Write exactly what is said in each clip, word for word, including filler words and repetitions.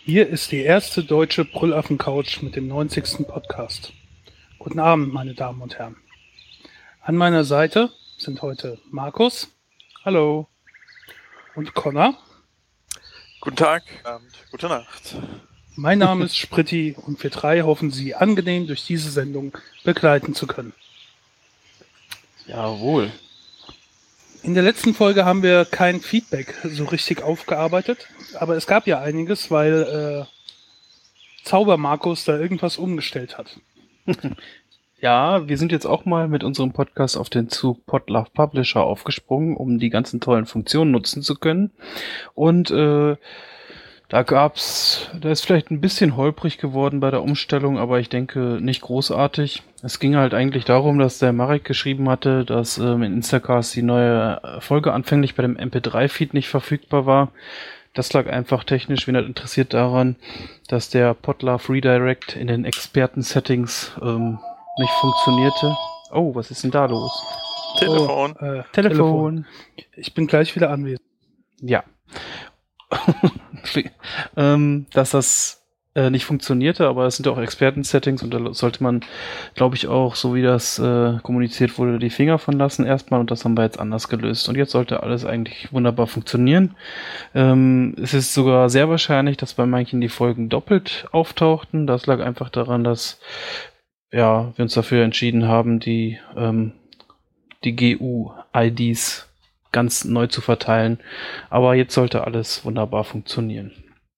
Hier ist die erste deutsche Brüllaffen-Couch mit dem neunzigsten Podcast. Guten Abend, meine Damen und Herren. An meiner Seite sind heute Markus. Hallo. Und Connor. Guten Tag und gute Nacht. Mein Name ist Spritti und wir drei hoffen, Sie angenehm durch diese Sendung begleiten zu können. Jawohl. In der letzten Folge haben wir kein Feedback so richtig aufgearbeitet, aber es gab ja einiges, weil äh, Zauber Markus da irgendwas umgestellt hat. Ja, wir sind jetzt auch mal mit unserem Podcast auf den Zug Podlove Publisher aufgesprungen, um die ganzen tollen Funktionen nutzen zu können. Und äh, da gab's, da ist vielleicht ein bisschen holprig geworden bei der Umstellung, aber ich denke nicht großartig. Es ging halt eigentlich darum, dass der Marek geschrieben hatte, dass ähm, in Instacast die neue Folge anfänglich bei dem M P drei Feed nicht verfügbar war. Das lag einfach technisch, wen das interessiert, daran, dass der Podlove Redirect in den Experten-Settings ähm, nicht funktionierte. Oh, was ist denn da los? Telefon. Oh, äh, Telefon. Telefon. Ich bin gleich wieder anwesend. Ja. ähm, dass das äh, nicht funktionierte, aber es sind ja auch Experten-Settings und da sollte man, glaube ich, auch, so wie das äh, kommuniziert wurde, die Finger von lassen erstmal, und das haben wir jetzt anders gelöst. Und jetzt sollte alles eigentlich wunderbar funktionieren. Ähm, es ist sogar sehr wahrscheinlich, dass bei manchen die Folgen doppelt auftauchten. Das lag einfach daran, dass ja, wir uns dafür entschieden haben, die, ähm, die G U-I Ds ganz neu zu verteilen. Aber jetzt sollte alles wunderbar funktionieren.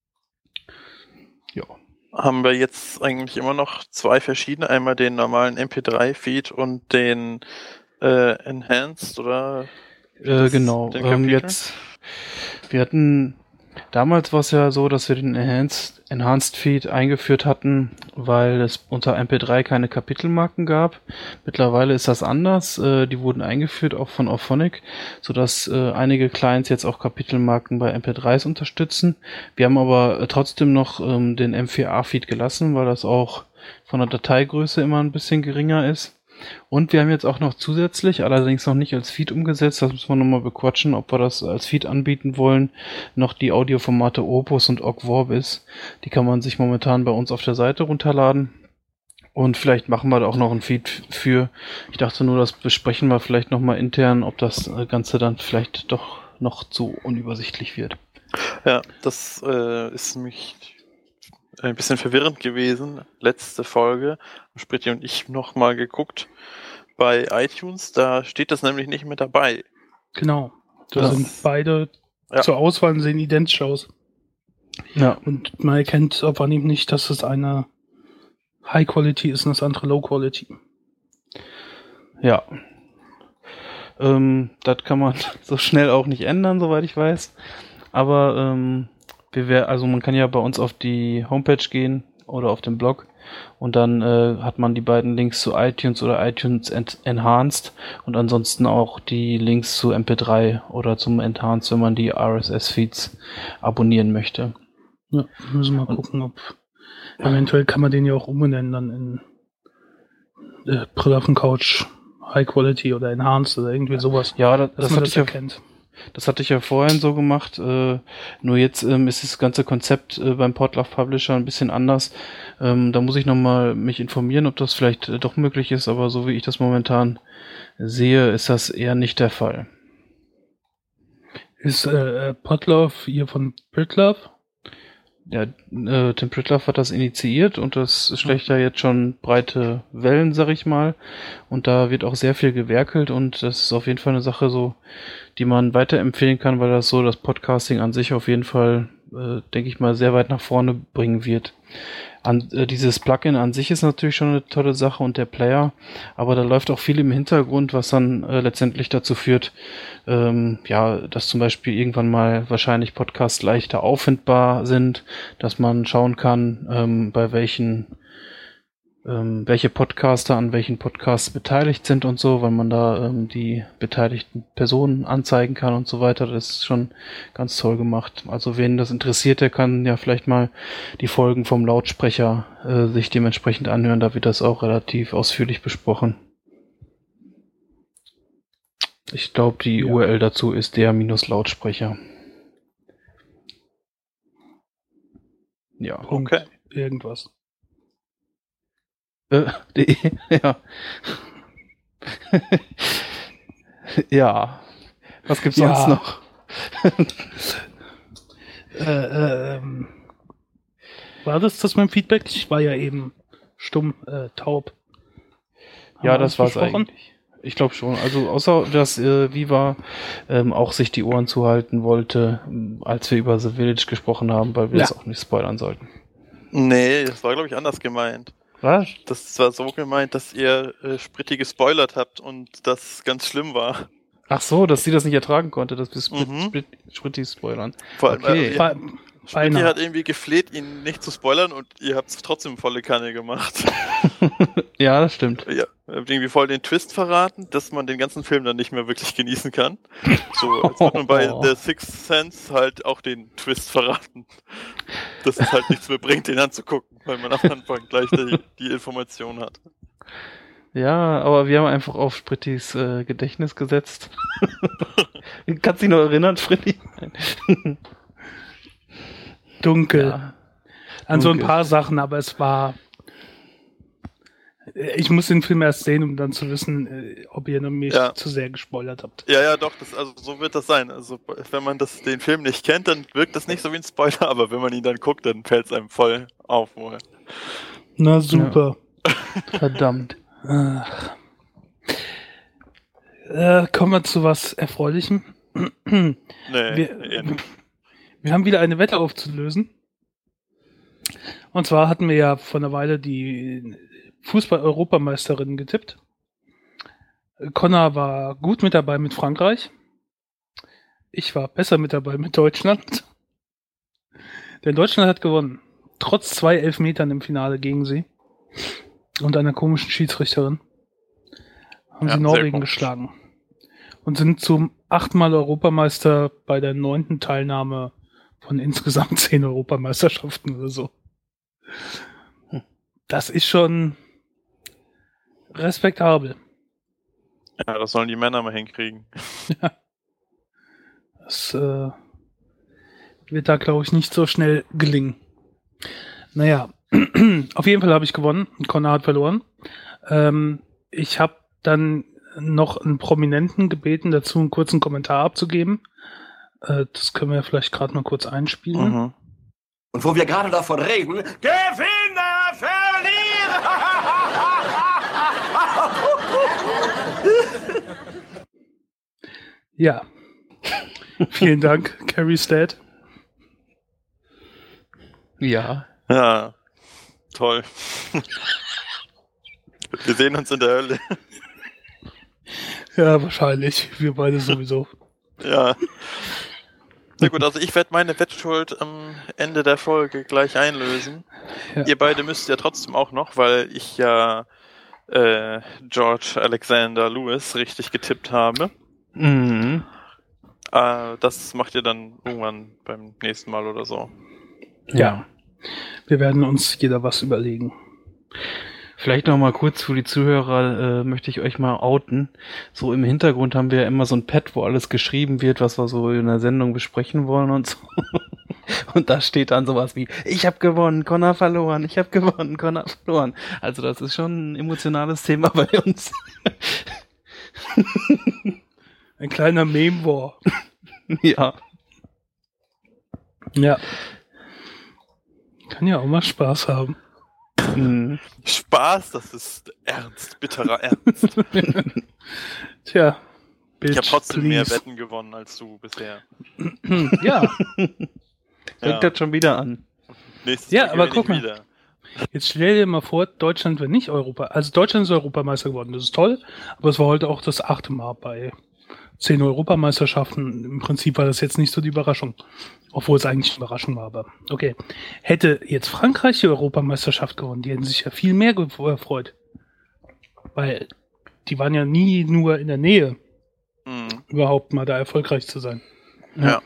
Ja. Haben wir jetzt eigentlich immer noch zwei verschiedene, einmal den normalen M P drei Feed und den äh, Enhanced, oder? Äh, genau. Ähm, jetzt, wir hatten, damals war es ja so, dass wir den Enhanced, Enhanced Feed eingeführt hatten, weil es unter M P drei keine Kapitelmarken gab. Mittlerweile ist das anders. Äh, die wurden eingeführt, auch von Auphonic, sodass äh, einige Clients jetzt auch Kapitelmarken bei M P dreis unterstützen. Wir haben aber äh, trotzdem noch ähm, den M vier A Feed gelassen, weil das auch von der Dateigröße immer ein bisschen geringer ist. Und wir haben jetzt auch noch zusätzlich, allerdings noch nicht als Feed umgesetzt, das müssen wir nochmal bequatschen, ob wir das als Feed anbieten wollen, noch die Audioformate Opus und Ogg Vorbis. Die kann man sich momentan bei uns auf der Seite runterladen. Und vielleicht machen wir da auch noch ein Feed für. Ich dachte nur, das besprechen wir vielleicht nochmal intern, ob das Ganze dann vielleicht doch noch zu unübersichtlich wird. Ja, das äh, ist mich ein bisschen verwirrend gewesen. Letzte Folge haben Spritti und ich nochmal geguckt bei iTunes, da steht das nämlich nicht mit dabei. Genau. Da das, sind beide ja. zur Auswahl und sehen identisch aus. Ja. Und man erkennt auf Anhieb nicht, dass das eine High Quality ist und das andere Low Quality. Ja. Ähm, das kann man so schnell auch nicht ändern, soweit ich weiß. Aber ähm, wir wär, also man kann ja bei uns auf die Homepage gehen oder auf den Blog und dann äh, hat man die beiden Links zu iTunes oder iTunes Enhanced und ansonsten auch die Links zu M P drei oder zum Enhanced, wenn man die R S S-Feeds abonnieren möchte. Ja, müssen wir mal gucken, ob eventuell kann man den ja auch umbenennen dann in äh, Brüllaffen Couch High Quality oder Enhanced oder irgendwie sowas. Ja, das, dass das man hatte das ich ja erkennt. Das hatte ich ja vorhin so gemacht, äh, nur jetzt ähm, ist das ganze Konzept äh, beim Podlove Publisher ein bisschen anders. Ähm, da muss ich nochmal mich informieren, ob das vielleicht äh, doch möglich ist, aber so wie ich das momentan sehe, ist das eher nicht der Fall. Ist äh, Podlove hier von Pritlove? Ja, äh, Tim Pritlove hat das initiiert und das schlägt ja jetzt schon breite Wellen, sag ich mal. Und da wird auch sehr viel gewerkelt und das ist auf jeden Fall eine Sache so, die man weiterempfehlen kann, weil das so das Podcasting an sich auf jeden Fall, äh, denke ich mal, sehr weit nach vorne bringen wird. An, äh, dieses Plugin an sich ist natürlich schon eine tolle Sache und der Player, aber da läuft auch viel im Hintergrund, was dann äh, letztendlich dazu führt, ähm, ja, dass zum Beispiel irgendwann mal wahrscheinlich Podcasts leichter auffindbar sind, dass man schauen kann, ähm, bei welchen ähm, welche Podcaster an welchen Podcasts beteiligt sind und so, weil man da ähm, die beteiligten Personen anzeigen kann und so weiter. Das ist schon ganz toll gemacht. Also wen das interessiert, der kann ja vielleicht mal die Folgen vom Lautsprecher äh, sich dementsprechend anhören. Da wird das auch relativ ausführlich besprochen. Ich glaube, die ja. U R L dazu ist der Lautsprecher. Ja. Punkt. Okay. Irgendwas. Äh, de, ja. Ja. Was gibt's Ja. sonst noch? Äh, ähm, war das das mein Feedback? Ich war ja eben stumm, äh, taub. Haben Ja, wir das alles war's besprochen? eigentlich. Ich glaube schon. Also außer, dass äh, Viva ähm, auch sich die Ohren zuhalten wollte, ähm, als wir über The Village gesprochen haben, weil wir Ja. das auch nicht spoilern sollten. Nee, das war, glaube ich, anders gemeint. Was? Das war so gemeint, dass ihr äh, Spritti gespoilert habt und das ganz schlimm war. Ach so, dass sie das nicht ertragen konnte, dass wir Sprit, Mhm. Sprit, Spritti spoilern. Vor allem, Okay. also, Bei, ihr, Spritti beinahe. hat irgendwie gefleht, ihn nicht zu spoilern und ihr habt es trotzdem volle Kanne gemacht. Ja, das stimmt. Ja, ihr habt irgendwie voll den Twist verraten, dass man den ganzen Film dann nicht mehr wirklich genießen kann. So, als wird man bei The Sixth Sense halt auch den Twist verraten. Dass es halt nichts mehr bringt, den anzugucken, weil man am Anfang gleich die, die Information hat. Ja, aber wir haben einfach auf Sprittis äh, Gedächtnis gesetzt. Kannst du dich noch erinnern, Spritti? Dunkel. Ja. An so ein dunkel. paar Sachen, aber es war. Ich muss den Film erst sehen, um dann zu wissen, äh, ob ihr mich Ja. zu sehr gespoilert habt. Ja, ja, doch, das, also so wird das sein. Also wenn man das, den Film nicht kennt, dann wirkt das nicht so wie ein Spoiler, aber wenn man ihn dann guckt, dann fällt es einem voll auf. Wohl. Na super. Verdammt. Ach. Äh, kommen wir zu was Erfreulichem. Nee, Wir, eher nicht. wir haben wieder eine Wette aufzulösen. Und zwar hatten wir ja vor einer Weile die Fußball-Europameisterin getippt. Connor war gut mit dabei mit Frankreich. Ich war besser mit dabei mit Deutschland. Denn Deutschland hat gewonnen. Trotz zwei Elfmetern im Finale gegen sie. Und einer komischen Schiedsrichterin. Haben Ja, sie sehr Norwegen komisch. geschlagen. Und sind zum achtmal Europameister bei der neunten Teilnahme von insgesamt zehn Europameisterschaften oder so. Das ist schon respektabel. Ja, das sollen die Männer mal hinkriegen. Das äh, wird da, glaube ich, nicht so schnell gelingen. Naja, auf jeden Fall habe ich gewonnen und Connor hat verloren. Ähm, ich habe dann noch einen Prominenten gebeten, dazu einen kurzen Kommentar abzugeben. Äh, das können wir vielleicht gerade mal kurz einspielen. Mhm. Und wo wir gerade davon reden, Gewinner verlieren! Ja. Vielen Dank, Carrie's Dad. Ja. Ja, toll. Wir sehen uns in der Hölle. Ja, wahrscheinlich. Wir beide sowieso. Ja. Na gut, also ich werde meine Wettschuld am Ende der Folge gleich einlösen. Ja. Ihr beide müsst ja trotzdem auch noch, weil ich ja äh, George Alexander Lewis richtig getippt habe. Mhm. Äh, das macht ihr dann irgendwann beim nächsten Mal oder so. Ja. Wir werden uns jeder was überlegen. Vielleicht noch mal kurz für die Zuhörer, äh, möchte ich euch mal outen. So im Hintergrund haben wir ja immer so ein Pad, wo alles geschrieben wird, was wir so in der Sendung besprechen wollen und so. Und da steht dann sowas wie, ich habe gewonnen, Connor verloren, ich habe gewonnen, Connor verloren. Also das ist schon ein emotionales Thema bei uns. Ein kleiner Meme-War. Ja. Ja. Kann ja auch mal Spaß haben. Mhm. Spaß, das ist ernst, bitterer Ernst. Tja. Ich habe Bitch, trotzdem mehr please. Wetten gewonnen als du bisher. Ja, Fängt das schon wieder an. Nächstes Ja, Mal aber gewinne guck ich mal. wieder. jetzt stell dir mal vor, Deutschland wäre nicht Europa. Also Deutschland ist Europameister geworden, das ist toll. Aber es war heute auch das achte Mal bei zehn Europameisterschaften. Im Prinzip war das jetzt nicht so die Überraschung. Obwohl es eigentlich eine Überraschung war, aber okay. Hätte jetzt Frankreich die Europameisterschaft gewonnen, die hätten sich ja viel mehr gefreut. Weil die waren ja nie nur in der Nähe, Mhm. überhaupt mal da erfolgreich zu sein. Ja.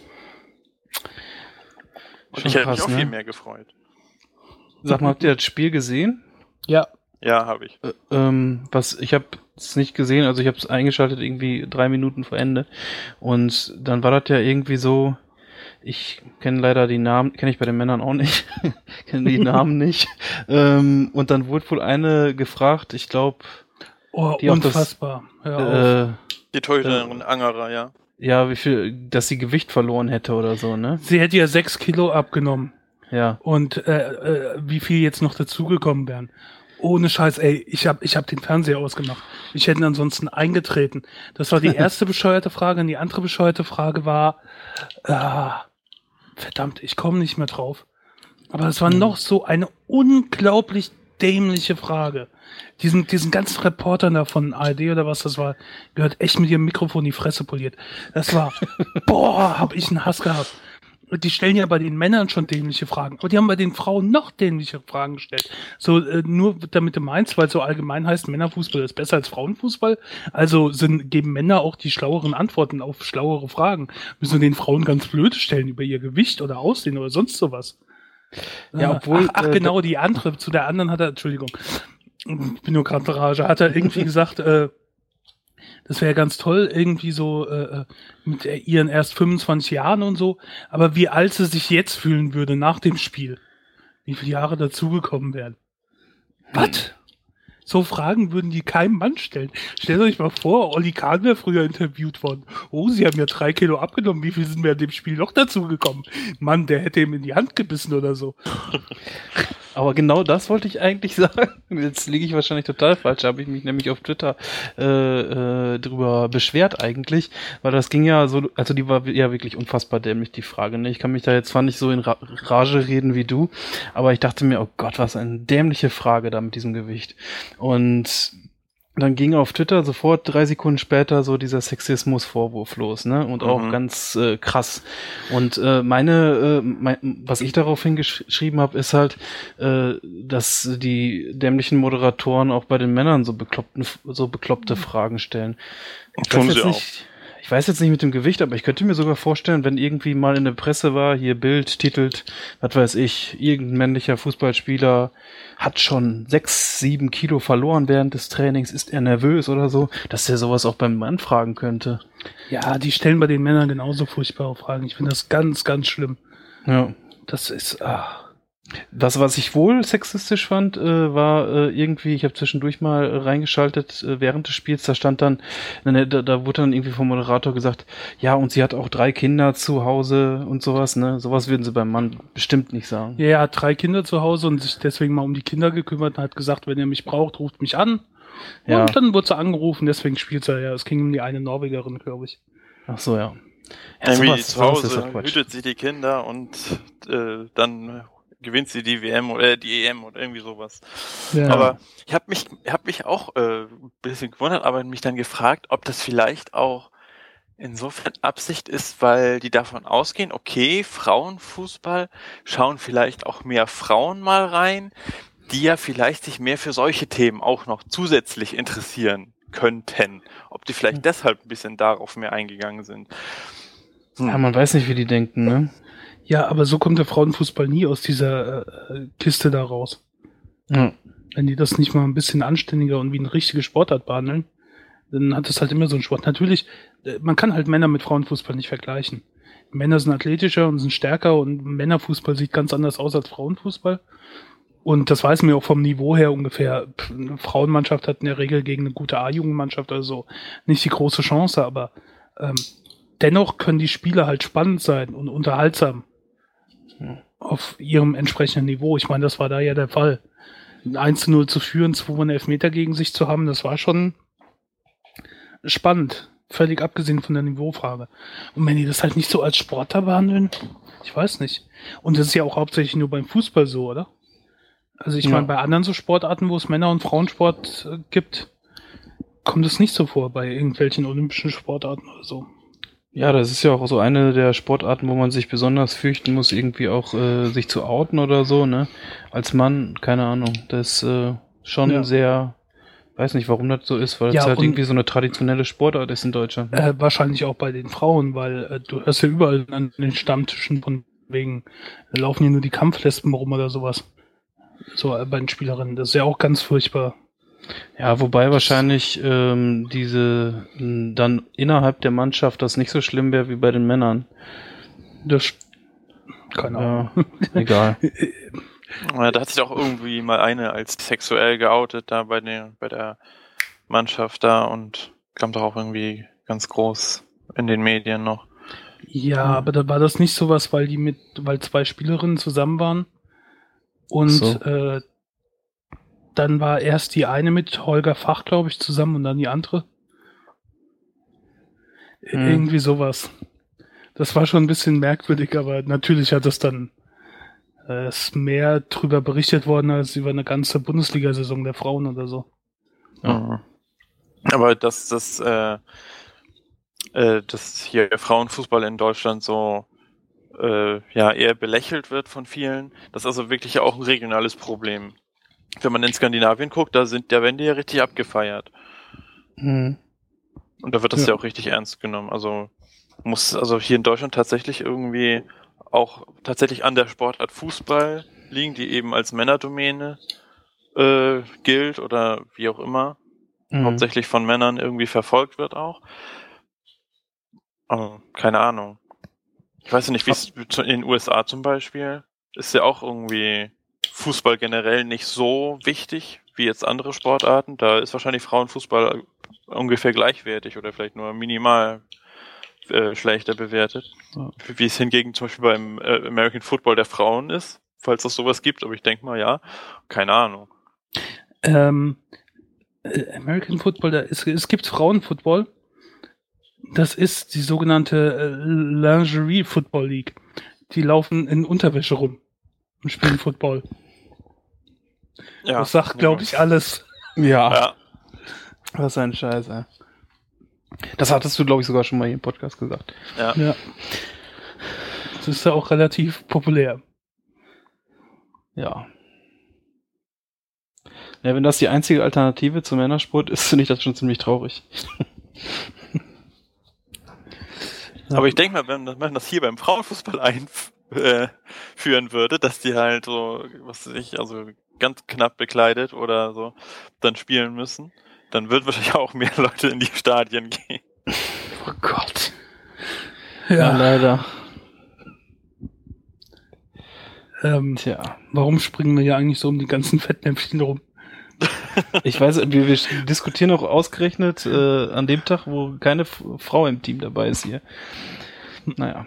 Und Schon ich hätte krass, mich auch ne? viel mehr gefreut. Sag mal, habt ihr das Spiel gesehen? Ja, Ja, habe ich. Äh, ähm, was, ich habe es nicht gesehen, also ich habe es eingeschaltet irgendwie drei Minuten vor Ende und dann war das ja irgendwie so, Ich kenne leider die Namen, kenne ich bei den Männern auch nicht, kenne die Namen nicht. Ähm, und dann wurde wohl eine gefragt, ich glaube, Oh, die auch das, unfassbar. Hör auf. äh, Die Torhüterin Angerer, ja. ja, wie viel, dass sie Gewicht verloren hätte oder so, ne? Sie hätte ja sechs Kilo abgenommen. Ja. Und äh, äh, wie viel jetzt noch dazugekommen wären. Ohne Scheiß, ey, ich hab, ich hab den Fernseher ausgemacht. Ich hätte ihn ansonsten eingetreten. Das war die erste bescheuerte Frage. Und die andere bescheuerte Frage war, äh, verdammt, ich komme nicht mehr drauf. Aber es war noch so eine unglaublich dämliche Frage. Diesen, diesen ganzen Reportern da von A R D oder was das war, gehört echt mit ihrem Mikrofon die Fresse poliert. Das war, boah, hab ich einen Hass gehabt. Die stellen ja bei den Männern schon dämliche Fragen, aber die haben bei den Frauen noch dämliche Fragen gestellt. So, äh, nur damit du meinst, weil so allgemein heißt, Männerfußball ist besser als Frauenfußball, also sind, geben Männer auch die schlaueren Antworten auf schlauere Fragen. Müssen den Frauen ganz blöde stellen über ihr Gewicht oder Aussehen oder sonst sowas. Ja, obwohl, ach, ach äh, genau, die andere, zu der anderen hat er, Entschuldigung, ich bin nur gerade in Rage, hat er irgendwie gesagt, äh, das wäre ganz toll, irgendwie so äh, mit ihren erst fünfundzwanzig Jahren und so, aber wie alt sie sich jetzt fühlen würde nach dem Spiel. Wie viele Jahre dazugekommen wären. Was? So Fragen würden die keinem Mann stellen. Stellt euch mal vor, Olli Kahn wäre früher interviewt worden. Oh, sie haben ja drei Kilo abgenommen. Wie viel sind wir an dem Spiel noch dazugekommen? Mann, der hätte ihm in die Hand gebissen oder so. Aber genau das wollte ich eigentlich sagen. Jetzt liege ich wahrscheinlich total falsch. Da habe ich mich nämlich auf Twitter äh, äh, drüber beschwert eigentlich, weil das ging ja so, also die war ja wirklich unfassbar dämlich, die Frage. Ne? Ich kann mich da jetzt zwar nicht so in Ra- Rage reden wie du, aber ich dachte mir, oh Gott, was eine dämliche Frage da mit diesem Gewicht. Und dann ging auf Twitter sofort drei Sekunden später so dieser Sexismus-Vorwurf los, ne? Und auch Mhm. ganz äh, krass. Und äh, meine, äh, mein, was ich daraufhin gesch- geschrieben habe, ist halt, äh, dass die dämlichen Moderatoren auch bei den Männern so bekloppten, so bekloppte Fragen stellen. Ich Tun weiß sie jetzt auch. nicht, ich weiß jetzt nicht mit dem Gewicht, aber ich könnte mir sogar vorstellen, wenn irgendwie mal in der Presse war, hier Bild titelt, was weiß ich, irgendein männlicher Fußballspieler hat schon sechs, sieben Kilo verloren während des Trainings, ist er nervös oder so, dass der sowas auch beim Mann fragen könnte. Ja, die stellen bei den Männern genauso furchtbare Fragen. Ich finde das ganz, ganz schlimm. Ja. Das ist, ah. Das, was ich wohl sexistisch fand, äh, war äh, irgendwie, ich habe zwischendurch mal äh, reingeschaltet äh, während des Spiels, da stand dann, ne, da, da wurde dann irgendwie vom Moderator gesagt, ja, und sie hat auch drei Kinder zu Hause und sowas, ne? Sowas würden sie beim Mann bestimmt nicht sagen. Ja, er hat drei Kinder zu Hause und sich deswegen mal um die Kinder gekümmert und hat gesagt, wenn ihr mich braucht, ruft mich an. Ja. Und dann wurde sie angerufen, deswegen spielt sie ja. Es ging um die eine Norwegerin, glaube ich. Ach so, ja. Ja, Irgendwie sowas- zu sowas ist Hause doch Quatsch. hütet sie die Kinder und äh, dann gewinnt sie die W M oder die E M oder irgendwie sowas. Ja. Aber ich habe mich, hab mich auch äh, ein bisschen gewundert, aber mich dann gefragt, ob das vielleicht auch insofern Absicht ist, weil die davon ausgehen, okay, Frauenfußball, schauen vielleicht auch mehr Frauen mal rein, die ja vielleicht sich mehr für solche Themen auch noch zusätzlich interessieren könnten. Ob die vielleicht deshalb ein bisschen darauf mehr eingegangen sind. Ja, man weiß nicht, wie die denken, ne? Ja, aber so kommt der Frauenfußball nie aus dieser äh, Kiste da raus. Ja. Wenn die das nicht mal ein bisschen anständiger und wie eine richtige Sportart behandeln, dann hat es halt immer so einen Sport. Natürlich, äh, man kann halt Männer mit Frauenfußball nicht vergleichen. Männer sind athletischer und sind stärker und Männerfußball sieht ganz anders aus als Frauenfußball. Und das weiß man ja auch vom Niveau her ungefähr. Pff, eine Frauenmannschaft hat in der Regel gegen eine gute A-Jugendmannschaft also nicht die große Chance, aber ähm, dennoch können die Spiele halt spannend sein und unterhaltsam. Auf ihrem entsprechenden Niveau. Ich meine, das war da ja der Fall. eins zu null zu führen, zwei Elfmeter gegen sich zu haben, das war schon spannend. Völlig abgesehen von der Niveaufrage. Und wenn die das halt nicht so als Sportler behandeln, ich weiß nicht. Und das ist ja auch hauptsächlich nur beim Fußball so, oder? Also ich Ja. meine, bei anderen so Sportarten, wo es Männer- und Frauensport äh, gibt, kommt es nicht so vor, bei irgendwelchen olympischen Sportarten oder so. Ja, das ist ja auch so eine der Sportarten, wo man sich besonders fürchten muss, irgendwie auch äh, sich zu outen oder so, ne? Als Mann, keine Ahnung. Das ist äh, schon Ja. sehr, weiß nicht, warum das so ist, weil Ja, es halt und- irgendwie so eine traditionelle Sportart ist in Deutschland. Ne? Äh, wahrscheinlich auch bei den Frauen, weil äh, du hörst ja überall an den Stammtischen von wegen, da laufen hier nur die Kampflespen rum oder sowas. So äh, bei den Spielerinnen. Das ist ja auch ganz furchtbar. Ja, wobei wahrscheinlich ähm, diese m, dann innerhalb der Mannschaft das nicht so schlimm wäre wie bei den Männern. Das Keine Ahnung. Ja, egal. Ja, da hat sich auch irgendwie mal eine als sexuell geoutet da bei der, bei der Mannschaft da und kam doch auch irgendwie ganz groß in den Medien noch. Ja, aber da war das nicht sowas, weil die mit, weil zwei Spielerinnen zusammen waren und So. äh, dann war erst die eine mit Holger Fach, glaube ich, zusammen und dann die andere. Hm. Irgendwie sowas. Das war schon ein bisschen merkwürdig, aber natürlich hat es dann äh, ist mehr drüber berichtet worden als über eine ganze Bundesliga-Saison der Frauen oder so. Ja. Aber dass das, äh, äh, dass hier Frauenfußball in Deutschland so äh, ja eher belächelt wird von vielen, das ist also wirklich auch ein regionales Problem. Wenn man in Skandinavien guckt, da sind, da werden die ja richtig abgefeiert. Hm. Und da wird das Ja. ja auch richtig ernst genommen. Also muss also hier in Deutschland tatsächlich irgendwie auch tatsächlich an der Sportart Fußball liegen, die eben als Männerdomäne äh, gilt oder wie auch immer, Mhm. hauptsächlich von Männern irgendwie verfolgt wird auch. Aber keine Ahnung. Ich weiß ja nicht, wie es in den U S A zum Beispiel ist ja auch irgendwie Fußball generell nicht so wichtig wie jetzt andere Sportarten. Da ist wahrscheinlich Frauenfußball ungefähr gleichwertig oder vielleicht nur minimal äh, schlechter bewertet. Ja. Wie es hingegen zum Beispiel beim äh, American Football der Frauen ist, falls es sowas gibt, aber ich denke mal ja, keine Ahnung. Ähm, äh, American Football, da ist, es gibt Frauenfootball. Das ist die sogenannte äh, Lingerie Football League. Die laufen in Unterwäsche rum und spielen Football. Ja, Das sagt, glaube ich, alles. Ja, Ja, was ein Scheiß, ey. Das hattest du, glaube ich, sogar schon mal hier im Podcast gesagt. ja. Ja. Das ist ja auch relativ populär. Ja. Ja, wenn das die einzige Alternative zum Männersport ist, finde ich das schon ziemlich traurig. Aber ich denke mal, wenn man das hier beim Frauenfußball einführen würde, dass die halt so, was weiß ich, also ganz knapp bekleidet oder so dann spielen müssen, dann wird wahrscheinlich auch mehr Leute in die Stadien gehen. Oh Gott. Ja, Ja, leider. ähm, Tja. warum springen wir ja eigentlich so um die ganzen Fettnäpfchen rum? Ich weiß, wir, wir diskutieren auch ausgerechnet äh, an dem Tag, wo keine F- Frau im Team dabei ist hier. Naja.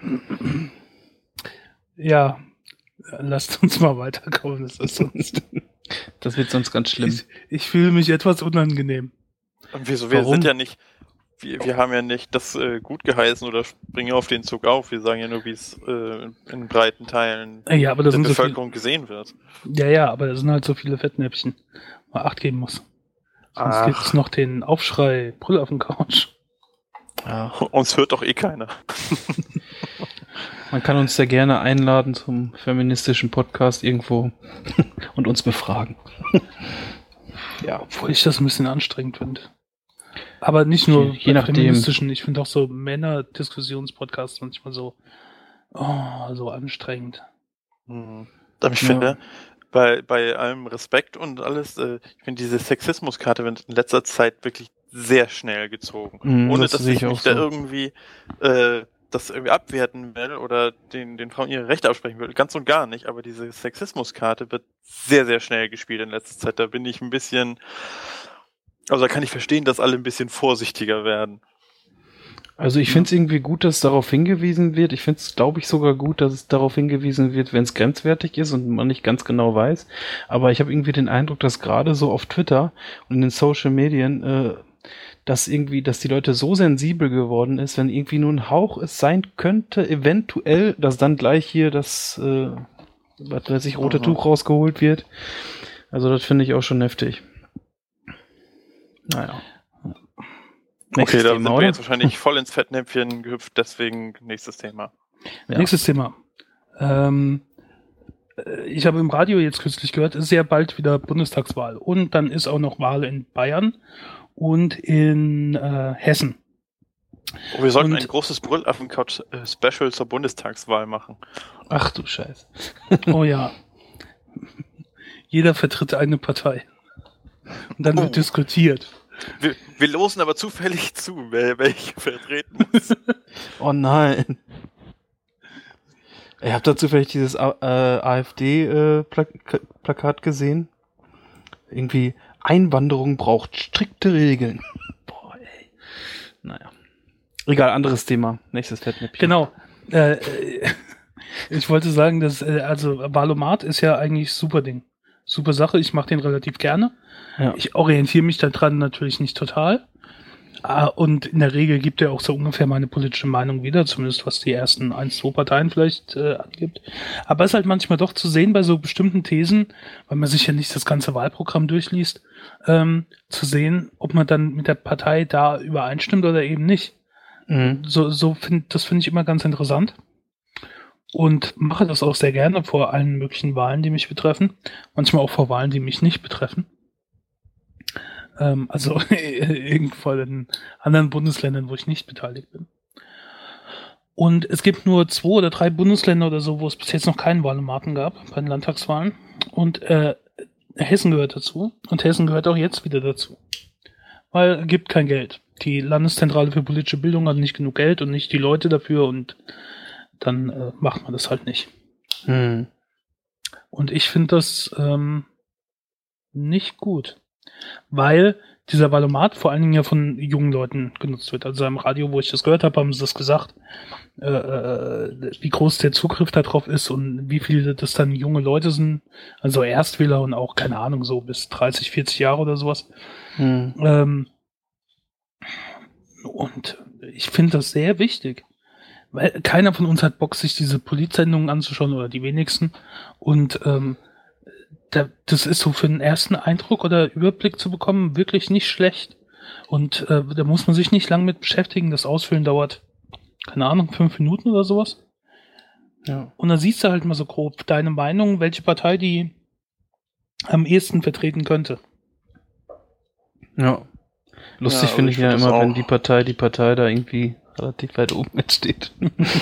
Ja, lasst uns mal weiterkommen. Das ist sonst, Das wird sonst ganz schlimm. ich, ich fühle mich etwas unangenehm. Und wieso? Wir Warum? sind ja nicht, wir, wir haben ja nicht das äh, gut geheißen oder springen auf den Zug auf. Wir sagen ja nur, wie es äh, in breiten Teilen Ja, aber das der sind so viele, Bevölkerung gesehen wird. ja, ja, aber das sind halt so viele Fettnäpfchen. Mal Acht geben muss. Sonst Ach. gibt es noch den Aufschrei, Brüll auf dem Couch. Ja. Uns hört doch eh keiner. Man kann uns sehr gerne einladen zum feministischen Podcast irgendwo und uns befragen. Ja, obwohl ich das ein bisschen anstrengend finde. Aber nicht nur Je- je bei nachdem. feministischen, ich finde auch so Männer-Diskussionspodcasts manchmal so, oh, so anstrengend. Mhm. Aber ich Ja. finde, bei, bei allem Respekt und alles, äh, ich finde diese Sexismuskarte wird in letzter Zeit wirklich sehr schnell gezogen. Mhm, Ohne das dass sehe ich ich mich auch da so. irgendwie äh, das irgendwie abwerten will oder den, den Frauen ihre Rechte absprechen will. Ganz und gar nicht. Aber diese Sexismuskarte wird sehr, sehr schnell gespielt in letzter Zeit. Da bin ich ein bisschen, also da kann ich verstehen, dass alle ein bisschen vorsichtiger werden. Also ich finde es irgendwie gut, dass darauf hingewiesen wird. Ich finde es, glaube ich, sogar gut, dass es darauf hingewiesen wird, wenn es grenzwertig ist und man nicht ganz genau weiß. Aber ich habe irgendwie den Eindruck, dass gerade so auf Twitter und in den Social Medien, äh, dass irgendwie, dass die Leute so sensibel geworden ist, wenn irgendwie nur ein Hauch es sein könnte, eventuell, dass dann gleich hier das, äh, was weiß ich, rote Mhm. Tuch rausgeholt wird. Also das finde ich auch schon heftig. Naja. Nächstes Okay, da Thema, sind wir oder? jetzt wahrscheinlich voll ins Fettnäpfchen gehüpft, deswegen nächstes Thema. Ja. Nächstes Thema. Ähm, äh, ich habe im Radio jetzt kürzlich gehört, es ist sehr bald wieder Bundestagswahl. Und dann ist auch noch Wahl in Bayern und in äh, Hessen. Oh, wir sollten Und- ein großes Brüllaffen-Couch-Special zur Bundestagswahl machen. Ach du Scheiße. Oh ja. Jeder vertritt eine Partei. Und dann Oh. wird diskutiert. Wir, wir losen aber zufällig zu, wer welche vertreten muss. Oh nein. Ihr habt dazu vielleicht dieses A- äh, AfD-Plakat gesehen? Irgendwie, Einwanderung braucht strikte Regeln. Boah, ey. Naja. Egal, anderes Thema. Nächstes Fettnäpfchen. Genau. Äh, ich wollte sagen, dass, äh, also Wahlomat ist ja eigentlich super Ding. Super Sache, ich mache den relativ gerne. Ja. Ich orientiere mich daran natürlich nicht total. Ah, und in der Regel gibt er auch so ungefähr meine politische Meinung wieder, zumindest was die ersten ein, zwei Parteien vielleicht äh, angibt. Aber es ist halt manchmal doch zu sehen bei so bestimmten Thesen, weil man sich ja nicht das ganze Wahlprogramm durchliest, ähm, zu sehen, ob man dann mit der Partei da übereinstimmt oder eben nicht. Mhm. So, so find, das finde ich immer ganz interessant. Und mache das auch sehr gerne vor allen möglichen Wahlen, die mich betreffen. Manchmal auch vor Wahlen, die mich nicht betreffen. Ähm, also irgendwo in anderen Bundesländern, wo ich nicht beteiligt bin. Und es gibt nur zwei oder drei Bundesländer oder so, wo es bis jetzt noch keinen Wahlomaten gab, bei den Landtagswahlen. Und äh, Hessen gehört dazu. Und Hessen gehört auch jetzt wieder dazu. Weil es gibt kein Geld. Die Landeszentrale für politische Bildung hat nicht genug Geld und nicht die Leute dafür und dann äh, macht man das halt nicht. Mhm. Und ich finde das ähm, nicht gut. Weil dieser Wahlomat vor allen Dingen ja von jungen Leuten genutzt wird. Also im Radio, wo ich das gehört habe, haben sie das gesagt, äh, äh, wie groß der Zugriff da drauf ist und wie viele das dann junge Leute sind. Also Erstwähler und auch, keine Ahnung, so bis dreißig, vierzig Jahre oder sowas. Mhm. Ähm, und ich finde das sehr wichtig. Weil keiner von uns hat Bock, sich diese Politsendungen anzuschauen oder die wenigsten. Und ähm, da, das ist so für den ersten Eindruck oder Überblick zu bekommen wirklich nicht schlecht. Und äh, da muss man sich nicht lang mit beschäftigen. Das Ausfüllen dauert, keine Ahnung, fünf Minuten oder sowas. Ja. Und dann siehst du halt mal so grob deine Meinung, welche Partei die am ehesten vertreten könnte. Ja. Lustig Ja, finde ich ich ja find das immer, wenn auch. die Partei, die Partei da irgendwie relativ weit oben mitsteht.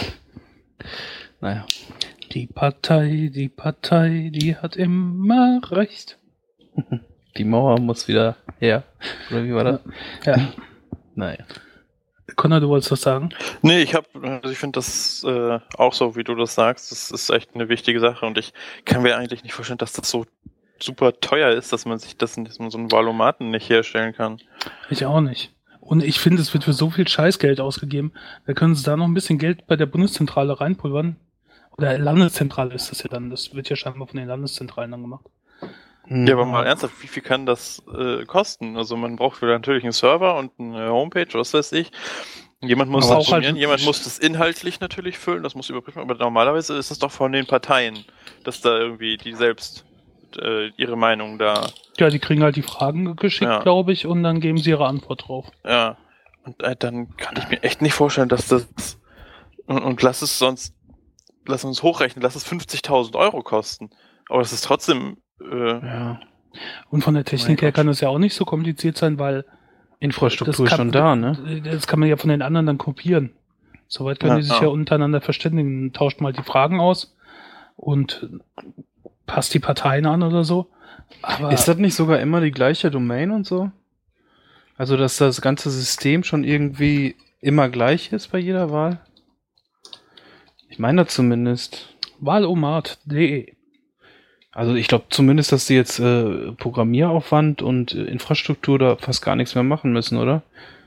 Naja. Die Partei, die Partei, die hat immer recht. Die Mauer muss wieder her. Oder wie war das? Ja. Naja. Conor, du wolltest was sagen? Nee, ich habe, also ich finde das äh, auch so, wie du das sagst, das ist echt eine wichtige Sache und ich kann mir eigentlich nicht vorstellen, dass das so super teuer ist, dass man sich das, dass man so einen Wahlomaten nicht herstellen kann. Ich auch nicht. Und ich finde, es wird für so viel Scheißgeld ausgegeben. Da können sie da noch ein bisschen Geld bei der Bundeszentrale reinpulvern. Oder Landeszentrale ist das ja dann. Das wird ja scheinbar von den Landeszentralen dann gemacht. Ja, aber mal ernsthaft, wie viel kann das äh, kosten? Also man braucht wieder natürlich einen Server und eine Homepage, was weiß ich. Jemand muss Aber das auch halt- trainieren, jemand muss das inhaltlich natürlich füllen, das muss überprüfen, aber normalerweise ist es doch von den Parteien, dass da irgendwie die selbst äh, ihre Meinung da, Ja, die kriegen halt die Fragen geschickt, Ja. glaube ich, und dann geben sie ihre Antwort drauf. ja. Und äh, dann kann ich mir echt nicht vorstellen, dass das, und, und lass es sonst, lass uns hochrechnen, lass es fünfzigtausend Euro kosten. Aber es ist trotzdem, äh, Ja. Und von der Technik Mein her Gott. kann das ja auch nicht so kompliziert sein, weil Infrastruktur das ist kann, schon da, ne? Das kann man ja von den anderen dann kopieren. Soweit können Ja, die sich ja. ja untereinander verständigen. Tauscht mal die Fragen aus und passt die Parteien an oder so. Aber Ist das nicht sogar immer die gleiche Domain und so? Also, dass das ganze System schon irgendwie immer gleich ist bei jeder Wahl? Ich meine das zumindest. wahlomat punkt de. Also ich glaube zumindest, dass sie jetzt äh, Programmieraufwand und äh, Infrastruktur da fast gar nichts mehr machen müssen, oder?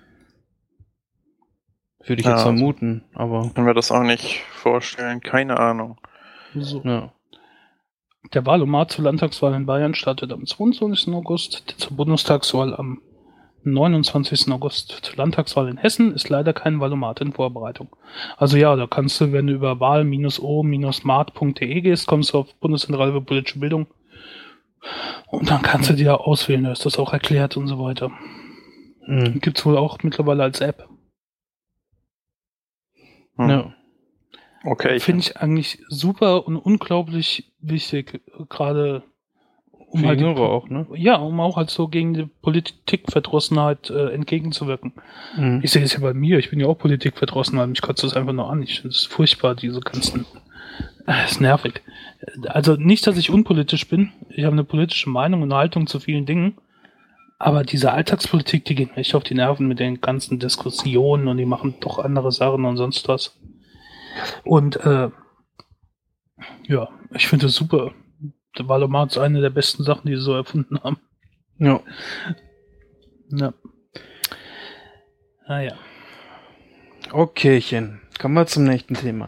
Würde ich Ja, jetzt also- vermuten, aber können wir das auch nicht vorstellen, keine Ahnung. So. ja. Der Wahlomat zur Landtagswahl in Bayern startet am zweiundzwanzigsten August, der zur Bundestagswahl am neunundzwanzigsten August. Zur Landtagswahl in Hessen ist leider kein Wahlomat in Vorbereitung. Also ja, da kannst du, wenn du über wahl o mat punkt de gehst, kommst du auf Bundeszentrale für politische Bildung und dann kannst du dir auswählen, da ist das auch erklärt und so weiter. Mhm. Gibt's wohl auch mittlerweile als App. Hm. Ja. Okay, ich Finde ich eigentlich super und unglaublich wichtig, äh, gerade um Für halt die Jüngere auch, ne? Ja, um auch halt so gegen die Politikverdrossenheit äh, entgegenzuwirken. Mhm. Ich sehe es ja bei mir, ich bin ja auch politikverdrossen, weil mich kotzt das einfach nur an. Ich finde es furchtbar, diese ganzen... Äh, ist nervig. Also nicht, dass ich unpolitisch bin. Ich habe eine politische Meinung und eine Haltung zu vielen Dingen. Aber diese Alltagspolitik, die geht mir echt auf die Nerven mit den ganzen Diskussionen und die machen doch andere Sachen und sonst was. Und äh, Ja, ich finde das super. Der Valomat ist eine der besten Sachen, die sie so erfunden haben. Ja. Ja. Naja. Okaychen. Kommen wir zum nächsten Thema.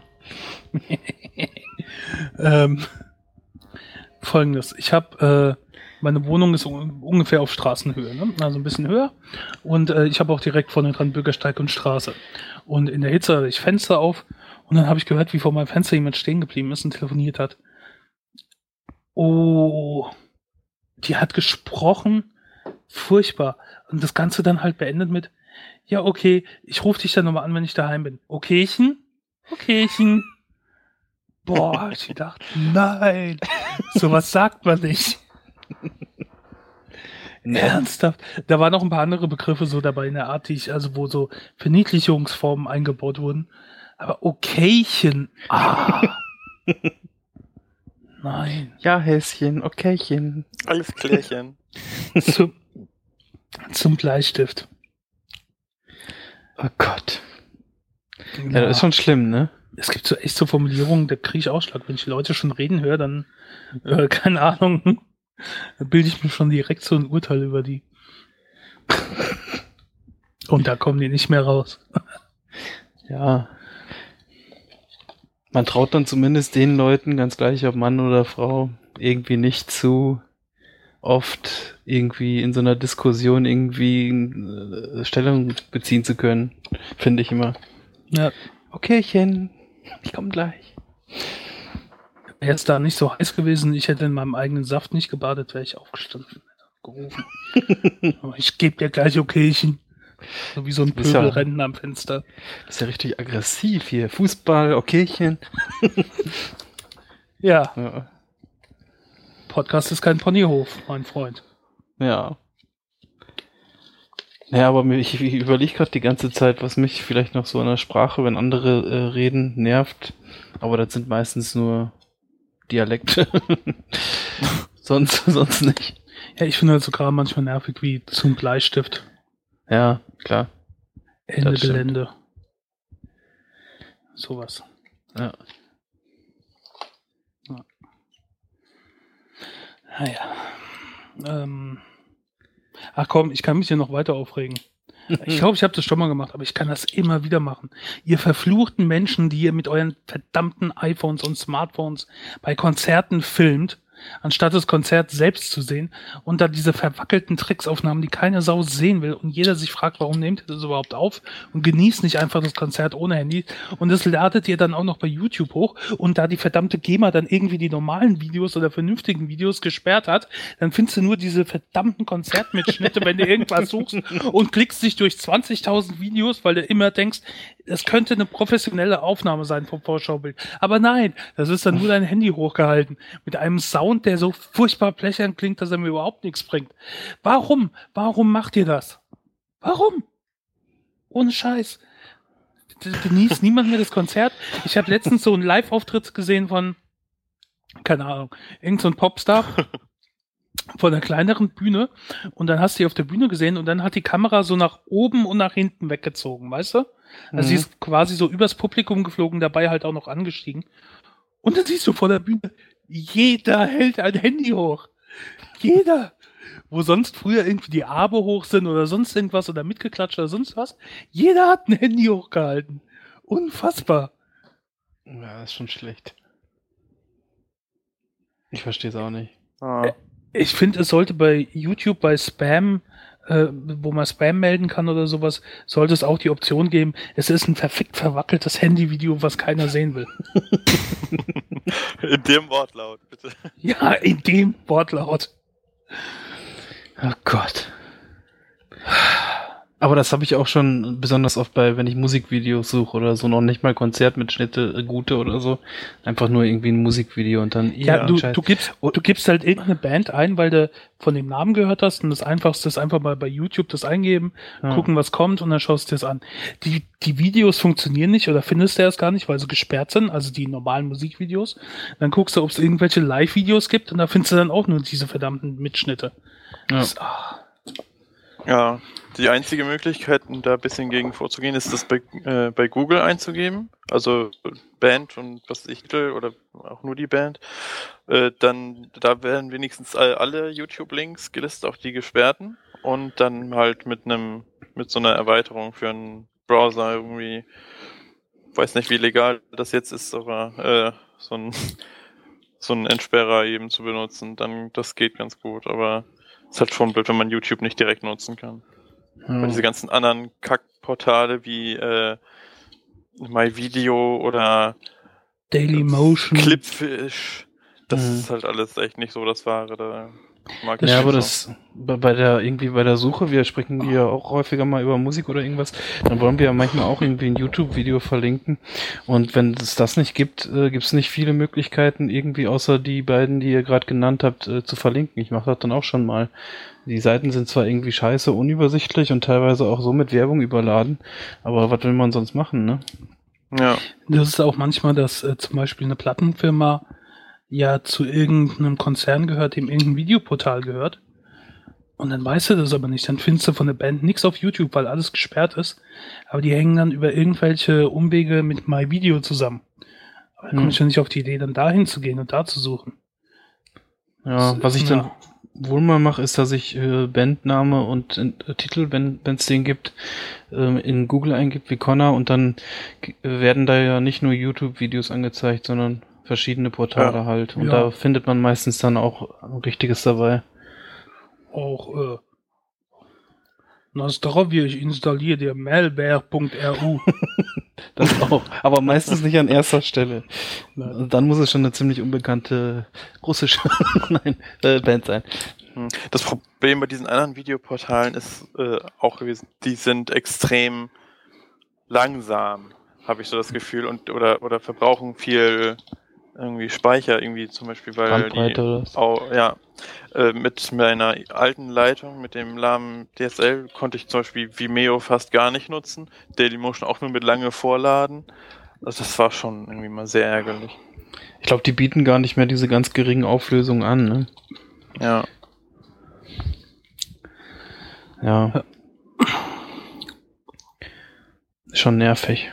ähm, Folgendes. Ich habe, äh, meine Wohnung ist un- ungefähr auf Straßenhöhe, ne? Also ein bisschen höher. Und äh, ich habe auch direkt vorne dran Bürgersteig und Straße. Und in der Hitze hatte ich Fenster auf und dann habe ich gehört, wie vor meinem Fenster jemand stehen geblieben ist und telefoniert hat. Oh, die hat gesprochen. Furchtbar. Und das Ganze dann halt beendet mit, ja, okay, ich rufe dich dann nochmal an, wenn ich daheim bin. Okaychen? Okaychen. Boah, hab ich gedacht, nein, sowas sagt man nicht. Ernsthaft? Da waren noch ein paar andere Begriffe so dabei in der Art, die ich, also wo so Verniedlichungsformen eingebaut wurden. Aber Okaychen. Ah. Nein. Ja, Häschen, Okaychen. Alles klärchen. Zum, zum Bleistift. Oh Gott. Ja, das ist schon schlimm, ne? Es gibt so echt so Formulierungen, da kriege ich Ausschlag. Wenn ich Leute schon reden höre, dann, äh, keine Ahnung, da bilde ich mir schon direkt so ein Urteil über die. Und da kommen die nicht mehr raus. Ja. Man traut dann zumindest den Leuten, ganz gleich ob Mann oder Frau, irgendwie nicht zu oft irgendwie in so einer Diskussion irgendwie äh, Stellung beziehen zu können, finde ich immer. Ja. Okaychen, ich komme gleich. Wäre es da nicht so heiß gewesen, ich hätte in meinem eigenen Saft nicht gebadet, wäre ich aufgestanden, hätte gerufen. Aber ich gebe dir gleich Okaychen. So wie so ein Du bist ja- Pöbelrennen am Fenster. Das ist ja richtig aggressiv hier. Fußball, Okaychen. Ja, Ja. Podcast ist kein Ponyhof, mein Freund. Ja. Ja, aber mir- ich, ich überlege gerade die ganze Zeit, was mich vielleicht noch so in der Sprache, wenn andere äh, reden, nervt. Aber das sind meistens nur Dialekte. sonst, sonst nicht. Ja, ich finde halt so gerade manchmal nervig wie zum Bleistift. Ja, klar. Ende Das stimmt. Gelände. Sowas. Ja. Naja. Ähm. Ach komm, ich kann mich hier noch weiter aufregen. Ich glaube, ich habe das schon mal gemacht, aber ich kann das immer wieder machen. Ihr verfluchten Menschen, die ihr mit euren verdammten iPhones und Smartphones bei Konzerten filmt, anstatt das Konzert selbst zu sehen und da diese verwackelten Tricksaufnahmen, die keine Sau sehen will und jeder sich fragt, warum nehmt ihr das überhaupt auf und genießt nicht einfach das Konzert ohne Handy und das ladet ihr dann auch noch bei YouTube hoch und da die verdammte GEMA dann irgendwie die normalen Videos oder vernünftigen Videos gesperrt hat, dann findest du nur diese verdammten Konzertmitschnitte, wenn du irgendwas suchst und klickst dich durch zwanzigtausend Videos, weil du immer denkst, es könnte eine professionelle Aufnahme sein vom Vorschaubild. Aber nein, das ist dann nur dein Handy hochgehalten mit einem Sound, der so furchtbar blechern klingt, dass er mir überhaupt nichts bringt. Warum? Warum macht ihr das? Warum? Ohne Scheiß. Genießt niemand mehr das Konzert. Ich habe letztens so einen Live-Auftritt gesehen von, keine Ahnung, irgend so ein Popstar von einer kleineren Bühne und dann hast du die auf der Bühne gesehen und dann hat die Kamera so nach oben und nach hinten weggezogen, weißt du? Also sie Mhm. ist quasi so übers Publikum geflogen, dabei halt auch noch angestiegen. Und dann siehst du vor der Bühne, jeder hält ein Handy hoch. Jeder. Wo sonst früher irgendwie die Arme hoch sind oder sonst irgendwas oder mitgeklatscht oder sonst was. Jeder hat ein Handy hochgehalten. Unfassbar. Ja, das ist schon schlecht. Ich verstehe es auch nicht. Ah. Ich finde, es sollte bei YouTube, bei Spam, äh, wo man Spam melden kann oder sowas, sollte es auch die Option geben, es ist ein verfickt verwackeltes Handyvideo, was keiner sehen will. In dem Wortlaut, bitte. Ja, in dem Wortlaut. Oh Gott. Aber das habe ich auch schon besonders oft bei, wenn ich Musikvideos suche oder so, noch nicht mal Konzertmitschnitte, äh, gute oder so. Einfach nur irgendwie ein Musikvideo und dann Ja, du, Scheiß. du, gibst, du gibst halt irgendeine Band ein, weil du von dem Namen gehört hast und das Einfachste ist einfach mal bei YouTube das eingeben, Ja. gucken, was kommt und dann schaust du dir das an. Die, die Videos funktionieren nicht oder findest du erst gar nicht, weil sie gesperrt sind, also die normalen Musikvideos. Dann guckst du, ob es irgendwelche Live-Videos gibt und da findest du dann auch nur diese verdammten Mitschnitte. Ja. Das, ah. Ja, die einzige Möglichkeit, um da ein bisschen gegen vorzugehen, ist das bei, äh, bei Google einzugeben. Also Band und was weiß ich, Titel oder auch nur die Band. Äh, dann, da werden wenigstens all, alle YouTube-Links gelistet, auch die gesperrten. Und dann halt mit einem, mit so einer Erweiterung für einen Browser irgendwie, weiß nicht, wie legal das jetzt ist, aber äh, so ein so einen Entsperrer eben zu benutzen, dann das geht ganz gut, aber es ist halt schon blöd, wenn man YouTube nicht direkt nutzen kann. Ja. Weil diese ganzen anderen Kackportale wie äh, MyVideo oder Dailymotion. Clipfish, das Mhm. ist halt alles echt nicht so das Wahre. Da mag ich Ja, nicht aber so. das bei bei der irgendwie bei der Suche, wir sprechen hier auch häufiger mal über Musik oder irgendwas, dann wollen wir ja manchmal auch irgendwie ein YouTube-Video verlinken. Und wenn es das nicht gibt, äh, gibt es nicht viele Möglichkeiten, irgendwie außer die beiden, die ihr gerade genannt habt, äh, zu verlinken. Ich mache das dann auch schon mal. Die Seiten sind zwar irgendwie scheiße, unübersichtlich und teilweise auch so mit Werbung überladen, aber was will man sonst machen, ne? Ja. Das ist auch manchmal, dass äh, zum Beispiel eine Plattenfirma ja zu irgendeinem Konzern gehört, dem irgendein Videoportal gehört. Und dann weißt du das aber nicht. Dann findest du von der Band nichts auf YouTube, weil alles gesperrt ist. Aber die hängen dann über irgendwelche Umwege mit MyVideo zusammen. Aber dann Hm. komme ich ja nicht auf die Idee, dann dahin zu gehen und da zu suchen. Ja, Das- was ich dann ja. wohl mal mache, ist, dass ich äh, Bandname und äh, Titel, wenn es den gibt, ähm, in Google eingibt wie Connor und dann g- werden da ja nicht nur YouTube-Videos angezeigt, sondern verschiedene Portale Ja. halt. Und Ja. da findet man meistens dann auch Richtiges dabei. Auch, äh, Nazdravje, ich installiere dir malware punkt r u. Das auch. Aber meistens nicht an erster Stelle. Nein. Dann muss es schon eine ziemlich unbekannte russische Nein, äh, Band sein. Hm. Das Problem bei diesen anderen Videoportalen ist äh, auch gewesen, die sind extrem langsam, habe ich so das Gefühl, und oder oder verbrauchen viel irgendwie Speicher, irgendwie zum Beispiel, weil Bandbreite die oder was? auch, ja, äh, mit meiner alten Leitung, mit dem lahmen D S L, konnte ich zum Beispiel Vimeo fast gar nicht nutzen, Dailymotion auch nur mit lange Vorladen. Also das war schon irgendwie mal sehr ärgerlich. Ich glaube, die bieten gar nicht mehr diese ganz geringen Auflösungen an, ne? Ja. Ja. Ist schon nervig.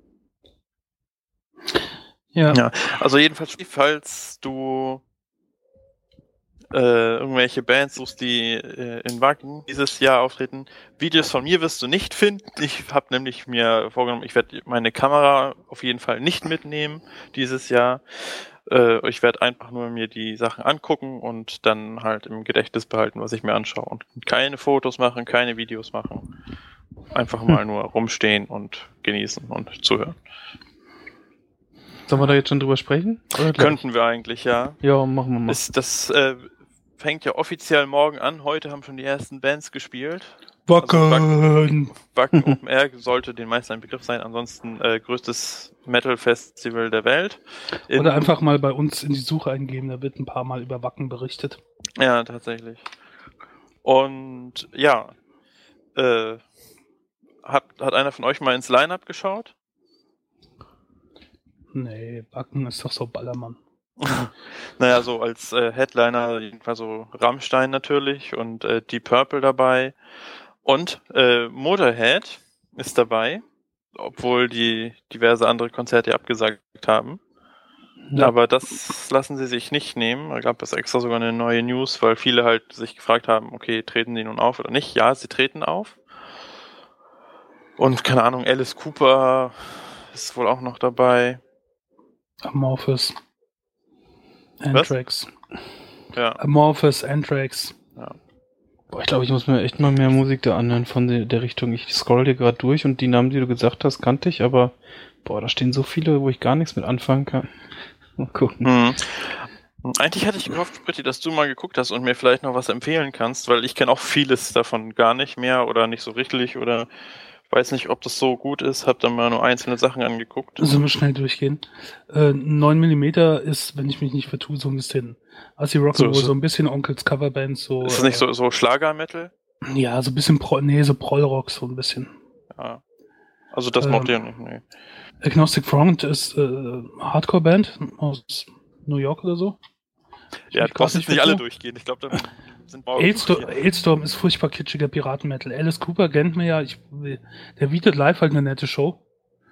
Ja. Ja. Also jedenfalls, falls du äh, irgendwelche Bands suchst, die äh, in Wacken dieses Jahr auftreten, Videos von mir wirst du nicht finden. Ich habe nämlich mir vorgenommen, ich werde meine Kamera auf jeden Fall nicht mitnehmen dieses Jahr. Äh, ich werde einfach nur mir die Sachen angucken und dann halt im Gedächtnis behalten, was ich mir anschaue. Und keine Fotos machen, keine Videos machen. Einfach mal nur rumstehen und genießen und zuhören. Sollen wir da jetzt schon drüber sprechen? Oder gleich? Könnten wir eigentlich, ja. Ja, machen wir mal. Ist, das äh, fängt ja offiziell morgen an. Heute haben schon die ersten Bands gespielt. Wacken. Wacken Open Air sollte den meisten ein Begriff sein. Ansonsten äh, größtes Metal-Festival der Welt. In, Oder einfach mal bei uns in die Suche eingeben, da wird ein paar Mal über Wacken berichtet. Ja, tatsächlich. Und ja, äh, hat, hat einer von euch mal ins Line-Up geschaut? Nee, Wacken ist doch so Ballermann. Naja, so als äh, Headliner jedenfalls so Rammstein natürlich und äh, Deep Purple dabei und äh, Motorhead ist dabei, obwohl die diverse andere Konzerte abgesagt haben. Ja. Aber das lassen sie sich nicht nehmen. Da gab es extra sogar eine neue News, weil viele halt sich gefragt haben, okay, treten die nun auf oder nicht? Ja, sie treten auf. Und keine Ahnung, Alice Cooper ist wohl auch noch dabei. Amorphous. Was? Anthrax. Ja. Amorphous, Anthrax. Boah, ich glaube, ich muss mir echt mal mehr Musik da anhören von der, der Richtung. Ich scroll dir gerade durch und die Namen, die du gesagt hast, kannte ich, aber boah, da stehen so viele, wo ich gar nichts mit anfangen kann. Mal gucken. Mhm. Eigentlich hatte ich gehofft, Spritti, dass du mal geguckt hast und mir vielleicht noch was empfehlen kannst, weil ich kenne auch vieles davon gar nicht mehr oder nicht so richtig oder weiß nicht, ob das so gut ist, hab dann mal nur einzelne Sachen angeguckt. Sollen wir schnell durchgehen? Äh, neun Millimeter ist, wenn ich mich nicht vertue, so ein bisschen Assi Rock'n'Roll, So- so, so- ein bisschen Onkels Coverband, so. Ist das nicht so, so Schlager-Metal? Äh, ja, so ein bisschen Pro, nee, so Prog-Rock, so ein bisschen. Ja. Also das Ähm, mocht ihr nicht, nee. Agnostic Front ist äh, Hardcore-Band aus New York oder so. Ja, ich du brauchst grad jetzt nicht alle vertue. durchgehen. Ich glaube, dann sind morgen Ailstorm, hier. Ailstorm ist furchtbar kitschiger Piratenmetal. Alice Cooper kennt man ja. Ich, der bietet live halt eine nette Show.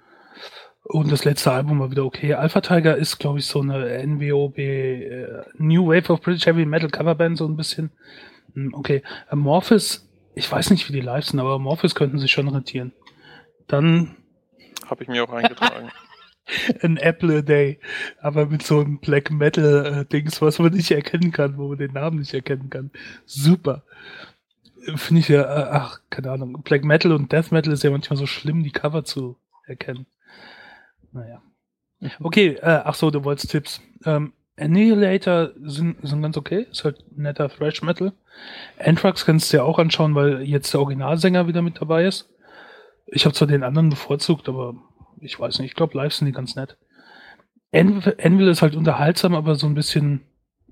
Und das letzte Album war wieder okay. Alpha Tiger ist, glaube ich, so eine N W O B, äh, New Wave of British Heavy Metal Coverband, so ein bisschen. Hm, okay. Amorphis, ich weiß nicht, wie die live sind, aber Amorphis könnten sich schon rentieren. Dann Habe ich mir auch eingetragen. An Apple a Day, aber mit so einem Black Metal äh, Dings, was man nicht erkennen kann, wo man den Namen nicht erkennen kann. Super. Finde ich ja, äh, ach, keine Ahnung. Black Metal und Death Metal ist ja manchmal so schlimm, die Cover zu erkennen. Naja. Okay, äh, ach so, du wolltest Tipps. Ähm, Annihilator sind, sind ganz okay, ist halt netter Thrash Metal. Anthrax kannst du ja auch anschauen, weil jetzt der Originalsänger wieder mit dabei ist. Ich habe zwar den anderen bevorzugt, aber ich weiß nicht, ich glaube, live sind die ganz nett. Anvil, Anvil ist halt unterhaltsam, aber so ein bisschen,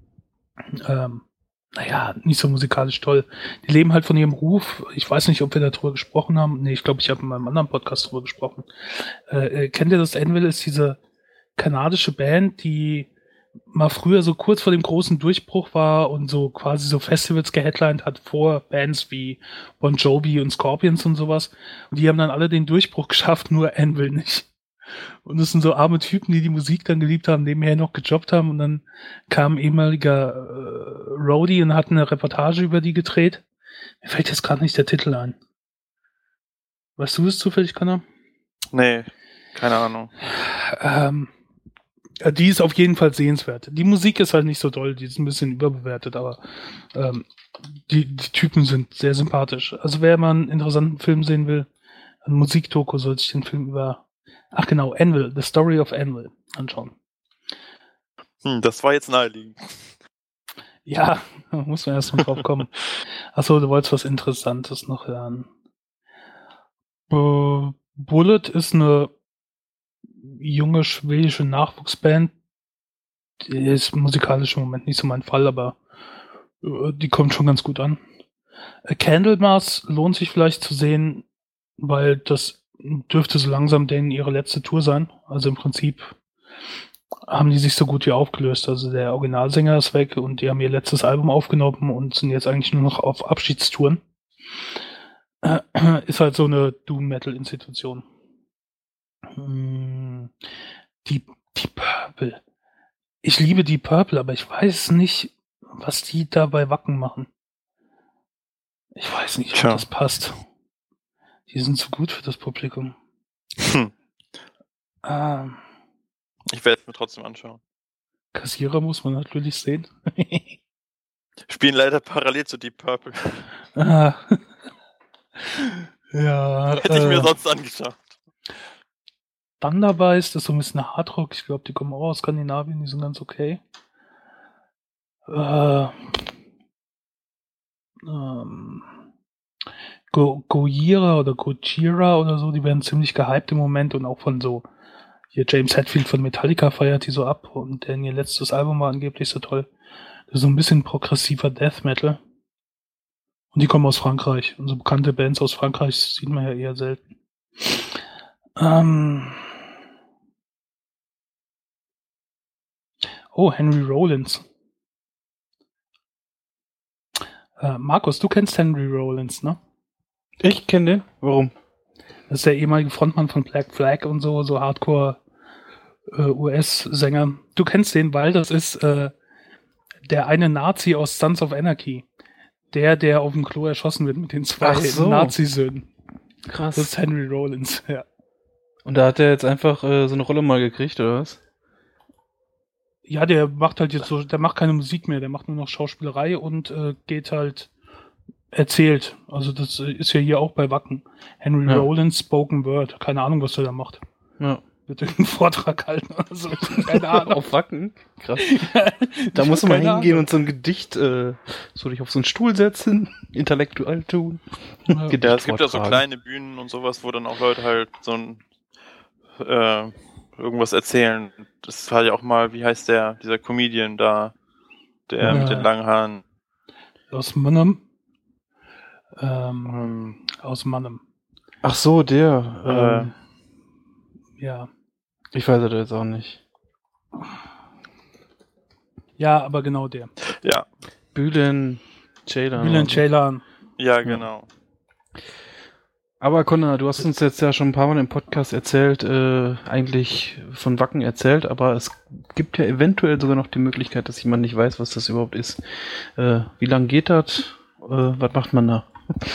ähm, naja, nicht so musikalisch toll. Die leben halt von ihrem Ruf. Ich weiß nicht, ob wir darüber gesprochen haben. Nee, ich glaube, ich habe in meinem anderen Podcast darüber gesprochen. Äh, äh, kennt ihr das? Anvil ist diese kanadische Band, die mal früher so kurz vor dem großen Durchbruch war und so quasi so Festivals geheadlined hat vor Bands wie Bon Jovi und Scorpions und sowas. Und die haben dann alle den Durchbruch geschafft, nur Anvil nicht. Und das sind so arme Typen, die die Musik dann geliebt haben, nebenher noch gejobbt haben. Und dann kam ein ehemaliger äh, Roadie und hat eine Reportage über die gedreht. Mir fällt jetzt gerade nicht der Titel ein. Weißt du das zufällig, Connor? Nee, keine Ahnung. Ähm, die ist auf jeden Fall sehenswert. Die Musik ist halt nicht so doll, die ist ein bisschen überbewertet, aber ähm, die, die Typen sind sehr sympathisch. Also wer mal einen interessanten Film sehen will, ein Musikdoku, soll sich den Film über, ach genau, Anvil, The Story of Anvil anschauen. Hm, das war jetzt naheliegend. Ja, da muss man erst mal drauf kommen. Achso, du wolltest was Interessantes noch hören. Uh, Bullet ist eine junge schwedische Nachwuchsband. Die ist musikalisch im Moment nicht so mein Fall, aber uh, die kommt schon ganz gut an. Uh, Candlemas lohnt sich vielleicht zu sehen, weil das dürfte so langsam denen ihre letzte Tour sein. Also im Prinzip haben die sich so gut wie aufgelöst. Also der Originalsänger ist weg und die haben ihr letztes Album aufgenommen und sind jetzt eigentlich nur noch auf Abschiedstouren. Äh, ist halt so eine Doom-Metal-Institution. Hm, die, die Purple. Ich liebe die Purple, aber ich weiß nicht, was die da bei Wacken machen. Ich weiß nicht, ob Tja. das passt. Die sind zu gut für das Publikum. Hm. Ähm, Ich werde es mir trotzdem anschauen. Kassierer muss man natürlich sehen. Spielen leider parallel zu Deep Purple. ah. Ja. Hätte ich mir äh, sonst angeschaut. Thunderbeist ist so ein bisschen Hardrock. Ich glaube, die kommen auch aus Skandinavien, die sind ganz okay. Äh, ähm, Go Gojira oder Gojira oder so, die werden ziemlich gehypt im Moment und auch von so, hier James Hetfield von Metallica feiert die so ab und deren ihr letztes Album war angeblich so toll. Das ist so ein bisschen progressiver Death Metal. Und die kommen aus Frankreich. Und so bekannte Bands aus Frankreich sieht man ja eher selten. Ähm oh, Henry Rollins. Äh, Markus, du kennst Henry Rollins, ne? Ich kenne den. Warum? Das ist der ehemalige Frontmann von Black Flag und so, so Hardcore äh, U S-Sänger. Du kennst den, weil das ist äh, der eine Nazi aus Sons of Anarchy. Der, der auf dem Klo erschossen wird mit den zwei Ach so. Nazi-Söhnen. Krass. Das ist Henry Rollins, ja. Und da hat er jetzt einfach äh, so eine Rolle mal gekriegt, oder was? Ja, der macht halt jetzt so, der macht keine Musik mehr, der macht nur noch Schauspielerei und äh, geht halt erzählt. Also das ist ja hier auch bei Wacken. Henry Ja. Rollins Spoken Word. Keine Ahnung, was der da macht. Ja. Wird irgendeinen Vortrag halten oder so. Keine Ahnung. Auf Wacken? Krass. Ich Da hab muss man keine hingehen Ahnung. und so ein Gedicht, äh, so dich auf so einen Stuhl setzen, intellektuell tun. Ja. Gedicht Ja, es gibt ja so vortragen. kleine Bühnen und sowas, wo dann auch Leute halt so ein äh, irgendwas erzählen. Das war ja auch mal, wie heißt der, dieser Comedian da, der Ja. mit den langen Haaren. Aus Mannheim. Ähm, Ähm, aus Mannheim. Ach so, der. Ähm, Ja. ich weiß es jetzt auch nicht. Ja, aber genau der. ja, Bühlen. Ceylan. Bülent Ceylan. Ja, genau. Aber Conor, du hast uns jetzt ja schon ein paar Mal im Podcast erzählt, äh, eigentlich von Wacken erzählt, aber es gibt ja eventuell sogar noch die Möglichkeit, dass jemand nicht weiß, was das überhaupt ist. Äh, wie lange geht das? Äh, was macht man da?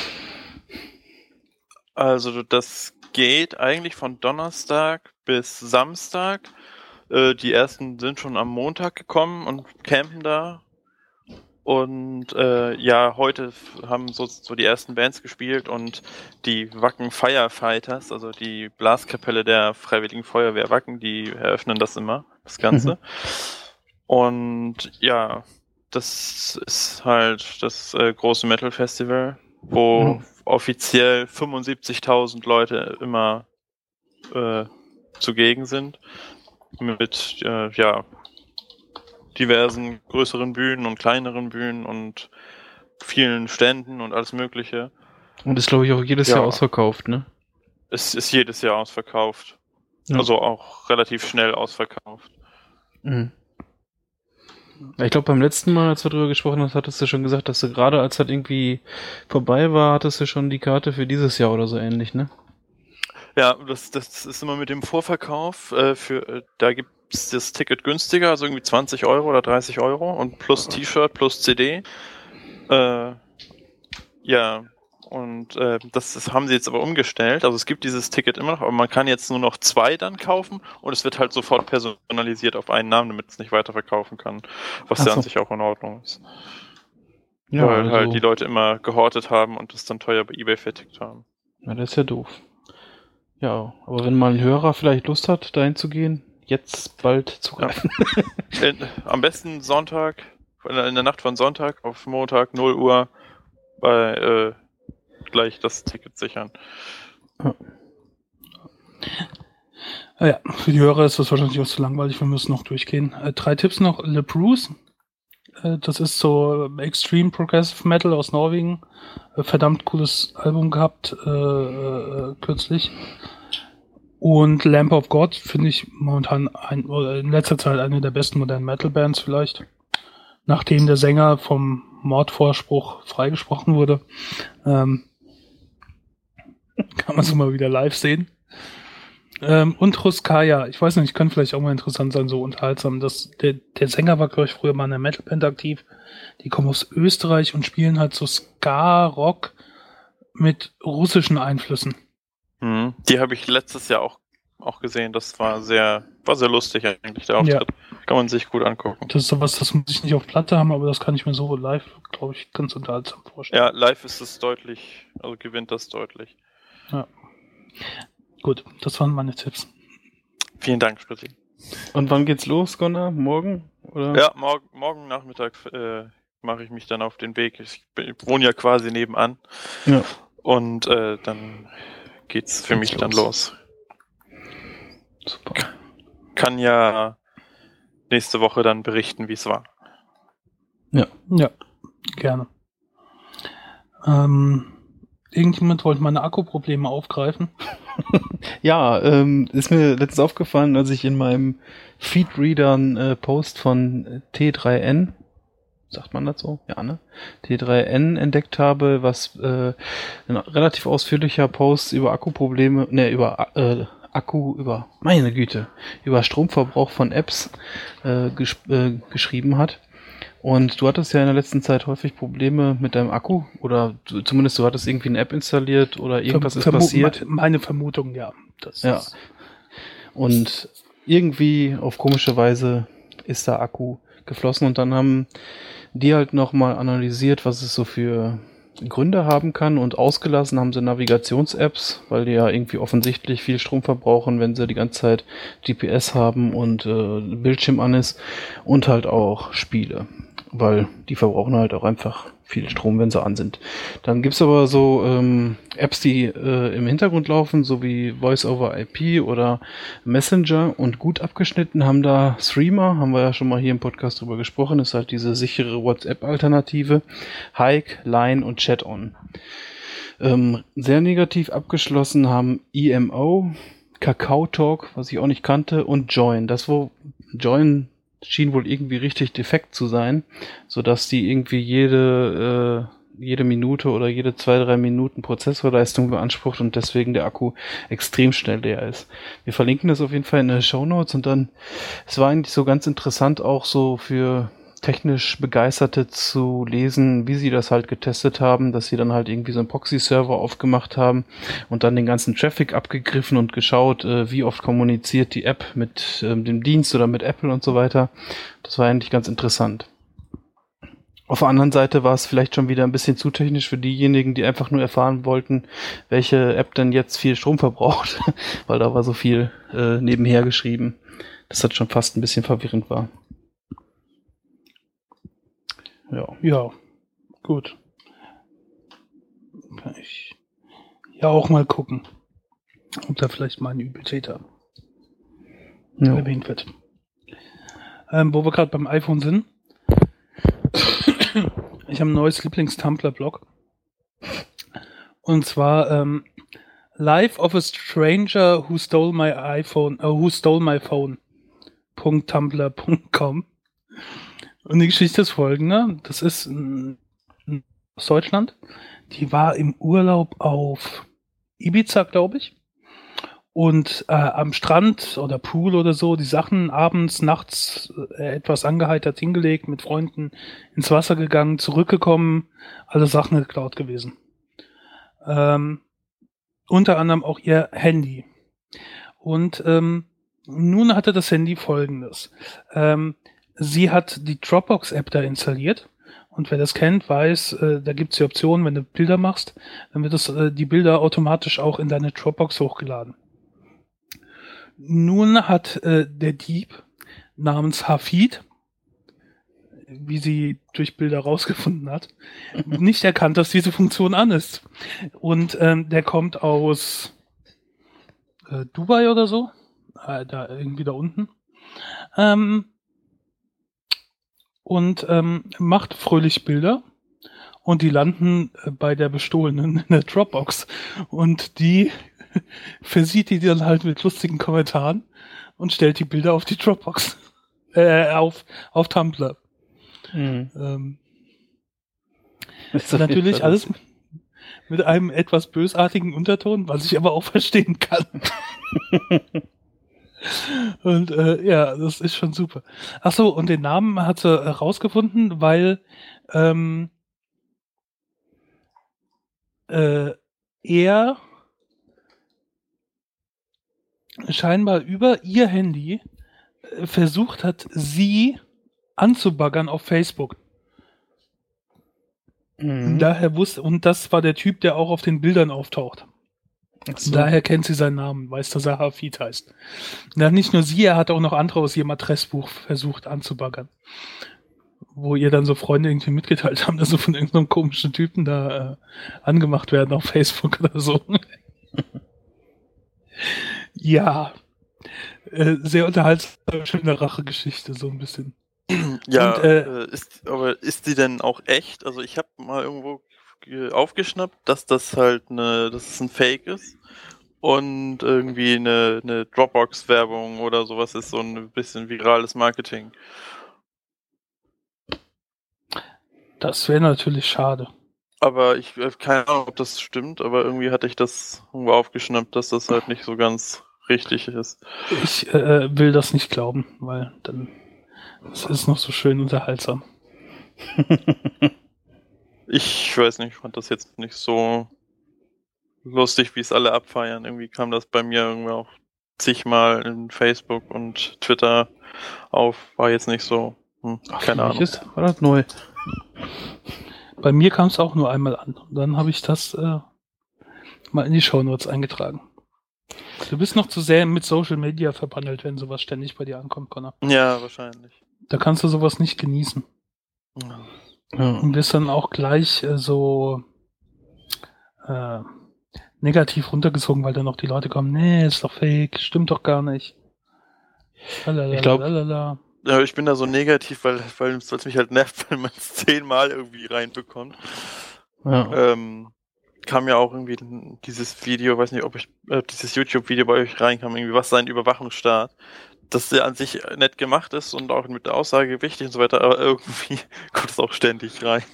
Also das geht eigentlich von Donnerstag bis Samstag. Äh, die ersten sind schon am Montag gekommen und campen da. Und äh, ja, heute haben so, so die ersten Bands gespielt und die Wacken Firefighters, also die Blaskapelle der Freiwilligen Feuerwehr Wacken, die eröffnen das immer, das Ganze. Und ja, das ist halt das äh, große Metal Festival, wo mhm. offiziell fünfundsiebzigtausend Leute immer äh, zugegen sind. Mit, äh, ja, diversen größeren Bühnen und kleineren Bühnen und vielen Ständen und alles Mögliche. Und ist, glaube ich, auch jedes ja. Jahr ausverkauft, ne? Es ist jedes Jahr ausverkauft. Ja. Also auch relativ schnell ausverkauft. Mhm. Ja, ich glaube, beim letzten Mal, als wir drüber gesprochen hast, hattest du schon gesagt, dass du gerade, als das irgendwie vorbei war, hattest du schon die Karte für dieses Jahr oder so ähnlich, ne? Ja, das, das ist immer mit dem Vorverkauf. Äh, für, äh, da gibt es das Ticket günstiger, also irgendwie zwanzig Euro oder dreißig Euro und plus T-Shirt, plus C D. Äh, ja, und äh, das, das haben sie jetzt aber umgestellt. Also es gibt dieses Ticket immer noch, aber man kann jetzt nur noch zwei dann kaufen und es wird halt sofort personalisiert auf einen Namen, damit es nicht weiterverkaufen kann. Was Ach ja so. an sich auch in Ordnung ist. Ja, Weil also halt die Leute immer gehortet haben und es dann teuer bei eBay vertickt haben. Ja, das ist ja doof. Ja, aber wenn mal ein Hörer vielleicht Lust hat, dahin zu gehen, jetzt bald zugreifen. Ja. In, am besten Sonntag, in der Nacht von Sonntag auf Montag, null Uhr, bei äh, gleich das Ticket sichern. Ja. Ja, für die Hörer ist das wahrscheinlich auch zu langweilig, wir müssen noch durchgehen. Äh, drei Tipps noch. Le Bruce, äh, das ist so Extreme Progressive Metal aus Norwegen. Äh, verdammt cooles Album gehabt, äh, äh, kürzlich. Und Lamp of God finde ich momentan ein, oder in letzter Zeit eine der besten modernen Metal-Bands vielleicht. Nachdem der Sänger vom Mordvorspruch freigesprochen wurde, ähm, kann man es mal wieder live sehen. Ähm, und Ruskaya, ich weiß nicht, kann vielleicht auch mal interessant sein, so unterhaltsam. Das, der, der Sänger war, glaube ich, früher mal in einer Metal-Band aktiv. Die kommen aus Österreich und spielen halt so Ska-Rock mit russischen Einflüssen. Mhm. Die habe ich letztes Jahr auch, auch gesehen. Das war sehr, war sehr lustig eigentlich, der Auftritt. Ja. Kann man sich gut angucken. Das ist sowas, das muss ich nicht auf Platte haben, aber das kann ich mir so live, glaube ich, ganz unterhaltsam vorstellen. Ja, live ist es deutlich, also gewinnt das deutlich. Ja. Gut, das waren meine Tipps. Vielen Dank, Spritti. Und wann geht's los, Conor? Morgen? Oder? Ja, morgen, morgen Nachmittag äh, mache ich mich dann auf den Weg. Ich, bin, ich wohne ja quasi nebenan. Ja. Und äh, dann geht's für geht's mich los. dann los. Super. Kann ja nächste Woche dann berichten, wie es war. Ja, ja, gerne. Ähm, irgendjemand wollte meine Akkuprobleme aufgreifen. Ja, ähm, ist mir letztens aufgefallen, als ich in meinem Feedreader einen äh, Post von T drei N, sagt man das so? Ja, ne? T drei N entdeckt habe, was äh, ein relativ ausführlicher Post über Akkuprobleme, ne, über äh, Akku, über, meine Güte, über Stromverbrauch von Apps äh, ges- äh, geschrieben hat. Und du hattest ja in der letzten Zeit häufig Probleme mit deinem Akku oder du, zumindest du hattest irgendwie eine App installiert oder irgendwas Verm- ist passiert. Meine Vermutung, ja. Das ja. Ist und irgendwie auf komische Weise ist da Akku geflossen und dann haben die halt nochmal analysiert, was es so für Gründe haben kann und ausgelassen haben sie Navigations-Apps, weil die ja irgendwie offensichtlich viel Strom verbrauchen, wenn sie die ganze Zeit G P S haben und äh, Bildschirm an ist und halt auch Spiele, weil die verbrauchen halt auch einfach viel Strom, wenn sie an sind. Dann gibt's aber so ähm, Apps, die äh, im Hintergrund laufen, so wie Voice over I P oder Messenger und gut abgeschnitten haben da Threema, haben wir ja schon mal hier im Podcast drüber gesprochen, ist halt diese sichere WhatsApp-Alternative, Hike, Line und Chat-On. Ähm, sehr negativ abgeschlossen haben E M O, Kakao Talk, was ich auch nicht kannte, und Join. Das, wo Join schien wohl irgendwie richtig defekt zu sein, sodass die irgendwie jede äh, jede Minute oder jede zwei, drei Minuten Prozessorleistung beansprucht und deswegen der Akku extrem schnell leer ist. Wir verlinken das auf jeden Fall in den Shownotes und dann, es war eigentlich so ganz interessant auch so für technisch Begeisterte zu lesen, wie sie das halt getestet haben, dass sie dann halt irgendwie so einen Proxy-Server aufgemacht haben und dann den ganzen Traffic abgegriffen und geschaut, äh, wie oft kommuniziert die App mit ähm, dem Dienst oder mit Apple und so weiter. Das war eigentlich ganz interessant. Auf der anderen Seite war es vielleicht schon wieder ein bisschen zu technisch für diejenigen, die einfach nur erfahren wollten, welche App denn jetzt viel Strom verbraucht, weil da war so viel äh, nebenher geschrieben, dass das schon fast ein bisschen verwirrend war. Ja, Ja, gut. Kann ich ja auch mal gucken, ob da vielleicht mal ein Übeltäter ja. erwähnt wird. Ähm, wo wir gerade beim iPhone sind. Ich habe ein neues Lieblings-Tumblr-Blog. Und zwar ähm, Life of a Stranger Who Stole My iPhone, uh, Who Stole My Phone. .tumblr punkt com. Und die Geschichte ist folgende. Das ist ein, ein aus Deutschland. Die war im Urlaub auf Ibiza, glaube ich. Und äh, am Strand oder Pool oder so, die Sachen abends, nachts äh, etwas angeheitert hingelegt, mit Freunden ins Wasser gegangen, zurückgekommen, alle Sachen geklaut gewesen. Ähm, unter anderem auch ihr Handy. Und ähm, nun hatte das Handy Folgendes. Ähm, sie hat die Dropbox-App da installiert. Und wer das kennt, weiß, äh, da gibt es die Option, wenn du Bilder machst, dann wird das, äh, die Bilder automatisch auch in deine Dropbox hochgeladen. Nun hat äh, der Dieb namens Hafid, wie sie durch Bilder rausgefunden hat, nicht erkannt, dass diese Funktion an ist. Und ähm, der kommt aus äh, Dubai oder so, äh, da irgendwie da unten, ähm, und ähm, macht fröhlich Bilder. Und die landen äh, bei der Bestohlenen in der Dropbox. Und die versieht die dann halt mit lustigen Kommentaren und stellt die Bilder auf die Dropbox. Äh, auf, auf Tumblr. Mhm. Ähm, Ist natürlich alles mit einem etwas bösartigen Unterton, was ich aber auch verstehen kann. Und äh, ja, das ist schon super. Ach so, und den Namen hat sie äh, rausgefunden, weil ähm, äh, er scheinbar über ihr Handy äh, versucht hat, sie anzubaggern auf Facebook. Mhm. Daher wusste, und das war der Typ, der auch auf den Bildern auftaucht. So. Daher kennt sie seinen Namen, weiß, dass er Hafid heißt. Na, nicht nur sie, er hat auch noch andere aus ihrem Adressbuch versucht anzubaggern. Wo ihr dann so Freunde irgendwie mitgeteilt haben, dass sie von irgendeinem komischen Typen da äh, angemacht werden auf Facebook oder so. Ja. Äh, sehr unterhaltsame, schöne Rachegeschichte, so ein bisschen. Ja, Und, äh, äh, ist, aber ist die denn auch echt? Also ich habe mal irgendwo ge- aufgeschnappt, dass das halt eine, dass es ein Fake ist und irgendwie eine, eine Dropbox-Werbung oder sowas ist, so ein bisschen virales Marketing. Das wäre natürlich schade. Aber ich habe keine Ahnung, ob das stimmt, aber irgendwie hatte ich das irgendwo aufgeschnappt, dass das halt nicht so ganz richtig ist. Ich äh, will das nicht glauben, weil dann es ist noch so schön unterhaltsam. Ich weiß nicht, ich fand das jetzt nicht so lustig, wie es alle abfeiern. Irgendwie kam das bei mir irgendwie auch zigmal in Facebook und Twitter auf. War jetzt nicht so, hm, keine Ahnung. Welches? War das neu? Bei mir kam es auch nur einmal an. Und dann habe ich das äh, mal in die Shownotes eingetragen. Du bist noch zu sehr mit Social Media verbandelt, wenn sowas ständig bei dir ankommt, Connor. Ja, wahrscheinlich. Da kannst du sowas nicht genießen. Ja. Ja. Und bist dann auch gleich äh, so äh, negativ runtergezogen, weil dann noch die Leute kommen, nee, ist doch fake, stimmt doch gar nicht. Lalalala, Ich glaub- lalala. Ja, ich bin da so negativ, weil weil es mich halt nervt, weil man es zehnmal irgendwie reinbekommt. Ja. Ähm, kam ja auch irgendwie dieses Video, weiß nicht, ob ich äh, dieses YouTube-Video bei euch reinkam, irgendwie was sein Überwachungsstaat, dass der an sich nett gemacht ist und auch mit der Aussage wichtig und so weiter, aber irgendwie kommt es auch ständig rein.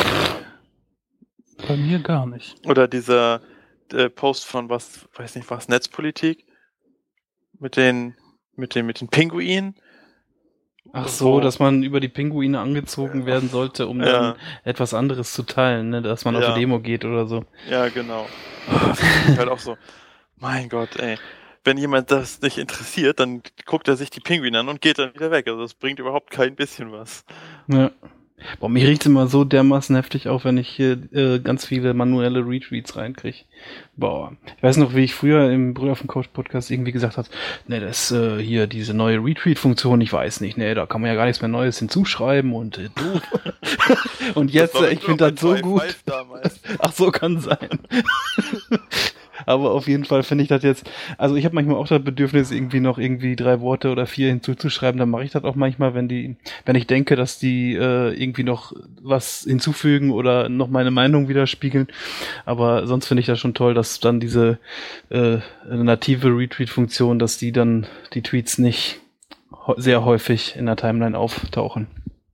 Bei mir gar nicht. Oder dieser äh, Post von was, weiß nicht, was, Netzpolitik mit den mit den mit den Pinguinen. Ach so, dass man über die Pinguine angezogen werden sollte, um Ja. dann etwas anderes zu teilen, ne? Dass man auf Ja. die Demo geht oder so. Ja, genau. Das ist halt auch so, mein Gott, ey. Wenn jemand das nicht interessiert, dann guckt er sich die Pinguine an und geht dann wieder weg. Also das bringt überhaupt kein bisschen was. Ja. Boah, mich riecht's immer so dermaßen heftig auf, wenn ich hier äh, ganz viele manuelle Retweets reinkriege. Boah. Ich weiß noch, wie ich früher im Brüder auf dem Coach Podcast irgendwie gesagt habe, ne, das äh, hier diese neue Retweet-Funktion, ich weiß nicht, ne, da kann man ja gar nichts mehr Neues hinzuschreiben und äh, doof. Und jetzt, äh, ich finde das so gut. Ach so, kann sein. Aber auf jeden Fall finde ich das jetzt, also ich habe manchmal auch das Bedürfnis, irgendwie noch irgendwie drei Worte oder vier hinzuzuschreiben, dann mache ich das auch manchmal, wenn die, wenn ich denke, dass die äh, irgendwie noch was hinzufügen oder noch meine Meinung widerspiegeln. Aber sonst finde ich das schon toll, dass dann diese äh, native Retweet-Funktion, dass die dann die Tweets nicht sehr häufig in der Timeline auftauchen.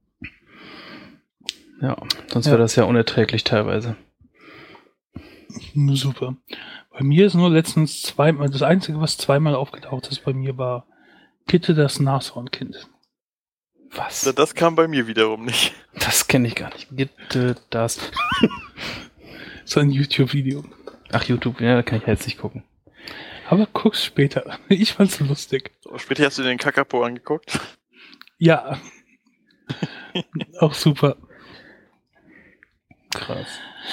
Ja, sonst wäre Ja. das ja unerträglich teilweise. Super. Bei mir ist nur letztens zweimal, das Einzige, was zweimal aufgetaucht ist bei mir, war Gitte das Nashornkind. Was? Ja, das kam bei mir wiederum nicht. Das kenne ich gar nicht. Gitte das. So ein YouTube-Video. Ach, YouTube, ja, da kann ich jetzt nicht gucken. Aber guck's später. Ich fand's lustig. So, später hast du den Kakapo angeguckt. Ja. Auch super. Krass.